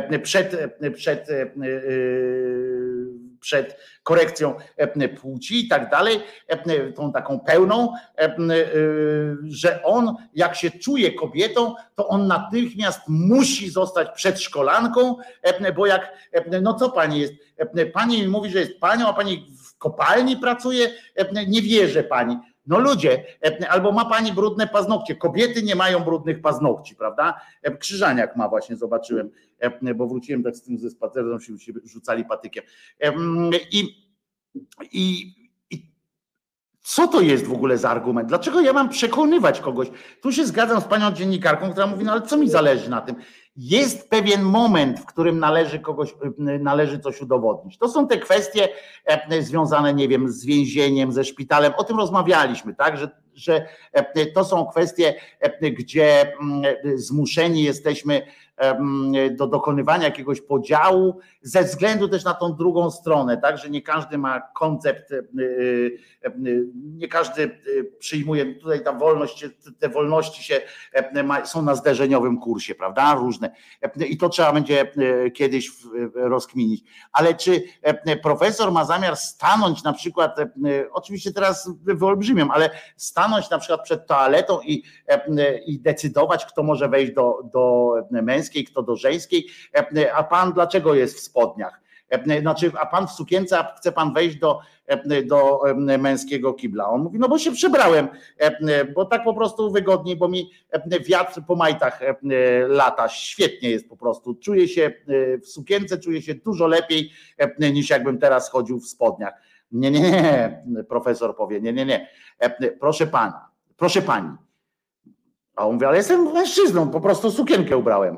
przed korekcją płci i tak dalej, tą taką pełną, że on jak się czuje kobietą, to on natychmiast musi zostać przedszkolanką, bo jak, no co pani jest, pani mi mówi, że jest panią, a pani w kopalni pracuje, nie wierzę pani. No ludzie, albo ma pani brudne paznokcie. Kobiety nie mają brudnych paznokci, prawda? Krzyżaniak ma, właśnie zobaczyłem, bo wróciłem tak z tym ze spaceru, się rzucali patykiem. I co to jest w ogóle za argument? Dlaczego ja mam przekonywać kogoś? Tu się zgadzam z panią dziennikarką, która mówi, no ale co mi zależy na tym? Jest pewien moment, w którym należy coś udowodnić. To są te kwestie związane, nie wiem, z więzieniem, ze szpitalem. O tym rozmawialiśmy, tak? Że to są kwestie, gdzie zmuszeni jesteśmy do dokonywania jakiegoś podziału ze względu też na tą drugą stronę, tak, że nie każdy ma koncept, nie każdy przyjmuje, tutaj te wolności są na zderzeniowym kursie, prawda, różne i to trzeba będzie kiedyś rozkminić, ale czy profesor ma zamiar stanąć na przykład, oczywiście teraz wyolbrzymiam, ale stanąć na przykład przed toaletą i decydować, kto może wejść do męskiej, kto do żeńskiej, a pan dlaczego jest w spodniach? Znaczy, a pan w sukience, a chce pan wejść do męskiego kibla. On mówi, no bo się przebrałem, bo tak po prostu wygodniej, bo mi wiatr po majtach lata, świetnie jest po prostu. Czuję się w sukience, czuję się dużo lepiej niż jakbym teraz chodził w spodniach. Nie, profesor powie, nie, proszę pana, proszę pani. A on mówi, ale jestem mężczyzną, po prostu sukienkę ubrałem.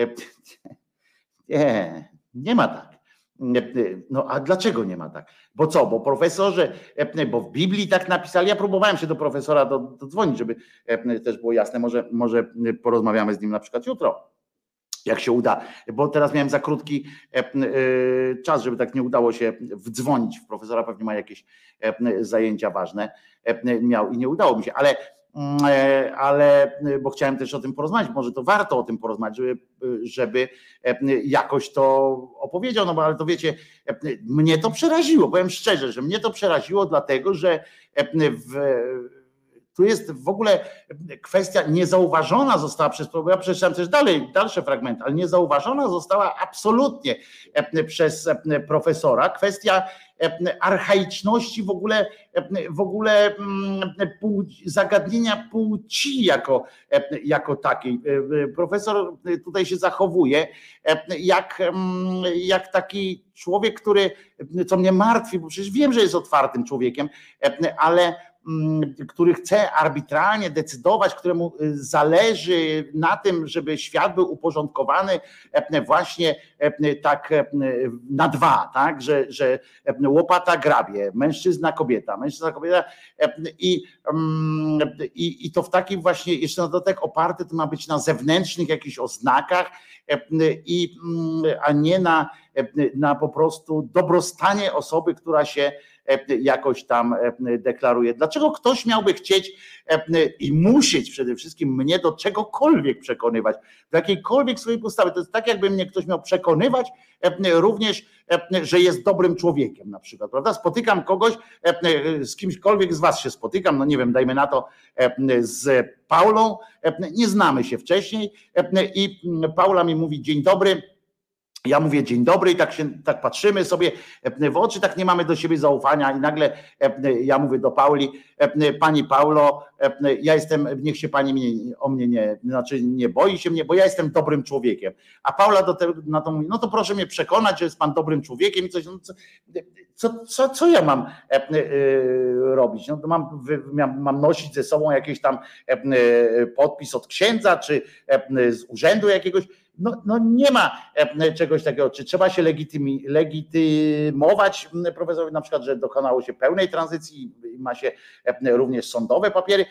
Nie ma tak. No a dlaczego nie ma tak? Bo co? Bo profesorzy, bo w Biblii tak napisali, ja próbowałem się do profesora dodzwonić, żeby też było jasne, może porozmawiamy z nim na przykład jutro, jak się uda, bo teraz miałem za krótki czas, żeby tak nie udało się wdzwonić w profesora, pewnie ma jakieś zajęcia ważne, miał i nie udało mi się, ale bo chciałem też o tym porozmawiać, może to warto o tym porozmawiać, żeby jakoś to opowiedział, no bo ale to wiecie, mnie to przeraziło, powiem szczerze, że mnie to przeraziło dlatego, że tu jest w ogóle kwestia niezauważona została ja przeczytam też dalsze fragmenty, ale niezauważona została absolutnie przez profesora kwestia archaiczności w ogóle zagadnienia płci jako takiej. Profesor tutaj się zachowuje jak taki człowiek, który, co mnie martwi, bo przecież wiem, że jest otwartym człowiekiem, ale który chce arbitralnie decydować, któremu zależy na tym, żeby świat był uporządkowany właśnie tak na dwa, tak, że łopata grabie, mężczyzna kobieta i to w takim właśnie jeszcze na dodatek oparte to ma być na zewnętrznych jakichś oznakach, a nie na po prostu dobrostanie osoby, która się jakoś tam deklaruje. Dlaczego ktoś miałby chcieć i musieć przede wszystkim mnie do czegokolwiek przekonywać, do jakiejkolwiek swojej postawy? To jest tak, jakby mnie ktoś miał przekonywać również, że jest dobrym człowiekiem na przykład, prawda? Spotykam kogoś, z kimśkolwiek z was się spotykam, no nie wiem, dajmy na to z Paulą, nie znamy się wcześniej i Paula mi mówi dzień dobry, ja mówię dzień dobry i tak patrzymy sobie w oczy, tak nie mamy do siebie zaufania i nagle ja mówię do Pauli, pani Paulo, ja jestem, niech się pani o mnie nie boi się mnie, bo ja jestem dobrym człowiekiem. A Paula na to mówi, no to proszę mnie przekonać, że jest pan dobrym człowiekiem i coś, co ja mam robić? No to mam nosić ze sobą jakiś tam podpis od księdza, czy z urzędu jakiegoś. No nie ma czegoś takiego. Czy trzeba się legitymować profesorowi, na przykład, że dokonało się pełnej tranzycji i ma się również sądowe papiery?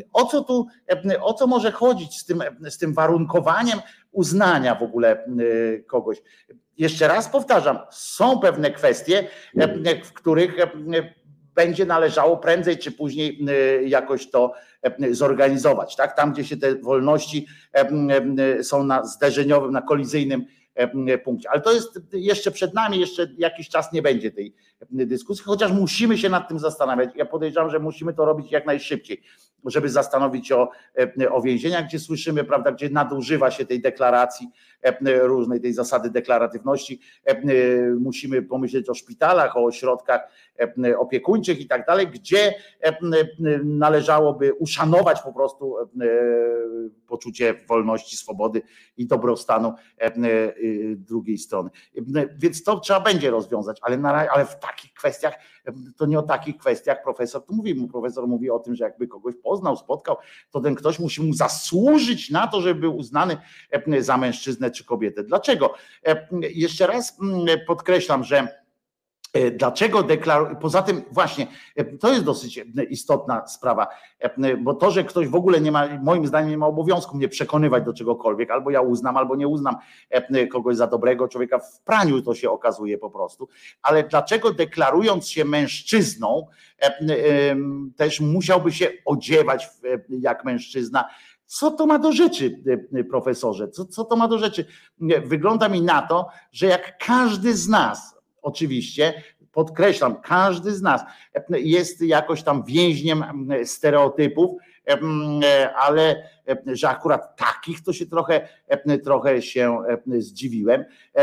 O co może chodzić z tym warunkowaniem uznania w ogóle kogoś? Jeszcze raz powtarzam, są pewne kwestie, w których będzie należało prędzej czy później jakoś to zorganizować, tak? Tam, gdzie się te wolności są na zderzeniowym, na kolizyjnym punkcie. Ale to jest jeszcze przed nami, jeszcze jakiś czas nie będzie tej dyskusji, chociaż musimy się nad tym zastanawiać. Ja podejrzewam, że musimy to robić jak najszybciej, żeby zastanowić o więzieniach, gdzie słyszymy, prawda, gdzie nadużywa się tej deklaracji różnej, tej zasady deklaratywności. Musimy pomyśleć o szpitalach, o ośrodkach opiekuńczych i tak dalej, gdzie należałoby uszanować po prostu poczucie wolności, swobody i dobrostanu drugiej strony. Więc to trzeba będzie rozwiązać, ale w takich kwestiach, to nie o takich kwestiach profesor tu mówi. Profesor mówi o tym, że jakby kogoś poznał, spotkał, to ten ktoś musi mu zasłużyć na to, żeby był uznany za mężczyznę czy kobietę. Dlaczego? Jeszcze raz podkreślam, że dlaczego deklaruje, poza tym właśnie, to jest dosyć istotna sprawa, bo to, że ktoś w ogóle nie ma, moim zdaniem nie ma obowiązku mnie przekonywać do czegokolwiek, albo ja uznam, albo nie uznam kogoś za dobrego człowieka, w praniu to się okazuje po prostu, ale dlaczego deklarując się mężczyzną, też musiałby się odziewać jak mężczyzna? Co to ma do rzeczy, profesorze? Co to ma do rzeczy? Wygląda mi na to, że jak każdy z nas, oczywiście, podkreślam, każdy z nas jest jakoś tam więźniem stereotypów, ale że akurat takich to się trochę się zdziwiłem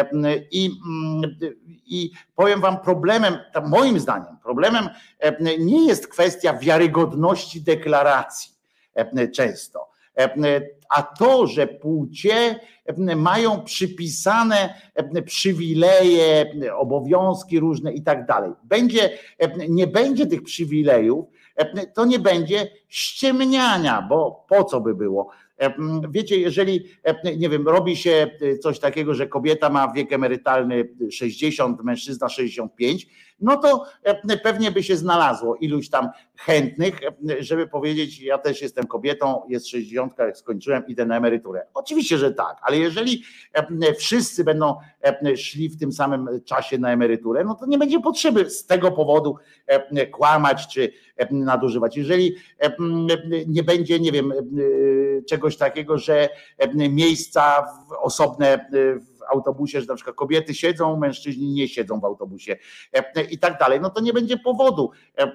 i powiem wam, moim zdaniem problemem nie jest kwestia wiarygodności deklaracji często, a to, że płcie mają przypisane przywileje, obowiązki różne i tak dalej. Nie będzie tych przywilejów, to nie będzie ściemniania, bo po co by było? Wiecie, jeżeli, nie wiem, robi się coś takiego, że kobieta ma wiek emerytalny 60, mężczyzna 65, no to pewnie by się znalazło iluś tam chętnych, żeby powiedzieć, ja też jestem kobietą, jest 60, jak skończyłem, idę na emeryturę. Oczywiście, że tak, ale jeżeli wszyscy będą szli w tym samym czasie na emeryturę, no to nie będzie potrzeby z tego powodu kłamać czy nadużywać. Jeżeli nie będzie, nie wiem, czegoś takiego, że miejsca osobne w autobusie, że na przykład kobiety siedzą, mężczyźni nie siedzą w autobusie i tak dalej, no to nie będzie powodu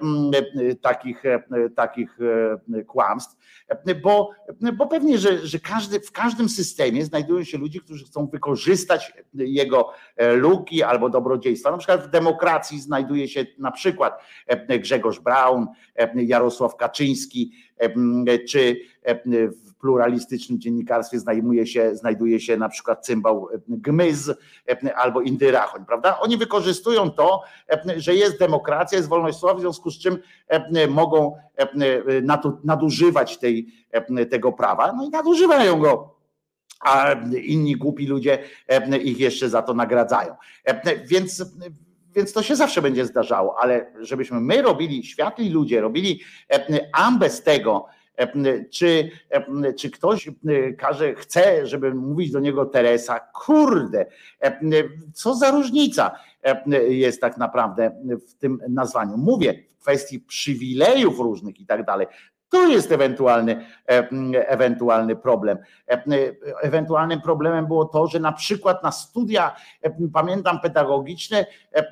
takich kłamstw, bo pewnie, że w każdym systemie znajdują się ludzie, którzy chcą wykorzystać jego luki albo dobrodziejstwa. Na przykład w demokracji znajduje się na przykład Grzegorz Braun, Jarosław Kaczyński, czy w pluralistycznym dziennikarstwie znajduje się na przykład cymbał Gmyz albo Indy Rachoń, prawda? Oni wykorzystują to, że jest demokracja, jest wolność słowa, w związku z czym mogą nadużywać tego prawa, no i nadużywają go, a inni głupi ludzie ich jeszcze za to nagradzają. Więc to się zawsze będzie zdarzało, ale żebyśmy my robili, światli ludzie robili ambę z tego, czy ktoś chce, żeby mówić do niego Teresa, kurde, co za różnica, jest tak naprawdę w tym nazwaniu. Mówię, w kwestii przywilejów różnych i tak dalej. To jest ewentualny problem. Ewentualnym problemem było to, że na przykład na studia, pamiętam, pedagogiczne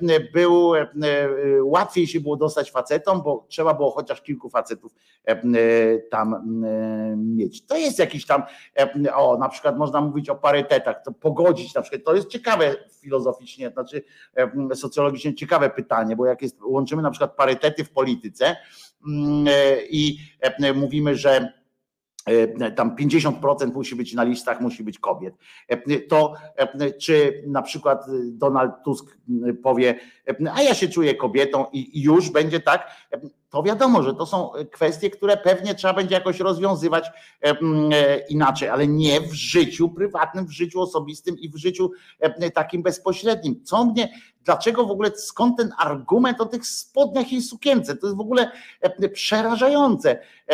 łatwiej się było dostać facetom, bo trzeba było chociaż kilku facetów tam mieć. To jest jakiś tam, na przykład można mówić o parytetach, to pogodzić na przykład, to jest ciekawe filozoficznie, znaczy socjologicznie ciekawe pytanie, bo jak łączymy na przykład parytety w polityce, i mówimy, że tam 50% musi być na listach, musi być kobiet. To czy na przykład Donald Tusk powie, a ja się czuję kobietą i już będzie tak, to wiadomo, że to są kwestie, które pewnie trzeba będzie jakoś rozwiązywać inaczej, ale nie w życiu prywatnym, w życiu osobistym i w życiu takim bezpośrednim. Dlaczego w ogóle, skąd ten argument o tych spodniach i sukience? To jest w ogóle przerażające,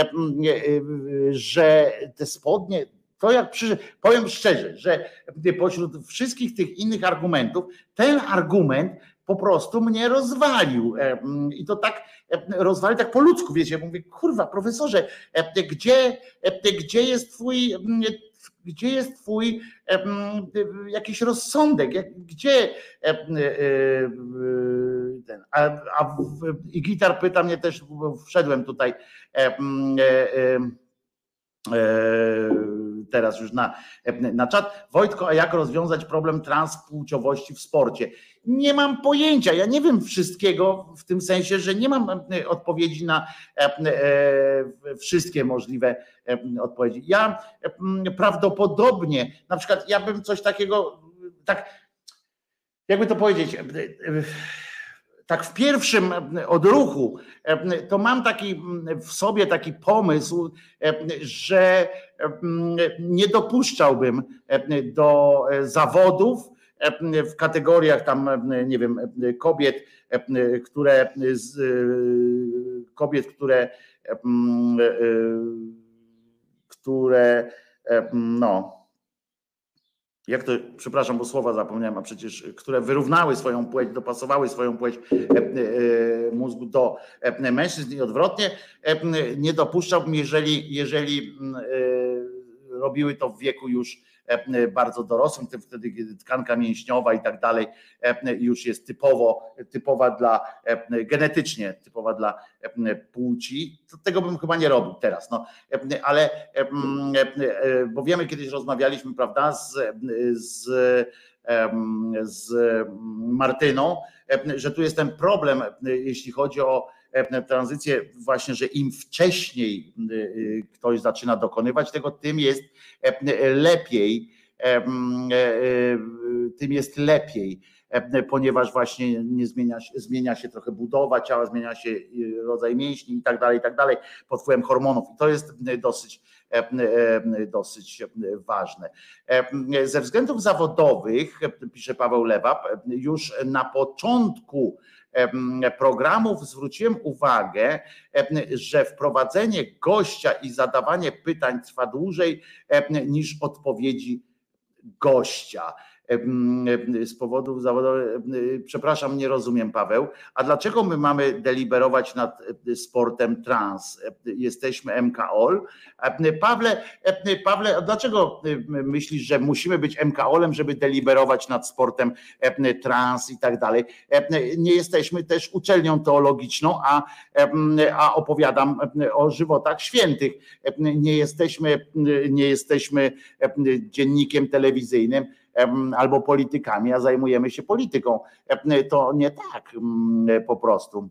że te spodnie, to jak powiem szczerze, że pośród wszystkich tych innych argumentów, ten argument po prostu mnie rozwalił. I to tak rozwalił, tak po ludzku, wiecie, mówię, kurwa, profesorze, gdzie jest twój jakiś rozsądek, gdzie ten, i Gitar pyta mnie też, wszedłem tutaj teraz już na czat. Wojtko, a jak rozwiązać problem transpłciowości w sporcie? Nie mam pojęcia, ja nie wiem wszystkiego, w tym sensie, że nie mam odpowiedzi na wszystkie możliwe odpowiedzi. Ja prawdopodobnie, na przykład ja bym coś takiego, tak jakby to powiedzieć, tak w pierwszym odruchu, to mam w sobie taki pomysł, że nie dopuszczałbym do zawodów w kategoriach tam, nie wiem, kobiet, które no, jak to, przepraszam, bo słowa zapomniałem, a przecież, które wyrównały swoją płeć, dopasowały swoją płeć mózgu do mężczyzn i odwrotnie, nie dopuszczałbym, jeżeli robiły to w wieku już bardzo dorosłym, wtedy kiedy tkanka mięśniowa i tak dalej już jest typowa dla, genetycznie typowa dla płci, to tego bym chyba nie robił teraz, no, ale bo wiemy, kiedyś rozmawialiśmy, prawda, z Martyną, że tu jest ten problem, jeśli chodzi o tranzycję, właśnie, że im wcześniej ktoś zaczyna dokonywać tego, tym jest lepiej, ponieważ właśnie nie zmienia się trochę budowa ciała, zmienia się rodzaj mięśni i tak dalej, pod wpływem hormonów. I to jest dosyć ważne. Ze względów zawodowych, pisze Paweł Lewap, już na początku programów zwróciłem uwagę, że wprowadzenie gościa i zadawanie pytań trwa dłużej niż odpowiedzi gościa. Z powodów zawodowych, przepraszam, nie rozumiem, Paweł, a dlaczego my mamy deliberować nad sportem trans? Jesteśmy MKOL. Pawle, a dlaczego myślisz, że musimy być MKOL-em, żeby deliberować nad sportem trans i tak dalej? Nie jesteśmy też uczelnią teologiczną, a opowiadam o żywotach świętych. Nie jesteśmy dziennikiem telewizyjnym albo politykami, a zajmujemy się polityką. To nie tak po prostu,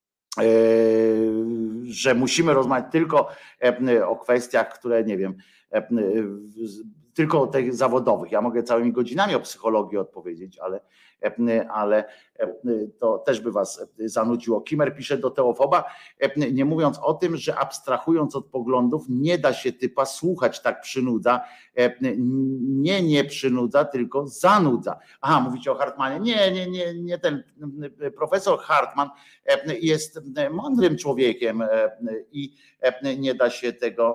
że musimy rozmawiać tylko o kwestiach, które nie wiem, tylko o tych zawodowych. Ja mogę całymi godzinami o psychologii odpowiedzieć, ale to też by was zanudziło. Kimer pisze do Teofoba, nie mówiąc o tym, że abstrahując od poglądów, nie da się typa słuchać, tak przynudza. Nie przynudza, tylko zanudza. Aha, mówicie o Hartmanie. Nie ten profesor Hartman jest mądrym człowiekiem i nie da się tego,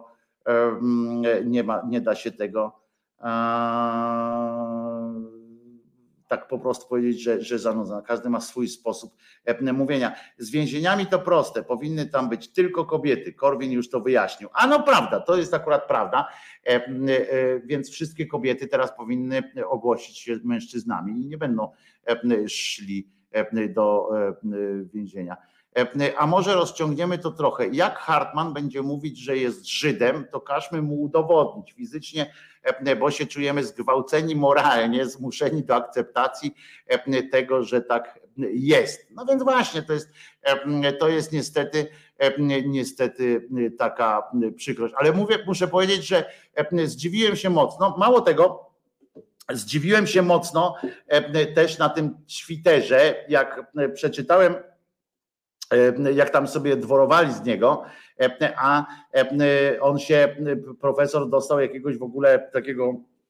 nie da się tego tak po prostu powiedzieć, że zanudza. Każdy ma swój sposób mówienia. Z więzieniami to proste, powinny tam być tylko kobiety. Korwin już to wyjaśnił. A no prawda, to jest akurat prawda, więc wszystkie kobiety teraz powinny ogłosić się mężczyznami i nie będą szli do więzienia. A może rozciągniemy to trochę. Jak Hartman będzie mówić, że jest Żydem, to każmy mu udowodnić fizycznie, bo się czujemy zgwałceni moralnie, zmuszeni do akceptacji tego, że tak jest. No więc właśnie, to jest niestety taka przykrość. Ale muszę powiedzieć, że zdziwiłem się mocno. Mało tego, zdziwiłem się mocno też na tym Twitterze, jak przeczytałem, jak tam sobie dworowali z niego, a on się, profesor dostał jakiegoś w ogóle takiego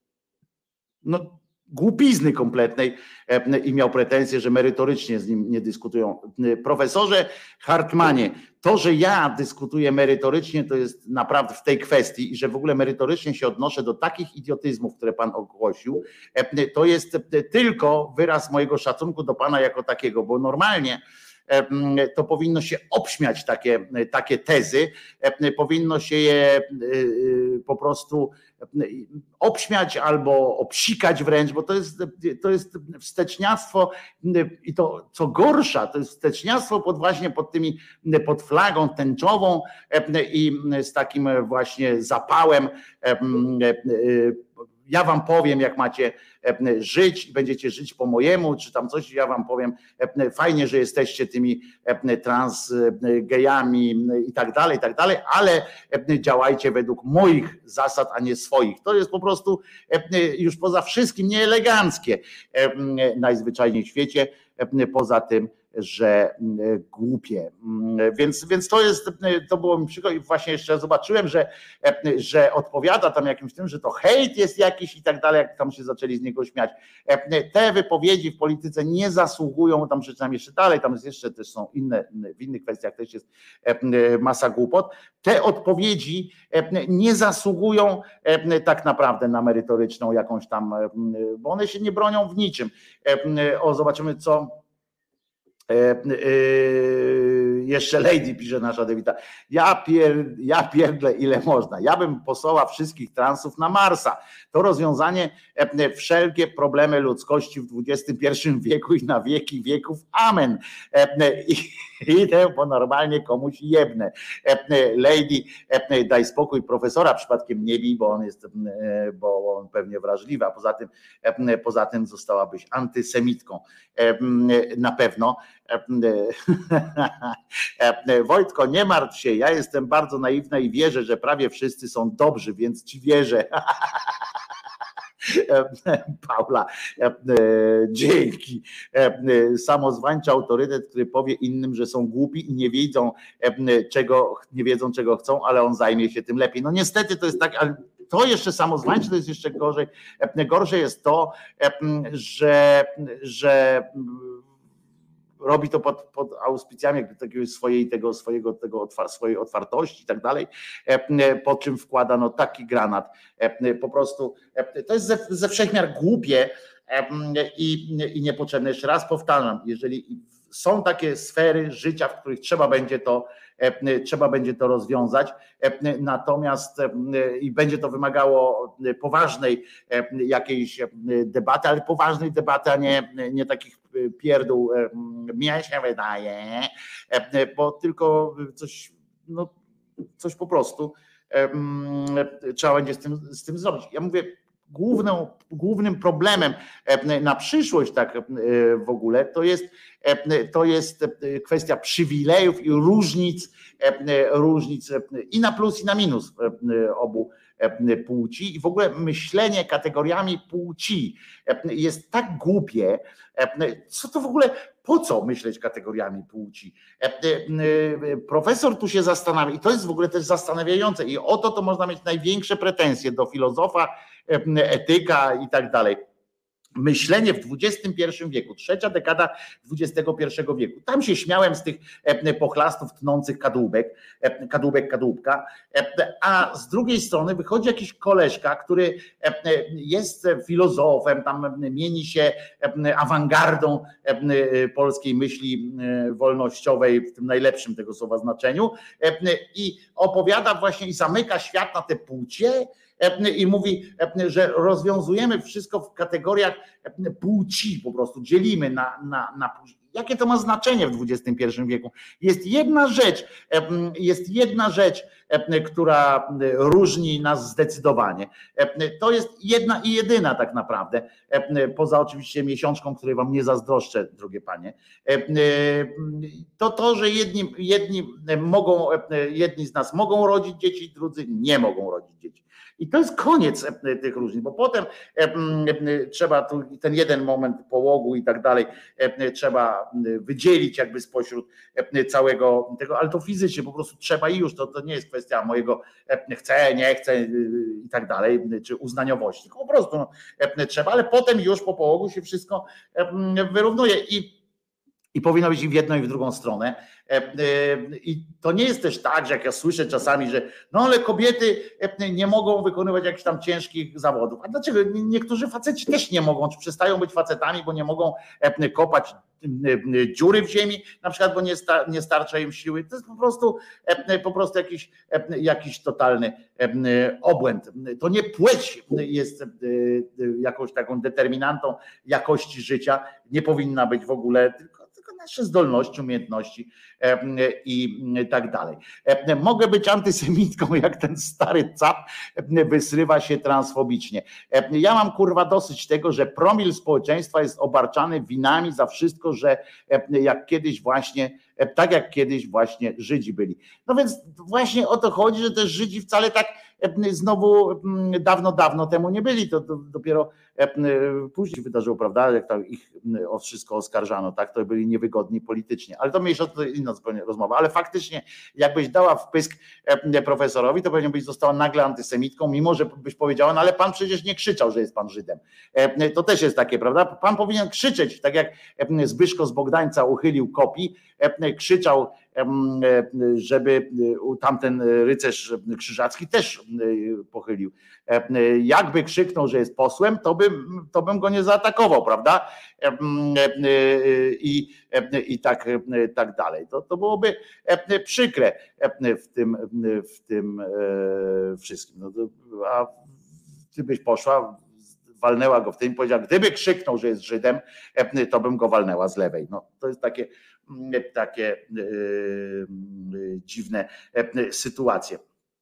głupizny kompletnej i miał pretensje, że merytorycznie z nim nie dyskutują. Profesorze Hartmanie, to, że ja dyskutuję merytorycznie, to jest naprawdę w tej kwestii i że w ogóle merytorycznie się odnoszę do takich idiotyzmów, które pan ogłosił, to jest tylko wyraz mojego szacunku do pana jako takiego, bo normalnie to powinno się obśmiać takie tezy, powinno się je po prostu obśmiać albo obsikać wręcz, bo to jest wsteczniactwo i to co gorsza, to jest wsteczniactwo pod flagą tęczową i z takim właśnie zapałem. Ja wam powiem, jak macie żyć i będziecie żyć po mojemu, czy tam coś, ja wam powiem, fajnie, że jesteście tymi transgejami i tak dalej, ale działajcie według moich zasad, a nie swoich. To jest po prostu już poza wszystkim nieeleganckie najzwyczajniej w świecie, poza tym, że głupie. Więc to było mi przykro i właśnie jeszcze zobaczyłem, że odpowiada tam jakimś tym, że to hejt jest jakiś i tak dalej, jak tam się zaczęli z niego śmiać. Te wypowiedzi w polityce nie zasługują, tam przeczytam jeszcze dalej, tam jeszcze też są w innych kwestiach też jest masa głupot. Te odpowiedzi nie zasługują tak naprawdę na merytoryczną jakąś tam, bo one się nie bronią w niczym. Zobaczymy co. Jeszcze Lady pisze nasza Dewita. Ja pierdlę ile można. Ja bym posłała wszystkich transów na Marsa. To rozwiązanie wszelkie problemy ludzkości w XXI wieku i na wieki wieków. Amen. Idę, bo normalnie komuś jebnę. Lady, daj spokój, profesora przypadkiem nie bij, bo on pewnie wrażliwy, a poza tym zostałabyś antysemitką. Na pewno. Wojtko, nie martw się, ja jestem bardzo naiwna i wierzę, że prawie wszyscy są dobrzy, więc ci wierzę. Paula, dzięki. Samozwańczy autorytet, który powie innym, że są głupi i nie wiedzą czego chcą, ale on zajmie się tym lepiej. No niestety to jest tak, ale to jeszcze samozwańczy, to jest jeszcze gorzej. Gorsze jest to, że robi to pod auspicjami takiego swojej otwartości i tak dalej, po czym wkłada taki granat. Po prostu to jest ze wszechmiar głupie i niepotrzebne. Jeszcze raz powtarzam, jeżeli są takie sfery życia, w których trzeba będzie to rozwiązać, natomiast i będzie to wymagało poważnej jakiejś debaty, ale poważnej debaty, a nie takich pierdół, mnie się wydaje, bo tylko coś po prostu trzeba będzie z tym zrobić. Ja mówię, głównym problemem na przyszłość tak w ogóle to jest kwestia przywilejów i różnic i na plus i na minus obu płci i w ogóle myślenie kategoriami płci jest tak głupie, co to w ogóle, po co myśleć kategoriami płci? Profesor tu się zastanawia i to jest w ogóle też zastanawiające i o to można mieć największe pretensje do filozofa, etyka i tak dalej. myślenie w XXI wieku, trzecia dekada XXI wieku. Tam się śmiałem z tych pochlastów tnących kadłubka, a z drugiej strony wychodzi jakiś koleżka, który jest filozofem, tam mieni się awangardą polskiej myśli wolnościowej w tym najlepszym tego słowa znaczeniu i opowiada właśnie i zamyka świat na te płcie, i mówi, że rozwiązujemy wszystko w kategoriach płci, po prostu dzielimy na płci. Jakie to ma znaczenie w XXI wieku? Jest jedna rzecz, która różni nas zdecydowanie. To jest jedna i jedyna tak naprawdę, poza oczywiście miesiączką, której wam nie zazdroszczę, drogie panie. To, że jedni z nas mogą rodzić dzieci, drudzy nie mogą rodzić dzieci. I to jest koniec tych różnic, bo potem trzeba tu ten jeden moment połogu i tak dalej, trzeba wydzielić jakby spośród całego tego, ale to fizycznie po prostu trzeba i już, to nie jest kwestia mojego chcę, nie chcę i tak dalej, czy uznaniowości, tylko po prostu trzeba, ale potem już po połogu się wszystko wyrównuje i powinno być i w jedną i w drugą stronę. I to nie jest też tak, że jak ja słyszę czasami, że no ale kobiety nie mogą wykonywać jakichś tam ciężkich zawodów. A dlaczego? Niektórzy faceci też nie mogą, czy przestają być facetami, bo nie mogą kopać dziury w ziemi, na przykład, bo nie starcza im siły. To jest po prostu jakiś totalny obłęd. To nie płeć jest jakąś taką determinantą jakości życia, nie powinna być w ogóle, tylko nasze zdolności, umiejętności i tak dalej. Mogę być antysemitką, jak ten stary cap wysrywa się transfobicznie. Ja mam kurwa dosyć tego, że promil społeczeństwa jest obarczany winami za wszystko, że tak jak kiedyś właśnie Żydzi byli. No więc właśnie o to chodzi, że też Żydzi wcale tak znowu dawno temu nie byli, to dopiero później wydarzyło, prawda, jak tam ich o wszystko oskarżano, tak, to byli niewygodni politycznie, ale to mniejsza, to inna zupełnie rozmowa, ale faktycznie jakbyś dała wpysk profesorowi, to pewnie byś została nagle antysemitką, mimo że byś powiedziała, no ale pan przecież nie krzyczał, że jest pan Żydem. To też jest takie, prawda, pan powinien krzyczeć, tak jak Zbyszko z Bogdańca uchylił kopi, krzyczał, żeby tamten rycerz krzyżacki też pochylił. Jakby krzyknął, że jest posłem, to bym go nie zaatakował, prawda? I tak dalej. To byłoby przykre w tym wszystkim. No a ty byś poszła, walnęła go w tym, powiedziała, gdyby krzyknął, że jest Żydem, to bym go walnęła z lewej. No, to jest takie dziwne sytuacje.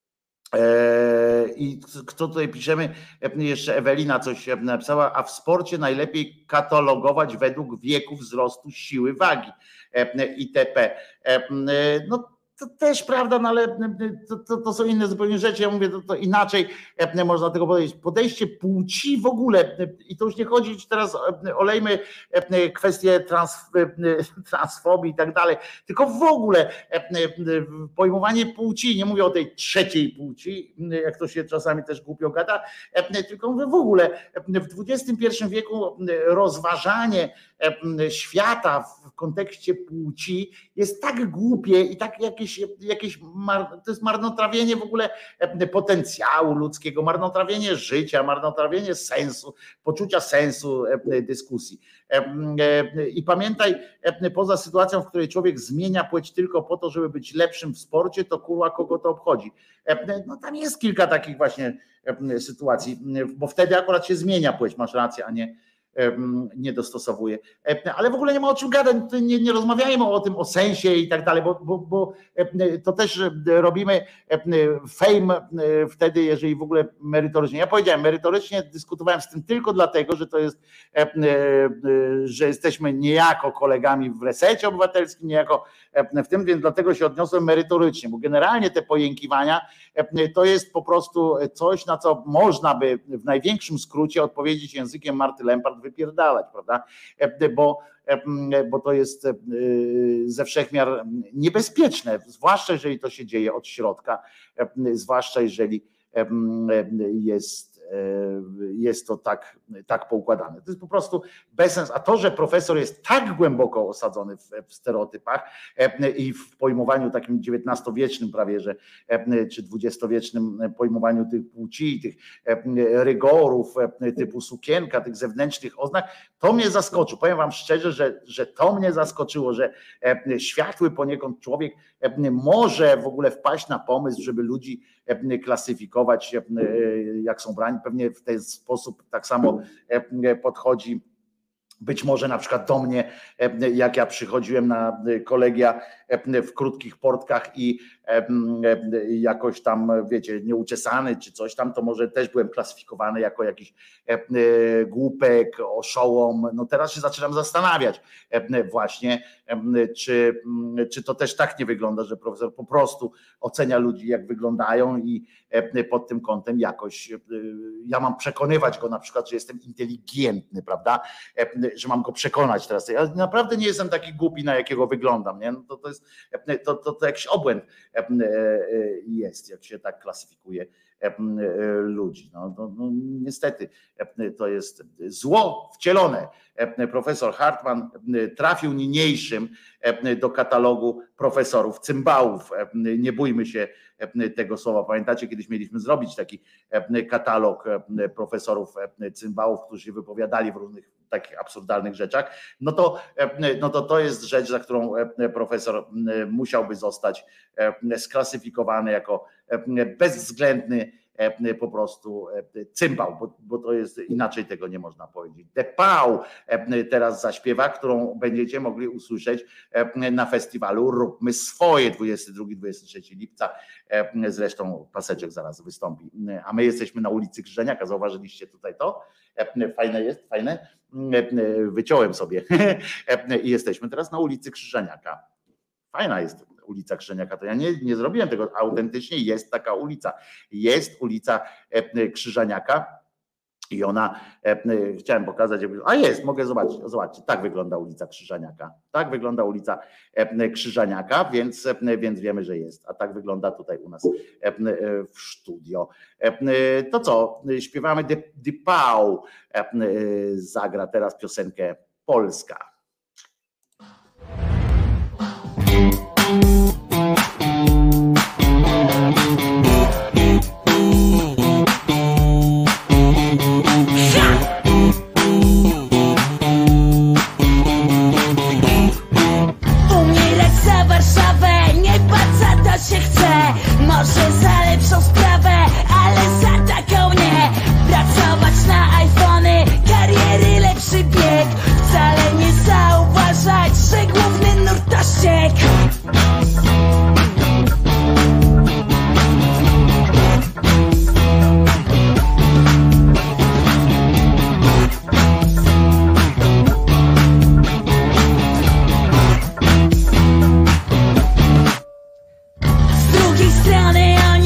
I kto tutaj piszemy, jeszcze Ewelina coś napisała, a w sporcie najlepiej katalogować według wieku, wzrostu, siły, wagi itp. No to też prawda, no ale to są inne zupełnie rzeczy. Ja mówię, to inaczej można tego powiedzieć. Podejście płci w ogóle, i to już nie chodzi, teraz olejmy kwestie transfobii i tak dalej, tylko w ogóle pojmowanie płci, nie mówię o tej trzeciej płci, jak to się czasami też głupio gada, tylko mówię w ogóle w XXI wieku rozważanie świata w kontekście płci jest tak głupie i tak to jest marnotrawienie w ogóle potencjału ludzkiego, marnotrawienie życia, marnotrawienie sensu, poczucia sensu dyskusji. I pamiętaj, poza sytuacją, w której człowiek zmienia płeć tylko po to, żeby być lepszym w sporcie, to kurwa kogo to obchodzi. No tam jest kilka takich właśnie sytuacji, bo wtedy akurat się zmienia płeć, masz rację, a nie dostosowuje. Ale w ogóle nie ma o czym gadać, nie rozmawiajmy o tym, o sensie i tak dalej, bo to też robimy fame wtedy, jeżeli w ogóle merytorycznie. Ja powiedziałem, merytorycznie dyskutowałem z tym tylko dlatego, że to jest, że jesteśmy niejako kolegami w Resecie Obywatelskim, niejako w tym, więc dlatego się odniosłem merytorycznie, bo generalnie te pojękiwania to jest po prostu coś, na co można by w największym skrócie odpowiedzieć językiem Marty Lempart, wypierdalać, prawda? Bo to jest ze wszechmiar niebezpieczne, zwłaszcza jeżeli to się dzieje od środka, zwłaszcza jeżeli jest jest to tak poukładane. To jest po prostu bezsens. A to, że profesor jest tak głęboko osadzony w stereotypach i w pojmowaniu takim XIX-wiecznym prawie, że czy XX-wiecznym pojmowaniu tych płci, tych rygorów typu sukienka, tych zewnętrznych oznak, to mnie zaskoczył. Powiem wam szczerze, że to mnie zaskoczyło, że światły poniekąd człowiek może w ogóle wpaść na pomysł, żeby ludzi klasyfikować, jak są brani. Pewnie w ten sposób tak samo podchodzi być może na przykład do mnie, jak ja przychodziłem na kolegia w krótkich portkach i jakoś tam, wiecie, nieuczesany czy coś tam, to może też byłem klasyfikowany jako jakiś głupek, oszołom. No teraz się zaczynam zastanawiać właśnie, czy to też tak nie wygląda, że profesor po prostu ocenia ludzi, jak wyglądają i pod tym kątem jakoś ja mam przekonywać go na przykład, że jestem inteligentny, prawda, że mam go przekonać teraz. Ja naprawdę nie jestem taki głupi, na jakiego wyglądam, nie? No to jest to jakiś obłęd jest, jak się tak klasyfikuje ludzi. No, niestety to jest zło wcielone. Profesor Hartman trafił niniejszym do katalogu profesorów cymbałów. Nie bójmy się tego słowa. Pamiętacie, kiedyś mieliśmy zrobić taki katalog profesorów cymbałów, którzy się wypowiadali w różnych takich absurdalnych rzeczach. No to jest rzecz, za którą profesor musiałby zostać sklasyfikowany jako bezwzględny po prostu cymbał, bo to jest, inaczej tego nie można powiedzieć. DePau teraz zaśpiewa, którą będziecie mogli usłyszeć na festiwalu Róbmy Swoje 22-23 lipca. Zresztą paseczek zaraz wystąpi. A my jesteśmy na ulicy Krzyżeniaka. Zauważyliście tutaj to? Fajne jest? Fajne? Wyciąłem sobie. I jesteśmy teraz na ulicy Krzyżeniaka. Fajna jest ulica Krzyżeniaka, to ja nie zrobiłem tego, autentycznie jest taka ulica. Jest ulica Krzyżeniaka i ona, chciałem pokazać, a jest, mogę zobaczyć, zobaczcie, tak wygląda ulica Krzyżeniaka. Tak wygląda ulica Krzyżeniaka, więc wiemy, że jest. A tak wygląda tutaj u nas w studio. To co, śpiewamy DePau, zagra teraz piosenkę Polska. Umierać za Warszawę, nie patrz, to się chce. Może za lepszą sprawę, ale za taką nie. Pracować na iPhony, kariery, lepszy bieg. Wcale nie zauważać, że główny nurt to ściek. Z drugiej strony oni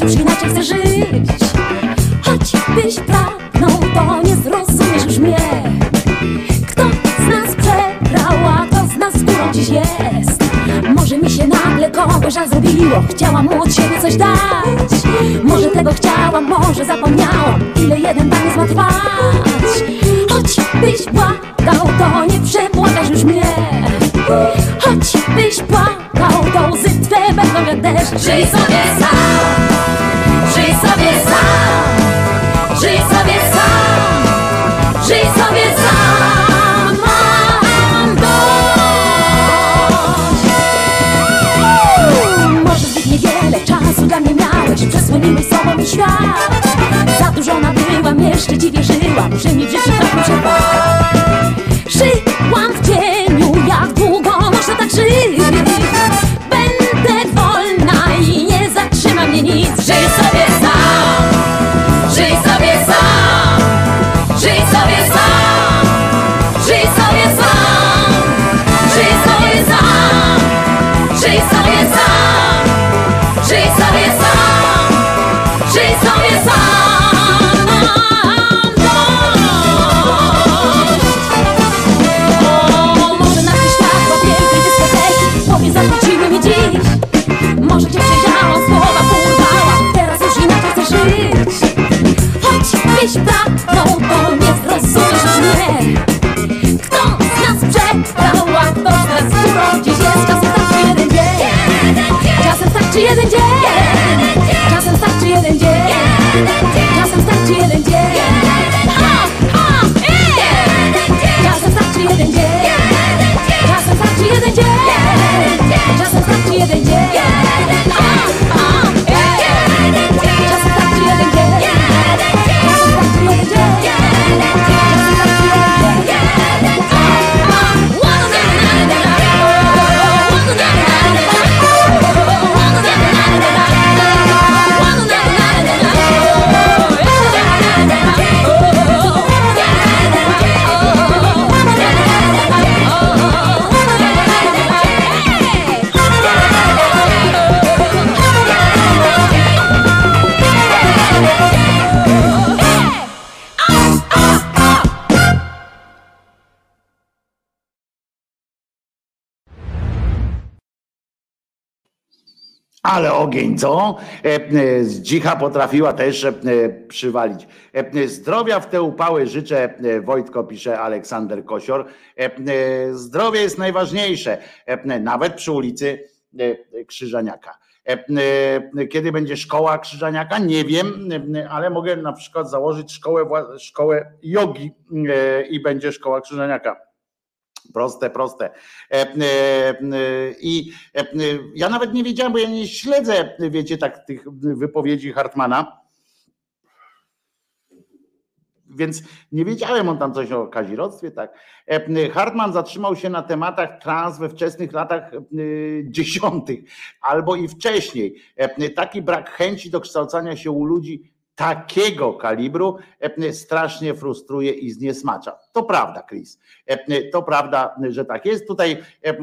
teraz już inaczej chcę żyć. Choćbyś pragnął, to nie zrozumiesz już mnie. Kto z nas przegrał, a kto z nas górą dziś jest? Może mi się nagle kogoś żal zrobiło, chciałam mu od siebie coś dać. Może tego chciałam, może zapomniałam, ile jeden tam ma trwać. Choćbyś błagał, to nie przebłagasz już mnie. Choćbyś płakał, to łzy twe będą jak deszcz. Żyj sobie sam, żyj sobie sam, żyj sobie sam, żyj sobie sam. Mam dość. Może zbyt niewiele czasu dla mnie miałeś, przesłoniłeś sobą mi świat. Zadłużona byłam, jeszcze ci wierzyłam, że mi w życiu tak muszę dać. Żyłam w cieniu, jak długo można tak żyć? Będę wolna i nie zatrzyma mnie nic. Żyj sobie sam, żyj sobie sam, żyj sobie sam, żyj sobie sam, żyj sobie sam, żyj sobie sam, żyj sobie sam, żyj sobie sam. Zawróciły mi dziś. Może cię przejrzałam, słowa porwałam, teraz już inaczej chcę żyć. Choćbyś pragnął, to nie zrozumiesz już mnie. Kto z nas przegrał, a kto z nas górą dziś jest? Czasem starczy jeden dzień, czasem starczy jeden dzień, czasem starczy jeden dzień, czasem starczy jeden dzień, czasem starczy jeden dzień, czasem starczy jeden dzień. Czasem starczy jeden dzień. Czasem starczy jeden dzień. Czasem starczy jeden dzień. Ale ogień, co? Zdzicha potrafiła też przywalić. Zdrowia w te upały życzę, Wojtko, pisze Aleksander Kosior. Zdrowie jest najważniejsze, nawet przy ulicy Krzyżaniaka. Kiedy będzie szkoła Krzyżaniaka? Nie wiem, ale mogę na przykład założyć szkołę jogi i będzie szkoła Krzyżaniaka. Proste. I ja nawet nie wiedziałem, bo ja nie śledzę, wiecie, tak tych wypowiedzi Hartmana, więc nie wiedziałem, on tam coś o kazirodztwie, tak. Hartman zatrzymał się na tematach trans we wczesnych latach 10. albo i wcześniej. Taki brak chęci do kształcenia się u ludzi takiego kalibru strasznie frustruje i zniesmacza. To prawda, Chris. To prawda, że tak jest. Tutaj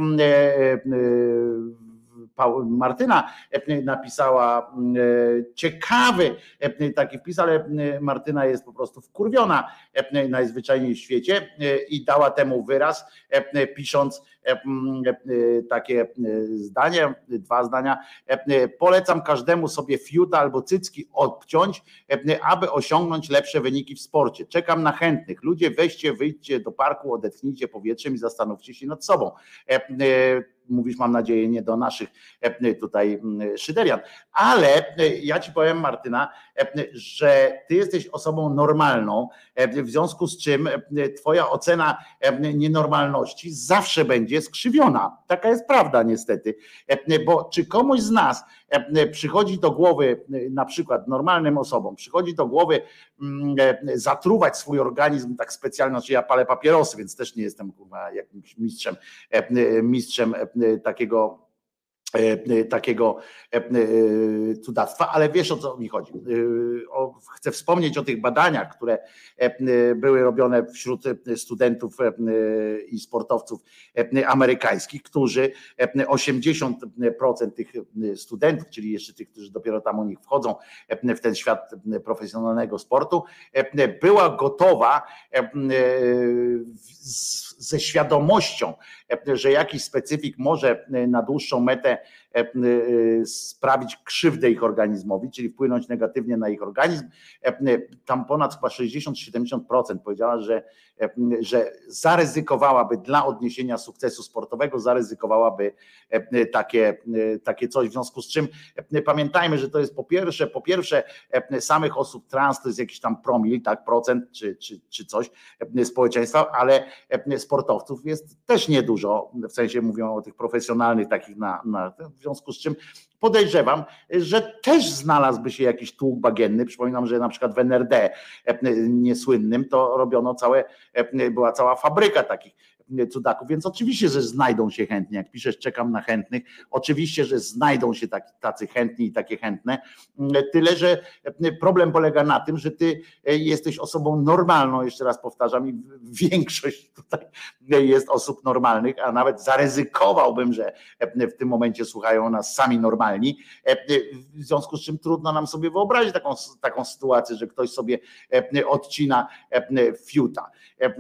Martyna napisała ciekawy taki wpis, ale Martyna jest po prostu wkurwiona najzwyczajniej w świecie i dała temu wyraz, pisząc takie zdanie, 2 zdania. Polecam każdemu sobie fiuta albo cycki obciąć, aby osiągnąć lepsze wyniki w sporcie. Czekam na chętnych. Ludzie, weźcie, wyjdźcie do parku, odetchnijcie powietrzem i zastanówcie się nad sobą. Mówisz, mam nadzieję, nie do naszych tutaj szyderian, ale ja ci powiem, Martyna, że ty jesteś osobą normalną, w związku z czym twoja ocena nienormalności zawsze będzie skrzywiona. Taka jest prawda niestety, bo czy komuś z nas przychodzi do głowy, na przykład normalnym osobom, przychodzi do głowy zatruwać swój organizm tak specjalnie, znaczy ja palę papierosy, więc też nie jestem kurwa jakimś mistrzem takiego takiego cudactwa, ale wiesz, o co mi chodzi. Chcę wspomnieć o tych badaniach, które były robione wśród studentów i sportowców amerykańskich, którzy 80% tych studentów, czyli jeszcze tych, którzy dopiero tam u nich wchodzą w ten świat profesjonalnego sportu, była gotowa ze świadomością, że jakiś specyfik może na dłuższą metę sprawić krzywdę ich organizmowi, czyli wpłynąć negatywnie na ich organizm. Tam ponad chyba 60-70% powiedziała, że zaryzykowałaby dla odniesienia sukcesu sportowego, zaryzykowałaby takie coś, w związku z czym pamiętajmy, że to jest po pierwsze samych osób trans to jest jakiś tam promil, tak, procent czy coś społeczeństwa, ale sportowców jest też niedużo, w sensie mówią o tych profesjonalnych takich w związku z czym podejrzewam, że też znalazłby się jakiś tłuk bagienny. Przypominam, że na przykład w NRD niesłynnym to robiono była cała fabryka takich cudaków, więc oczywiście, że znajdą się chętni. Jak piszesz, czekam na chętnych, oczywiście, że znajdą się tacy chętni i takie chętne, tyle, że problem polega na tym, że ty jesteś osobą normalną, jeszcze raz powtarzam, i większość tutaj jest osób normalnych, a nawet zaryzykowałbym, że w tym momencie słuchają nas sami normalni, w związku z czym trudno nam sobie wyobrazić taką sytuację, że ktoś sobie odcina fiuta.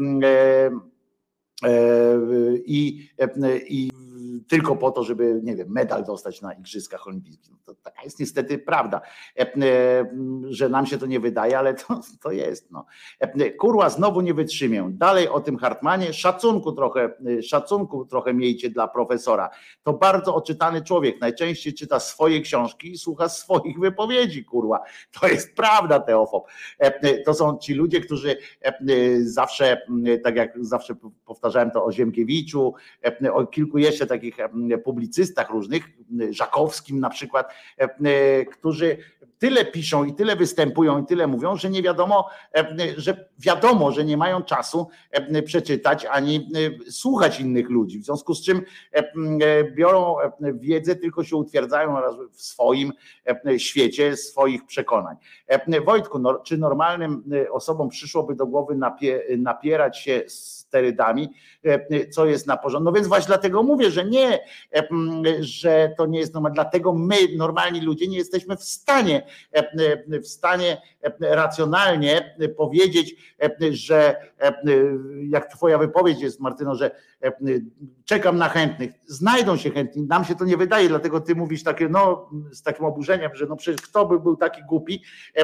I tylko po to, żeby, nie wiem, medal dostać na Igrzyskach Olimpijskich. No to taka jest niestety prawda, że nam się to nie wydaje, ale to jest. No. Kurwa, znowu nie wytrzymię. Dalej o tym Hartmanie. Szacunku trochę miejcie dla profesora. To bardzo oczytany człowiek. Najczęściej czyta swoje książki i słucha swoich wypowiedzi, kurwa. To jest prawda, Teofob. To są ci ludzie, którzy zawsze, tak jak zawsze powtarzałem to o Ziemkiewiczu, o kilku jeszcze takich publicystach różnych, Żakowskim na przykład, którzy tyle piszą i tyle występują i tyle mówią, że nie wiadomo, że wiadomo, że nie mają czasu przeczytać ani słuchać innych ludzi. W związku z czym biorą wiedzę, tylko się utwierdzają w swoim świecie, swoich przekonań. Wojtku, czy normalnym osobom przyszłoby do głowy napierać się sterydami, co jest na porządku? No więc właśnie dlatego mówię, że nie, że to nie jest normalne. Dlatego my, normalni ludzie, nie jesteśmy w stanie racjonalnie powiedzieć, że jak twoja wypowiedź jest, Martyno, że czekam na chętnych, znajdą się chętni, nam się to nie wydaje, dlatego ty mówisz takie, no z takim oburzeniem, że no przecież kto by był taki głupi,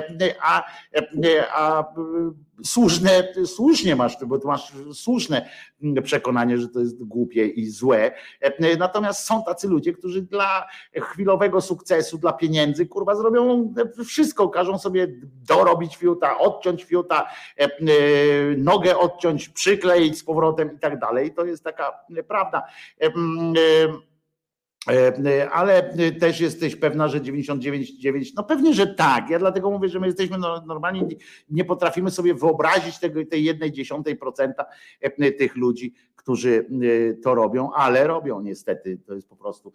a słusznie masz, bo ty masz słuszne przekonanie, że to jest głupie i złe, natomiast są tacy ludzie, którzy dla chwilowego sukcesu, dla pieniędzy, kurwa, zrobią wszystko, każą sobie dorobić fiuta, odciąć fiuta, nogę odciąć, przykleić z powrotem i tak dalej. To jest taka prawda. Ale też jesteś pewna, że 99,9, no pewnie, że tak. Ja dlatego mówię, że my jesteśmy normalnie, nie potrafimy sobie wyobrazić tej 1/10% tych ludzi, którzy to robią, ale robią niestety. To jest po prostu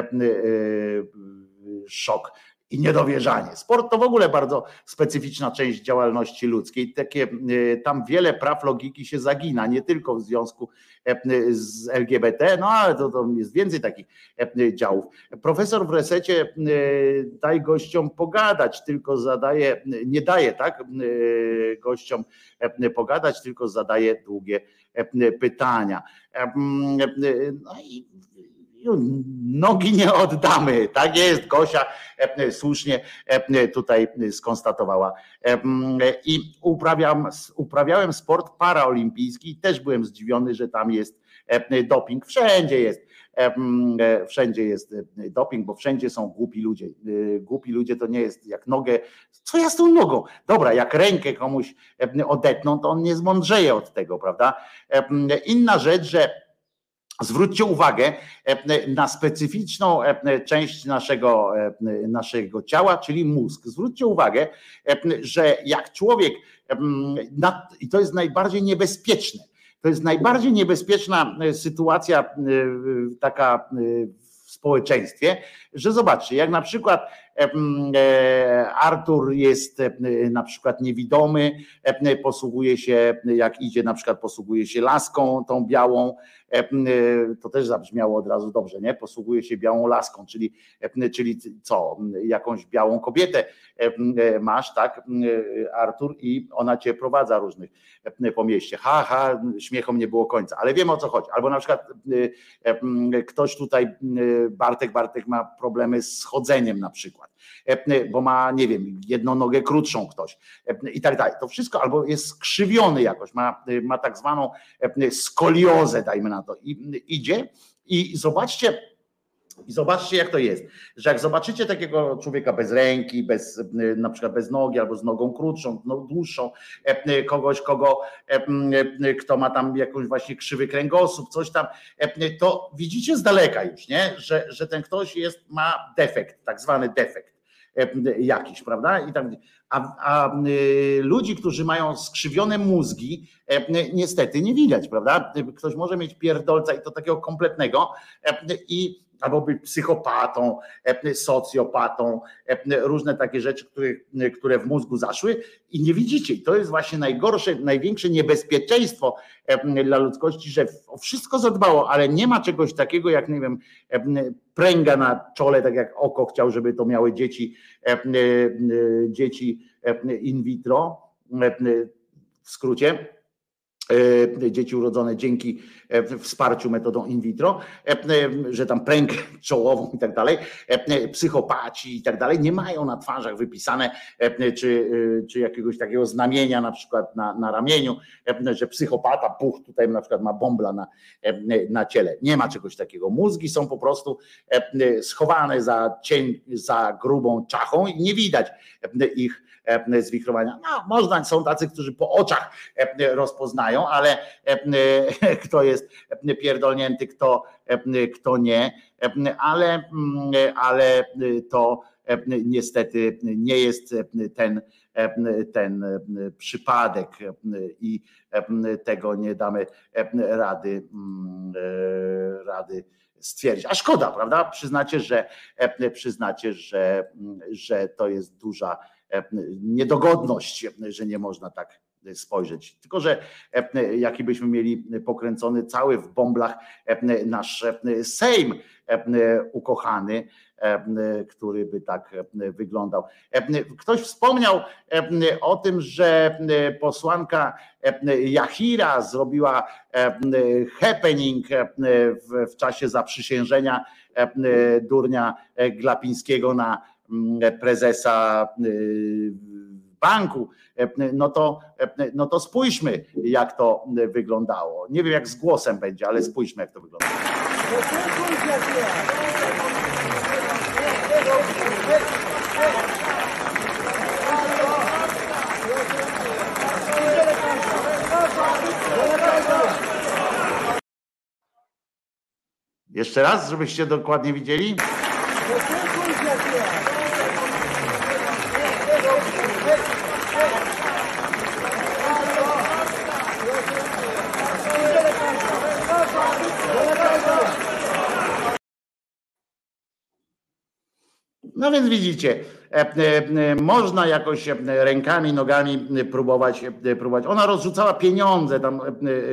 szok i niedowierzanie. Sport to w ogóle bardzo specyficzna część działalności ludzkiej. Tam wiele praw logiki się zagina, nie tylko w związku z LGBT, no ale to jest więcej takich działów. Profesor w Resecie daj gościom pogadać, tylko nie daje, tak, gościom pogadać, tylko zadaje długie pytania. No i nogi nie oddamy, tak jest, Gosia słusznie tutaj skonstatowała. I uprawiałem sport paraolimpijski i też byłem zdziwiony, że tam jest doping. Wszędzie jest doping, bo wszędzie są głupi ludzie. Głupi ludzie to nie jest jak nogę, co ja z tą nogą? Dobra, jak rękę komuś odetną, to on nie zmądrzeje od tego, prawda? Inna rzecz, że zwróćcie uwagę na specyficzną część naszego ciała, czyli mózg. Zwróćcie uwagę, że jak człowiek, i to jest najbardziej niebezpieczne, to jest najbardziej niebezpieczna sytuacja taka społeczeństwie, że zobaczcie, jak na przykład Artur jest na przykład niewidomy, posługuje się, jak idzie na przykład posługuje się laską tą białą, to też zabrzmiało od razu dobrze, nie? Posługuje się białą laską, czyli co, jakąś białą kobietę masz, tak, Artur, i ona cię prowadza różnych po mieście. Śmiechom nie było końca, ale wiemy, o co chodzi. Albo na przykład ktoś tutaj, Bartek ma problemy z chodzeniem na przykład, bo ma, nie wiem, jedną nogę krótszą ktoś i tak dalej. To wszystko, albo jest skrzywiony jakoś, ma tak zwaną skoliozę, dajmy na to, i idzie i zobaczcie, jak to jest, że jak zobaczycie takiego człowieka bez ręki, na przykład bez nogi, albo z nogą krótszą, dłuższą, kogoś, kto ma tam jakąś właśnie krzywy kręgosłup, coś tam, to widzicie z daleka już, nie? Że ten ktoś ma defekt, tak zwany defekt jakiś, prawda? I tam, a ludzi, którzy mają skrzywione mózgi, niestety nie widać, prawda? Ktoś może mieć pierdolca i to takiego kompletnego albo być psychopatą, socjopatą, różne takie rzeczy, które w mózgu zaszły i nie widzicie. I to jest właśnie najgorsze, największe niebezpieczeństwo dla ludzkości, że o wszystko zadbało, ale nie ma czegoś takiego jak, nie wiem, pręga na czole, tak jak oko chciał, żeby to miały dzieci in vitro, w skrócie, dzieci urodzone dzięki wsparciu metodą in vitro, że tam pręgę czołową i tak dalej, psychopaci i tak dalej nie mają na twarzach wypisane czy jakiegoś takiego znamienia na przykład na ramieniu, że psychopata, tutaj na przykład ma bąbla na ciele. Nie ma czegoś takiego. Mózgi są po prostu schowane za grubą czachą i nie widać ich zwichrowania. No, można, są tacy, którzy po oczach rozpoznają, ale kto jest pierdolnięty, kto nie, ale to niestety nie jest ten przypadek i tego nie damy rady stwierdzić. A szkoda, prawda? Przyznacie, że to jest duża niedogodność, że nie można tak spojrzeć. Tylko że jaki byśmy mieli pokręcony cały w bąblach nasz Sejm ukochany, który by tak wyglądał. Ktoś wspomniał o tym, że posłanka Jachira zrobiła happening w czasie zaprzysiężenia durnia Glapińskiego na prezesa banku, no to spójrzmy, jak to wyglądało. Nie wiem, jak z głosem będzie, ale spójrzmy, jak to wyglądało. Jeszcze raz, żebyście dokładnie widzieli. No więc widzicie, można jakoś rękami, nogami próbować. Ona rozrzucała pieniądze tam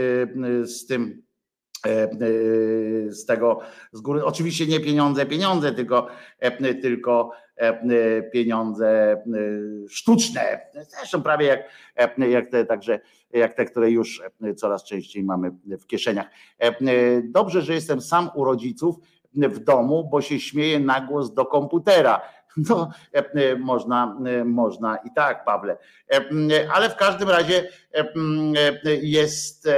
z tego z góry. Oczywiście nie pieniądze, tylko pieniądze sztuczne. Zresztą prawie jak te, także jak te, które już coraz częściej mamy w kieszeniach. Dobrze, że jestem sam u rodziców w domu, bo się śmieję na głos do komputera. No, można i tak, Pawle. Ale w każdym razie jest,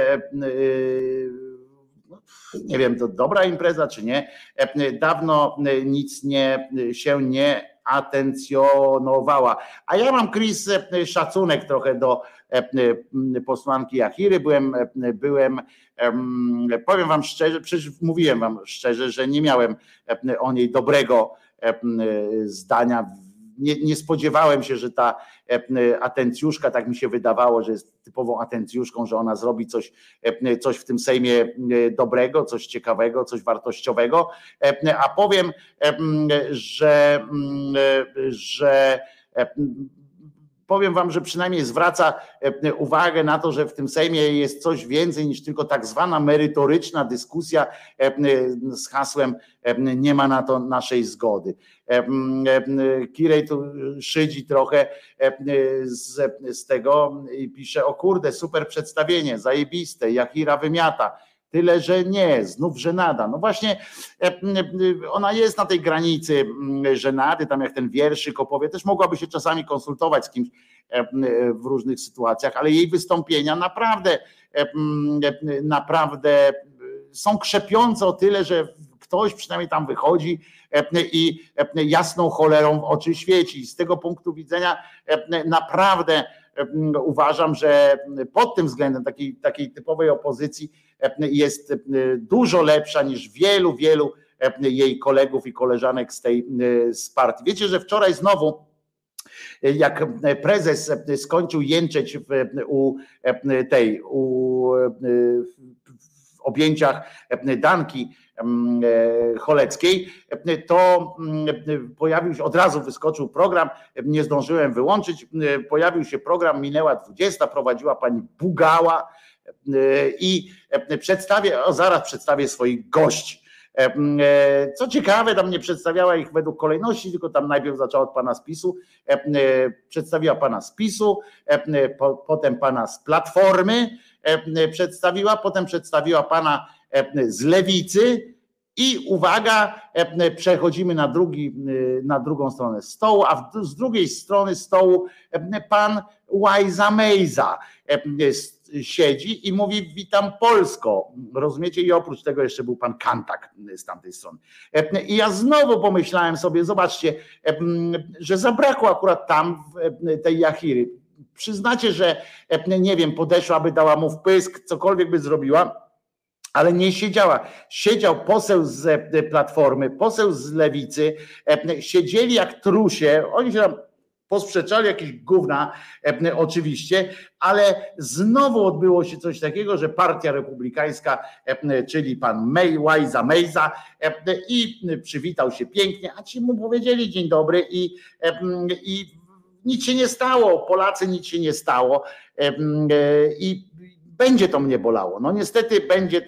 nie wiem, to dobra impreza czy nie. Dawno nic się nie atencjonowała. A ja mam, Chris, szacunek trochę do posłanki Jachiry. Powiem wam szczerze, przecież mówiłem wam szczerze, że nie miałem o niej dobrego zdania. nie spodziewałem się, że ta atencjuszka, tak mi się wydawało, że jest typową atencjuszką, że ona zrobi coś w tym Sejmie dobrego, coś ciekawego, coś wartościowego, a powiem, że powiem wam, że przynajmniej zwraca uwagę na to, że w tym Sejmie jest coś więcej niż tylko tak zwana merytoryczna dyskusja z hasłem nie ma na to naszej zgody. Kirej tu szydzi trochę z tego i pisze: o kurde, super przedstawienie, zajebiste, Jachira wymiata. Tyle, że nie, znów żenada. No właśnie ona jest na tej granicy żenady, tam jak ten wierszyk opowie, też mogłaby się czasami konsultować z kimś w różnych sytuacjach, ale jej wystąpienia naprawdę są krzepiące o tyle, że ktoś przynajmniej tam wychodzi i jasną cholerą w oczy świeci. Z tego punktu widzenia naprawdę uważam, że pod tym względem takiej typowej opozycji jest dużo lepsza niż wielu jej kolegów i koleżanek z partii. Wiecie, że wczoraj znowu, jak prezes skończył jęczeć w objęciach Danki Choleckiej, to pojawił się, od razu wyskoczył program, nie zdążyłem wyłączyć, pojawił się program, minęła 20, prowadziła pani Bugała i zaraz przedstawię swoich gości. Co ciekawe, tam nie przedstawiała ich według kolejności, tylko tam najpierw zaczęła od pana z PiS-u, przedstawiła pana z PiS-u, potem pana z Platformy przedstawiła, potem przedstawiła pana z Lewicy i uwaga, przechodzimy na drugą stronę stołu, a z drugiej strony stołu pan Łajza Mejza siedzi i mówi: witam Polsko, rozumiecie? I oprócz tego jeszcze był pan Kantak z tamtej strony. I ja znowu pomyślałem sobie, zobaczcie, że zabrakło akurat tam tej Jachiry. Przyznacie, że nie wiem, podeszła, dała mu wpysk, cokolwiek by zrobiła, ale nie siedziała. Siedział poseł z Platformy, poseł z Lewicy, siedzieli jak trusie, oni się tam posprzeczali jakieś gówna oczywiście, ale znowu odbyło się coś takiego, że Partia Republikańska, czyli pan Łajza Mejza, i przywitał się pięknie, a ci mu powiedzieli dzień dobry i nic się nie stało, Polacy, nic się nie stało i będzie to mnie bolało. No niestety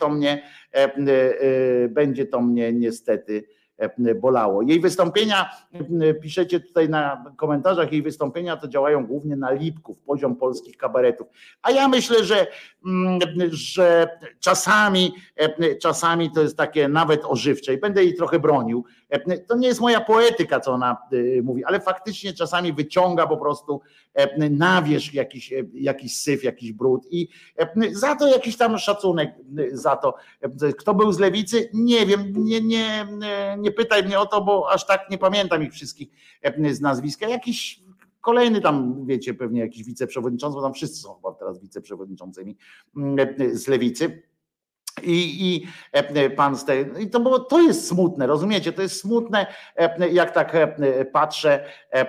będzie to mnie niestety bolało. Jej wystąpienia, piszecie tutaj na komentarzach, jej wystąpienia to działają głównie na lipków, poziom polskich kabaretów. A ja myślę, że czasami to jest takie nawet ożywcze i będę jej trochę bronił. To nie jest moja poetyka, co ona mówi, ale faktycznie czasami wyciąga po prostu na wierzch jakiś syf, jakiś brud i za to jakiś tam szacunek za to. Kto był z Lewicy? Nie wiem, nie pytaj mnie o to, bo aż tak nie pamiętam ich wszystkich z nazwiska. Jakiś kolejny tam, wiecie, pewnie jakiś wiceprzewodniczący, bo tam wszyscy są chyba teraz wiceprzewodniczącymi z Lewicy. I pan z tej, i to jest smutne, rozumiecie? To jest smutne, jak tak patrzę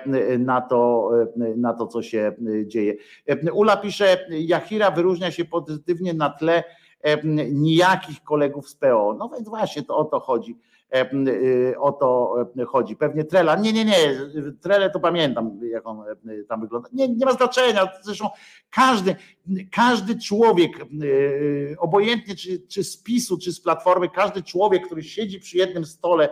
na to, co się dzieje. Ula pisze: Jachira wyróżnia się pozytywnie na tle nijakich kolegów z PO. No więc właśnie to o to chodzi. O to chodzi. Pewnie Trela. Nie. Trelę to pamiętam, jak on tam wygląda. Nie ma znaczenia. Zresztą każdy człowiek, obojętnie czy z PiS-u, czy z Platformy, każdy człowiek, który siedzi przy jednym stole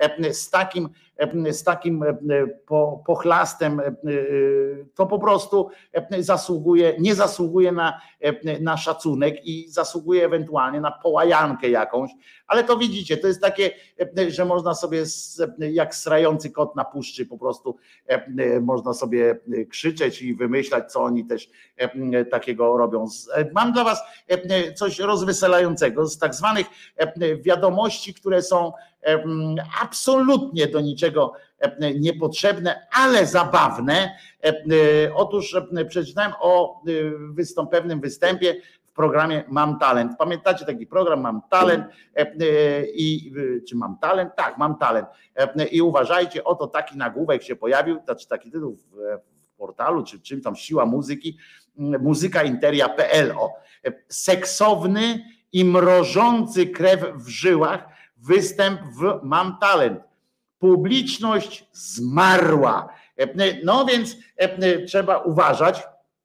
z takim pochlastem, to po prostu nie zasługuje na szacunek i zasługuje ewentualnie na połajankę jakąś, ale to widzicie, to jest takie, że można sobie jak srający kot na puszczy po prostu można sobie krzyczeć i wymyślać, co oni też takiego robią. Mam dla was coś rozweselającego z tak zwanych wiadomości, które są absolutnie do niczego niepotrzebne, ale zabawne. Otóż przeczytałem o pewnym występie w programie Mam Talent. Pamiętacie taki program Mam Talent? Czy Mam Talent? Tak, Mam Talent. I uważajcie, oto taki nagłówek się pojawił, znaczy taki tytuł w portalu, czy czym tam, Siła Muzyki, muzykainteria.pl. Seksowny i mrożący krew w żyłach występ w Mam Talent. Publiczność zmarła. No więc trzeba uważać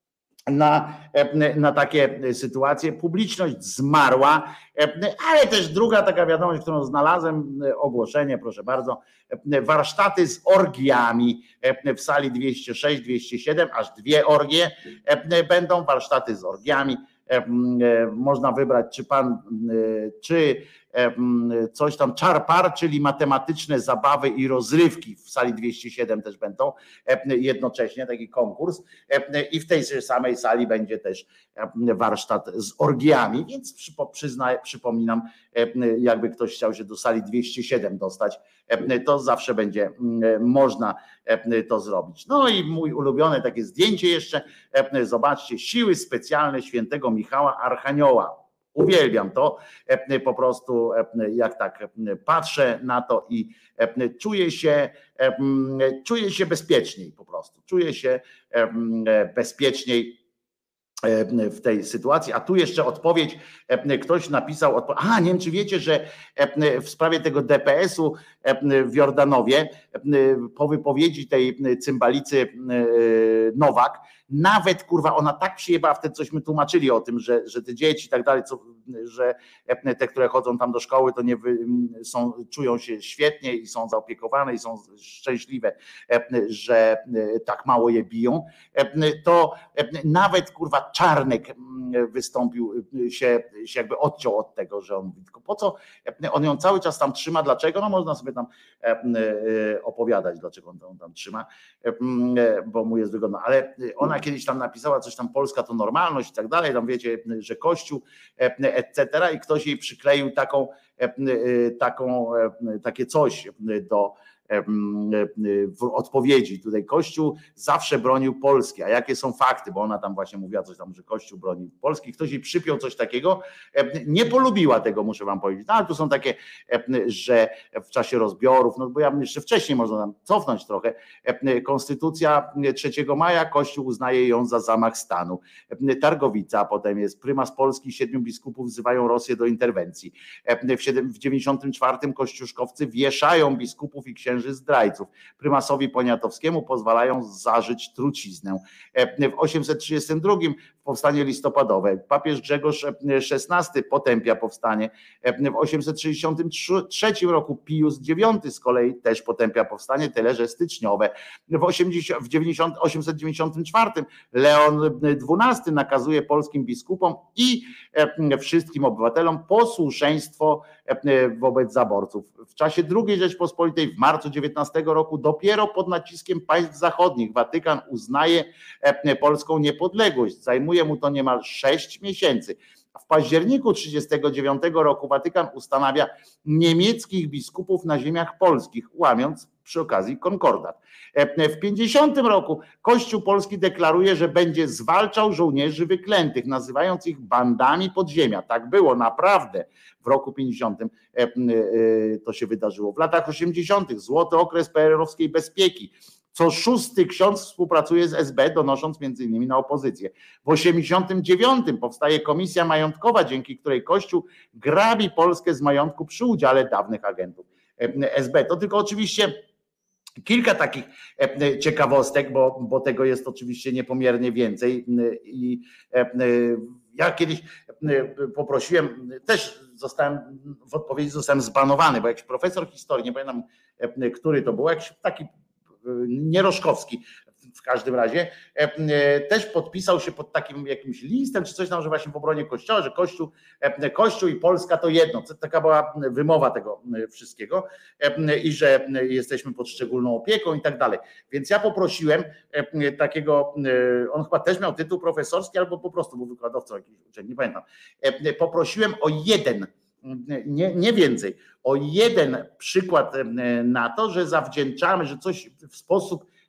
na takie sytuacje. Publiczność zmarła, ale też druga taka wiadomość, którą znalazłem, ogłoszenie, proszę bardzo, warsztaty z orgiami w sali 206, 207, aż 2 orgie będą, warsztaty z orgiami. Można wybrać, czy coś tam czarpar, czyli matematyczne zabawy i rozrywki w sali 207 też będą jednocześnie, taki konkurs, i w tej samej sali będzie też warsztat z orgiami, więc przypominam, jakby ktoś chciał się do sali 207 dostać, to zawsze będzie można to zrobić. No i mój ulubione takie zdjęcie jeszcze, zobaczcie, siły specjalne świętego Michała Archanioła. Uwielbiam to, po prostu jak tak patrzę na to i czuję się bezpieczniej, po prostu czuję się bezpieczniej w tej sytuacji. A tu jeszcze odpowiedź, ktoś napisał, nie wiem czy wiecie, że w sprawie tego DPS-u w Jordanowie po wypowiedzi tej cymbalicy Nowak, nawet kurwa ona tak przyjebała, wtedy cośmy tłumaczyli o tym, że te dzieci i tak dalej, że te, które chodzą tam do szkoły, to czują się świetnie i są zaopiekowane i są szczęśliwe, że tak mało je biją, to nawet kurwa Czarnek wystąpił, się jakby odciął od tego, że on mówi, tylko po co on ją cały czas tam trzyma, dlaczego? No można sobie tam opowiadać, dlaczego on tam trzyma, bo mu jest wygodno, ale ona kiedyś tam napisała coś tam, Polska to normalność i tak dalej, tam wiecie, że Kościół, etc. i ktoś jej przykleił takie coś w odpowiedzi. Tutaj Kościół zawsze bronił Polski, a jakie są fakty, bo ona tam właśnie mówiła coś tam, że Kościół broni Polski, ktoś jej przypiął coś takiego, nie polubiła tego, muszę wam powiedzieć, no ale tu są takie, że w czasie rozbiorów, no bo ja jeszcze wcześniej można tam cofnąć trochę, konstytucja 3 maja, Kościół uznaje ją za zamach stanu, Targowica, potem jest prymas Polski, 7 biskupów wzywają Rosję do interwencji, w 94 kościuszkowcy wieszają biskupów i księży zdrajców. Prymasowi Poniatowskiemu pozwalają zażyć truciznę. W 832 powstanie listopadowe. Papież Grzegorz XVI potępia powstanie. W 863 roku Pius IX z kolei też potępia powstanie, tyle że styczniowe. W 894 Leon XII nakazuje polskim biskupom i wszystkim obywatelom posłuszeństwo wobec zaborców. W czasie II Rzeczpospolitej w marcu 19 roku dopiero pod naciskiem państw zachodnich Watykan uznaje polską niepodległość. Zajmuje mu to niemal 6 miesięcy. W październiku 1939 roku Watykan ustanawia niemieckich biskupów na ziemiach polskich, łamiąc przy okazji konkordat. W 50 roku Kościół Polski deklaruje, że będzie zwalczał żołnierzy wyklętych, nazywając ich bandami podziemia. Tak było naprawdę. W roku 50 to się wydarzyło. W latach 80. złoty okres PRL-owskiej bezpieki. Co 6. ksiądz współpracuje z SB, donosząc między innymi na opozycję. W 89 powstaje komisja majątkowa, dzięki której Kościół grabi Polskę z majątku przy udziale dawnych agentów SB. To tylko oczywiście kilka takich ciekawostek, bo tego jest oczywiście niepomiernie więcej. I ja kiedyś poprosiłem, też w odpowiedzi zostałem zbanowany, bo jakiś profesor historii, nie pamiętam, który to był, jakiś taki Nieroszkowski w każdym razie, też podpisał się pod takim jakimś listem, czy coś tam, że właśnie w obronie Kościoła, że Kościół i Polska to jedno. Taka była wymowa tego wszystkiego i że jesteśmy pod szczególną opieką i tak dalej. Więc ja poprosiłem takiego, on chyba też miał tytuł profesorski, albo po prostu był wykładowcą jakiś uczelni, nie pamiętam. Poprosiłem o jeden, nie więcej, o jeden przykład na to, że zawdzięczamy, że coś w sposób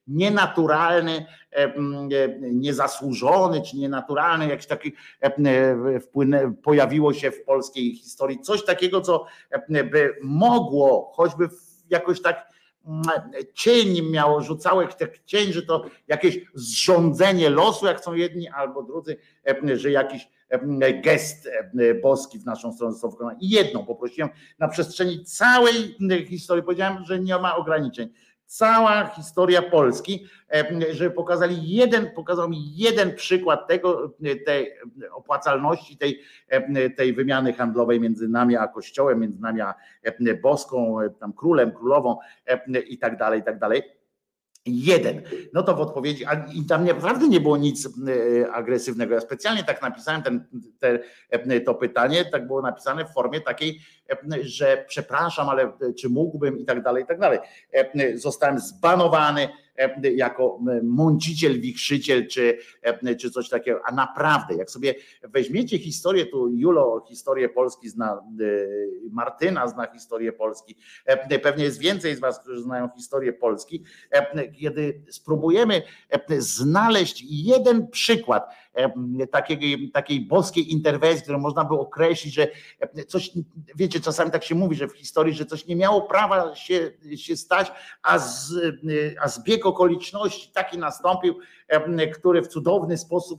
nienaturalny, niezasłużony, czy nienaturalny, jakiś taki pojawiło się w polskiej historii coś takiego, co by mogło choćby jakoś tak cień miało, rzucało tak cień, że to jakieś zrządzenie losu, jak są jedni albo drudzy, że jakiś gest boski w naszą stronę został wykonany. I jedną poprosiłem na przestrzeni całej historii, powiedziałem, że nie ma ograniczeń. Cała historia Polski, żeby pokazał mi jeden przykład tej opłacalności, tej wymiany handlowej między nami a Kościołem, między nami a boską, tam królem, królową i tak dalej. Jeden. No to w odpowiedzi, i tam naprawdę nie było nic agresywnego. Ja specjalnie tak napisałem to pytanie, tak było napisane w formie takiej, że przepraszam, ale czy mógłbym i tak dalej. Zostałem zbanowany jako mąciciel, wichrzyciel czy coś takiego. A naprawdę, jak sobie weźmiecie historię, tu Julo historię Polski zna, Martyna zna historię Polski, pewnie jest więcej z was, którzy znają historię Polski, kiedy spróbujemy znaleźć jeden przykład takiej boskiej interwencji, którą można by określić, że coś, wiecie, czasami tak się mówi, że w historii, że coś nie miało prawa się stać, a zbieg okoliczności taki nastąpił, który w cudowny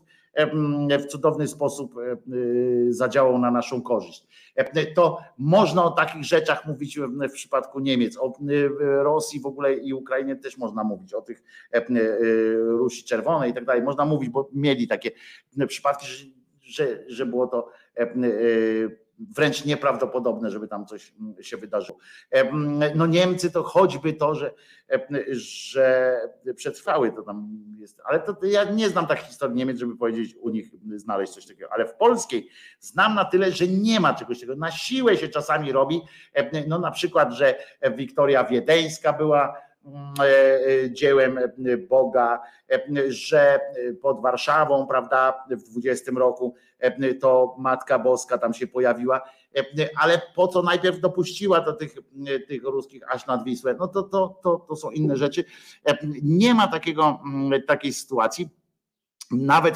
sposób zadziałał na naszą korzyść. To można o takich rzeczach mówić w przypadku Niemiec, o Rosji w ogóle i Ukrainie też można mówić, o tych Rusi Czerwonej i tak dalej. Można mówić, bo mieli takie przypadki, że było to wręcz nieprawdopodobne, żeby tam coś się wydarzyło. No Niemcy to choćby to, że przetrwały, to tam jest, ale to ja nie znam tak historii Niemiec, żeby powiedzieć u nich znaleźć coś takiego, ale w polskiej znam na tyle, że nie ma czegoś takiego. Na siłę się czasami robi, no na przykład, że Wiktoria Wiedeńska była dziełem Boga, że pod Warszawą, prawda, w 20 roku to Matka Boska tam się pojawiła, ale po co najpierw dopuściła to tych ruskich aż nad Wisłę, no to są inne rzeczy. Nie ma takiej sytuacji. Nawet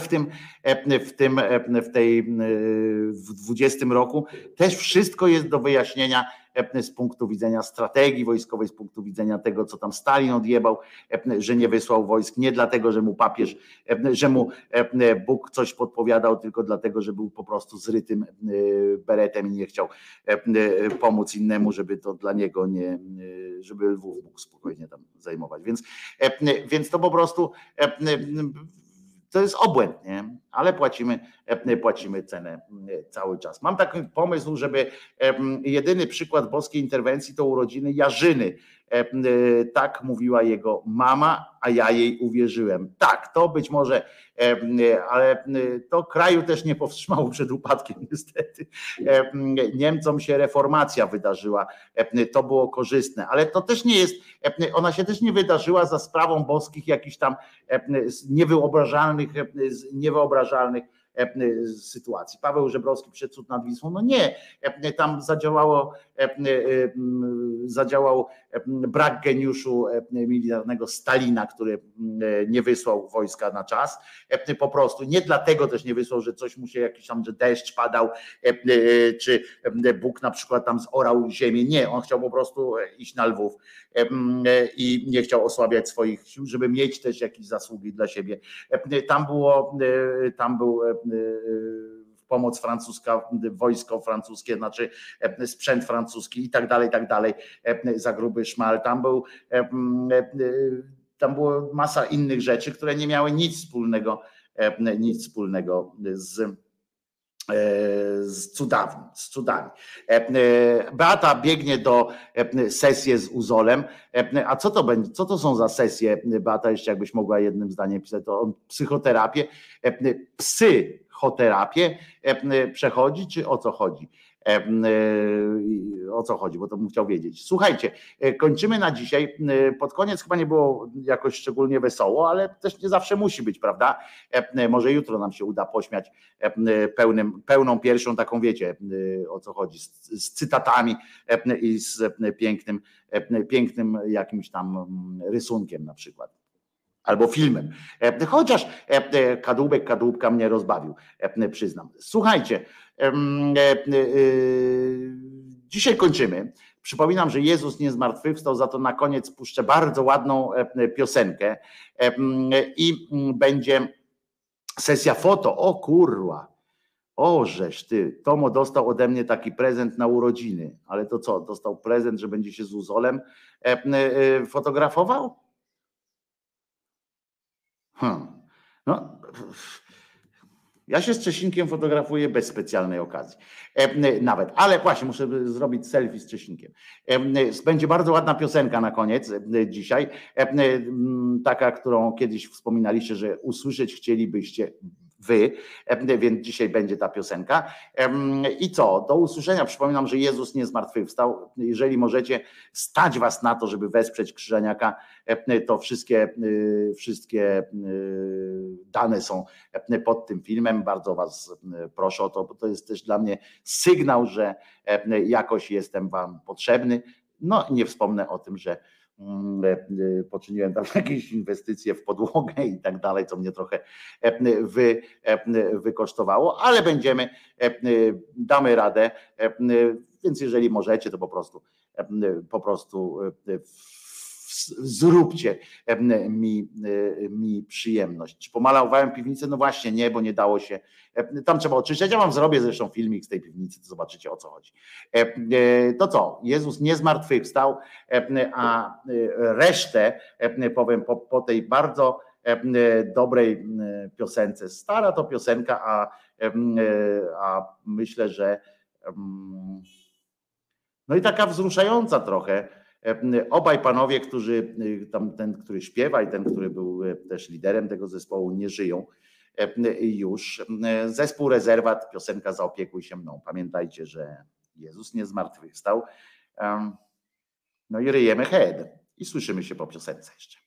w 20 roku też wszystko jest do wyjaśnienia z punktu widzenia strategii wojskowej, z punktu widzenia tego, co tam Stalin odjebał, że nie wysłał wojsk, nie dlatego, że mu papież, że mu Bóg coś podpowiadał, tylko dlatego, że był po prostu zrytym beretem i nie chciał pomóc innemu, żeby to dla niego żeby Lwów mógł spokojnie tam zajmować. Więc to po prostu to jest obłęd, nie? Ale płacimy cenę cały czas. Mam taki pomysł, żeby jedyny przykład boskiej interwencji to urodziny Jarzyny. Tak mówiła jego mama, a ja jej uwierzyłem. Tak, to być może, ale to kraju też nie powstrzymało przed upadkiem niestety. Niemcom się reformacja wydarzyła, to było korzystne, ale to też nie jest, ona się też nie wydarzyła za sprawą boskich jakichś tam niewyobrażalnych sytuacji. Paweł Żebrowski przed cud nad Wisłą, no nie, tam zadziałał brak geniuszu militarnego Stalina, który nie wysłał wojska na czas, po prostu nie dlatego też nie wysłał, że coś mu się jakiś tam, że deszcz padał, czy Bóg na przykład tam zorał ziemię, nie, on chciał po prostu iść na Lwów i nie chciał osłabiać swoich sił, żeby mieć też jakieś zasługi dla siebie. Tam był pomoc francuska, wojsko francuskie, znaczy sprzęt francuski i tak dalej, za gruby szmal. Tam było masa innych rzeczy, które nie miały nic wspólnego z cudami. Beata biegnie do sesji z Uzolem. A co to będzie? Co to są za sesje? Beata, jeszcze jakbyś mogła jednym zdaniem pisać, to psychoterapię. Psychoterapię przechodzi, czy o co chodzi? O co chodzi, bo to bym chciał wiedzieć. Słuchajcie, kończymy na dzisiaj. Pod koniec chyba nie było jakoś szczególnie wesoło, ale też nie zawsze musi być, prawda? Może jutro nam się uda pośmiać pełną piersią, taką wiecie, o co chodzi, z cytatami i z pięknym jakimś tam rysunkiem na przykład. albo filmem. Chociaż kadłubka mnie rozbawił, przyznam. Słuchajcie, dzisiaj kończymy. Przypominam, że Jezus nie zmartwychwstał, za to na koniec puszczę bardzo ładną piosenkę i będzie sesja foto. O kurwa, o żeż ty, Tomo dostał ode mnie taki prezent na urodziny, ale to co, dostał prezent, że będzie się z Uzolem fotografował? No, ja się z Czesinkiem fotografuję bez specjalnej okazji. Nawet, ale właśnie muszę zrobić selfie z Czesinkiem. Będzie bardzo ładna piosenka na koniec dzisiaj. Taka, którą kiedyś wspominaliście, że usłyszeć chcielibyście wy, więc dzisiaj będzie ta piosenka. I co? Do usłyszenia. Przypominam, że Jezus nie zmartwychwstał. Jeżeli możecie, stać was na to, żeby wesprzeć Krzyżaniaka, to wszystkie dane są pod tym filmem. Bardzo was proszę o to, bo to jest też dla mnie sygnał, że jakoś jestem wam potrzebny. No i nie wspomnę o tym, że poczyniłem tam jakieś inwestycje w podłogę i tak dalej, co mnie trochę wykosztowało, ale damy radę, więc jeżeli możecie, to po prostu zróbcie mi przyjemność. Czy pomalowałem piwnicę? No właśnie nie, bo nie dało się. Tam trzeba oczyszczać. Ja wam zrobię zresztą filmik z tej piwnicy, to zobaczycie, o co chodzi. To co? Jezus nie zmartwychwstał, a resztę powiem po tej bardzo dobrej piosence. Stara to piosenka, a myślę, że no i taka wzruszająca trochę. Obaj panowie, którzy ten, który śpiewa i ten, który był też liderem tego zespołu, nie żyją już. Zespół Rezerwat, piosenka Zaopiekuj się mną. Pamiętajcie, że Jezus nie zmartwychwstał. No i ryjemy head i słyszymy się po piosence jeszcze.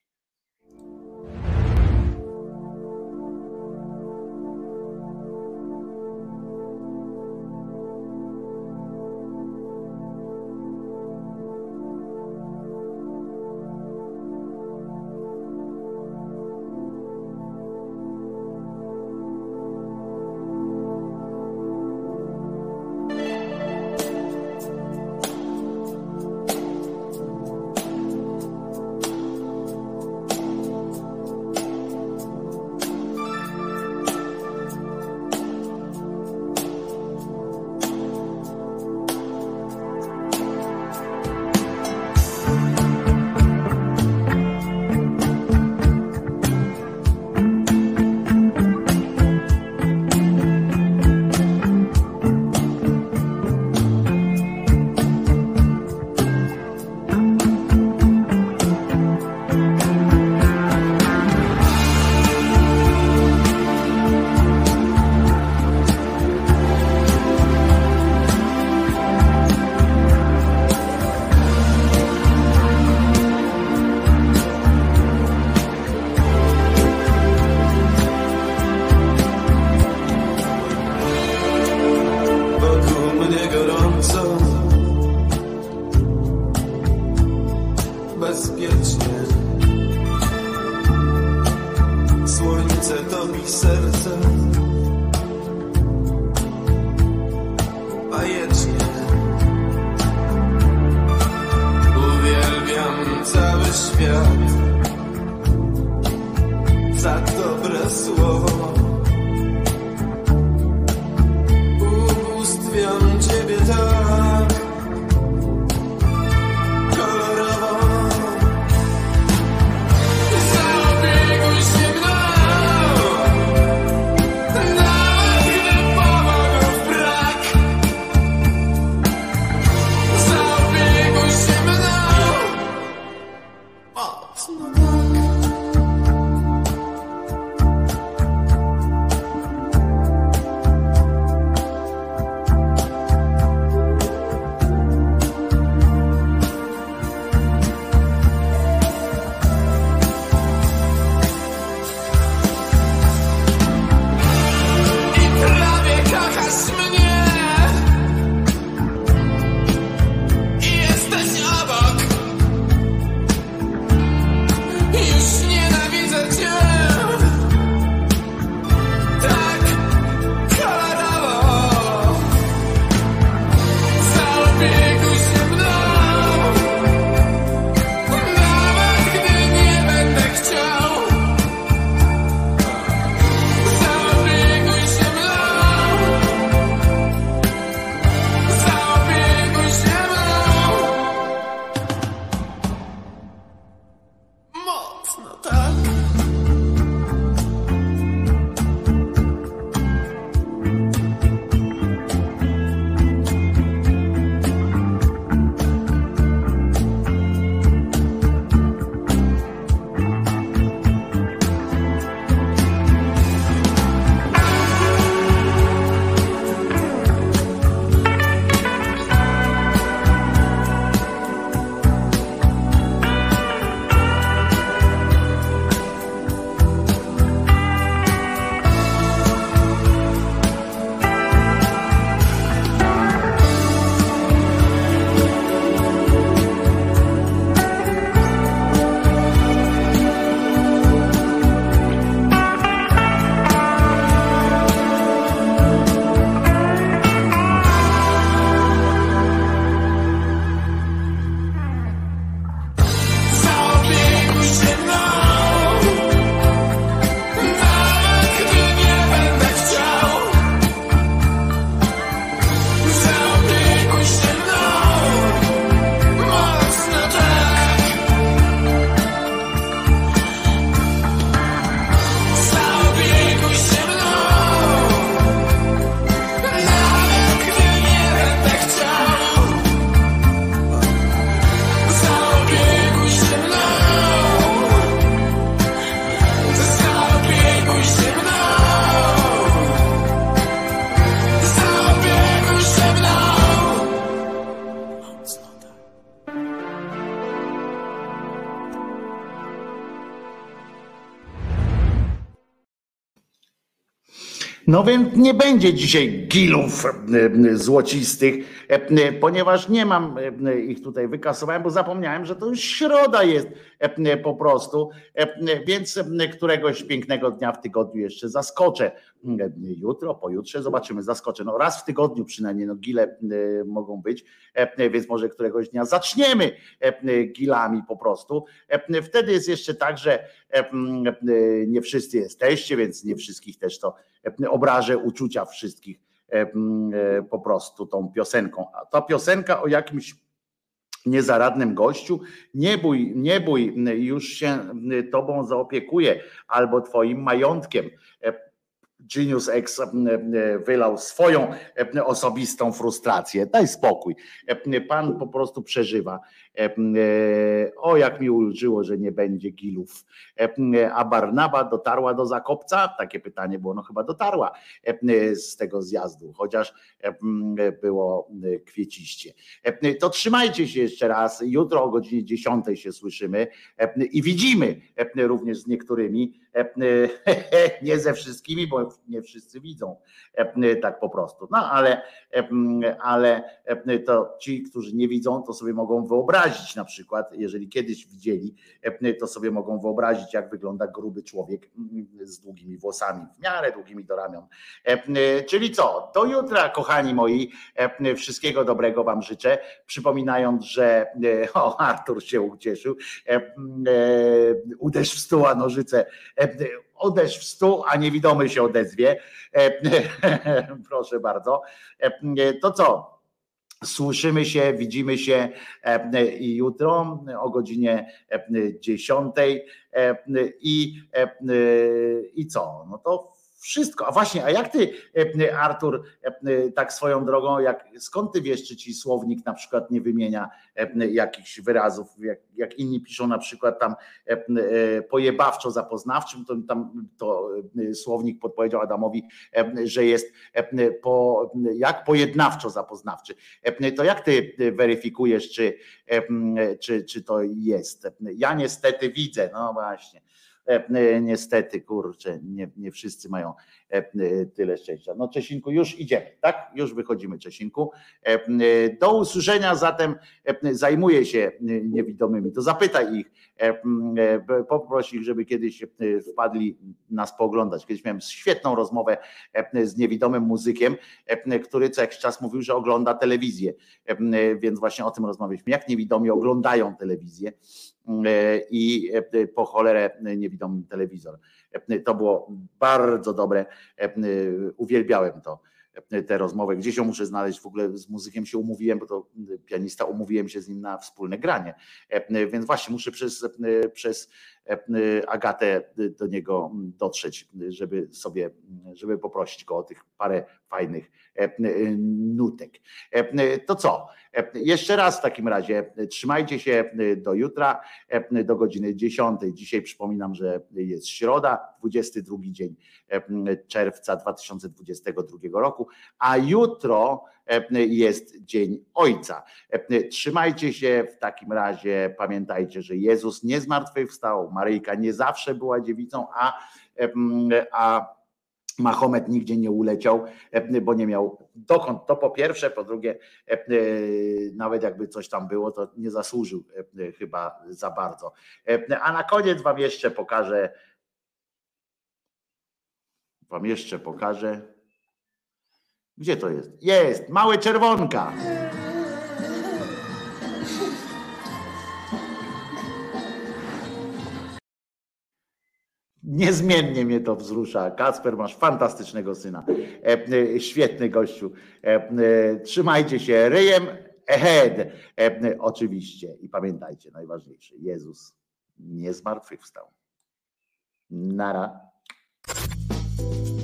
No więc nie będzie dzisiaj gilów złocistych, ponieważ nie mam ich tutaj, wykasowałem, bo zapomniałem, że to już środa jest po prostu, więc któregoś pięknego dnia w tygodniu jeszcze zaskoczę. Jutro, pojutrze zobaczymy, zaskoczę. No raz w tygodniu przynajmniej, no gile mogą być, więc może któregoś dnia zaczniemy gilami po prostu. Wtedy jest jeszcze tak, że nie wszyscy jesteście, więc nie wszystkich też to obrażę uczucia wszystkich po prostu tą piosenką. A ta piosenka o jakimś niezaradnym gościu, nie bój, już się tobą zaopiekuje albo twoim majątkiem. Genius X wylał swoją osobistą frustrację. Daj spokój. Pan po prostu przeżywa. O, jak mi ulżyło, że nie będzie gilów. A Barnaba dotarła do Zakopca? Takie pytanie było, no chyba dotarła z tego zjazdu, chociaż było kwieciście. To trzymajcie się jeszcze raz. Jutro o godzinie 10 się słyszymy i widzimy również z niektórymi. Nie ze wszystkimi, bo nie wszyscy widzą tak po prostu. No ale to ci, którzy nie widzą, to sobie mogą wyobrazić na przykład, jeżeli kiedyś widzieli, to sobie mogą wyobrazić, jak wygląda gruby człowiek z długimi włosami, w miarę długimi do ramion. Czyli co? Do jutra, kochani moi, wszystkiego dobrego wam życzę. Przypominając, że Artur się ucieszył, uderz w stół, a nożyce uderz w stół, a niewidomy się odezwie. Proszę bardzo. To co? Słyszymy się, widzimy się jutro o godzinie 10 i co? No to wszystko. A właśnie, a jak ty, Artur, tak swoją drogą, skąd ty wiesz, czy ci słownik na przykład nie wymienia jakichś wyrazów, jak inni piszą na przykład tam pojebawczo zapoznawczym, to słownik podpowiedział Adamowi, że jest jak pojednawczo zapoznawczy. To jak ty weryfikujesz, czy to jest? Ja niestety widzę, no właśnie. Niestety, kurczę, nie wszyscy mają tyle szczęścia. No Czesinku, już idziemy, tak? Już wychodzimy, Czesinku. Do usłyszenia, zatem zajmuję się niewidomymi, to zapytaj ich, poproś ich, żeby kiedyś wpadli nas pooglądać. Kiedyś miałem świetną rozmowę z niewidomym muzykiem, który co jakiś czas mówił, że ogląda telewizję, więc właśnie o tym rozmawialiśmy, jak niewidomi oglądają telewizję i po cholerę niewidomy telewizor. To było bardzo dobre, uwielbiałem tę rozmowę. Gdzieś ją muszę znaleźć, w ogóle z muzykiem się umówiłem, bo to pianista, umówiłem się z nim na wspólne granie, więc właśnie muszę przez Agatę do niego dotrzeć, żeby poprosić go o tych parę fajnych nutek. To co? Jeszcze raz w takim razie trzymajcie się do jutra, do godziny 10. Dzisiaj przypominam, że jest środa, 22 dzień czerwca 2022 roku, a jutro jest Dzień Ojca. Trzymajcie się w takim razie, pamiętajcie, że Jezus nie zmartwychwstał, Maryjka nie zawsze była dziewicą, a Mahomet nigdzie nie uleciał, bo nie miał dokąd, to po pierwsze, po drugie nawet jakby coś tam było, to nie zasłużył chyba za bardzo. A na koniec wam jeszcze pokażę, gdzie to jest? Jest, małe czerwonka. Niezmiennie mnie to wzrusza. Kacper, masz fantastycznego syna. Świetny gościu. Trzymajcie się ryjem ahead. Oczywiście. I pamiętajcie, najważniejsze, Jezus nie zmartwychwstał. Nara.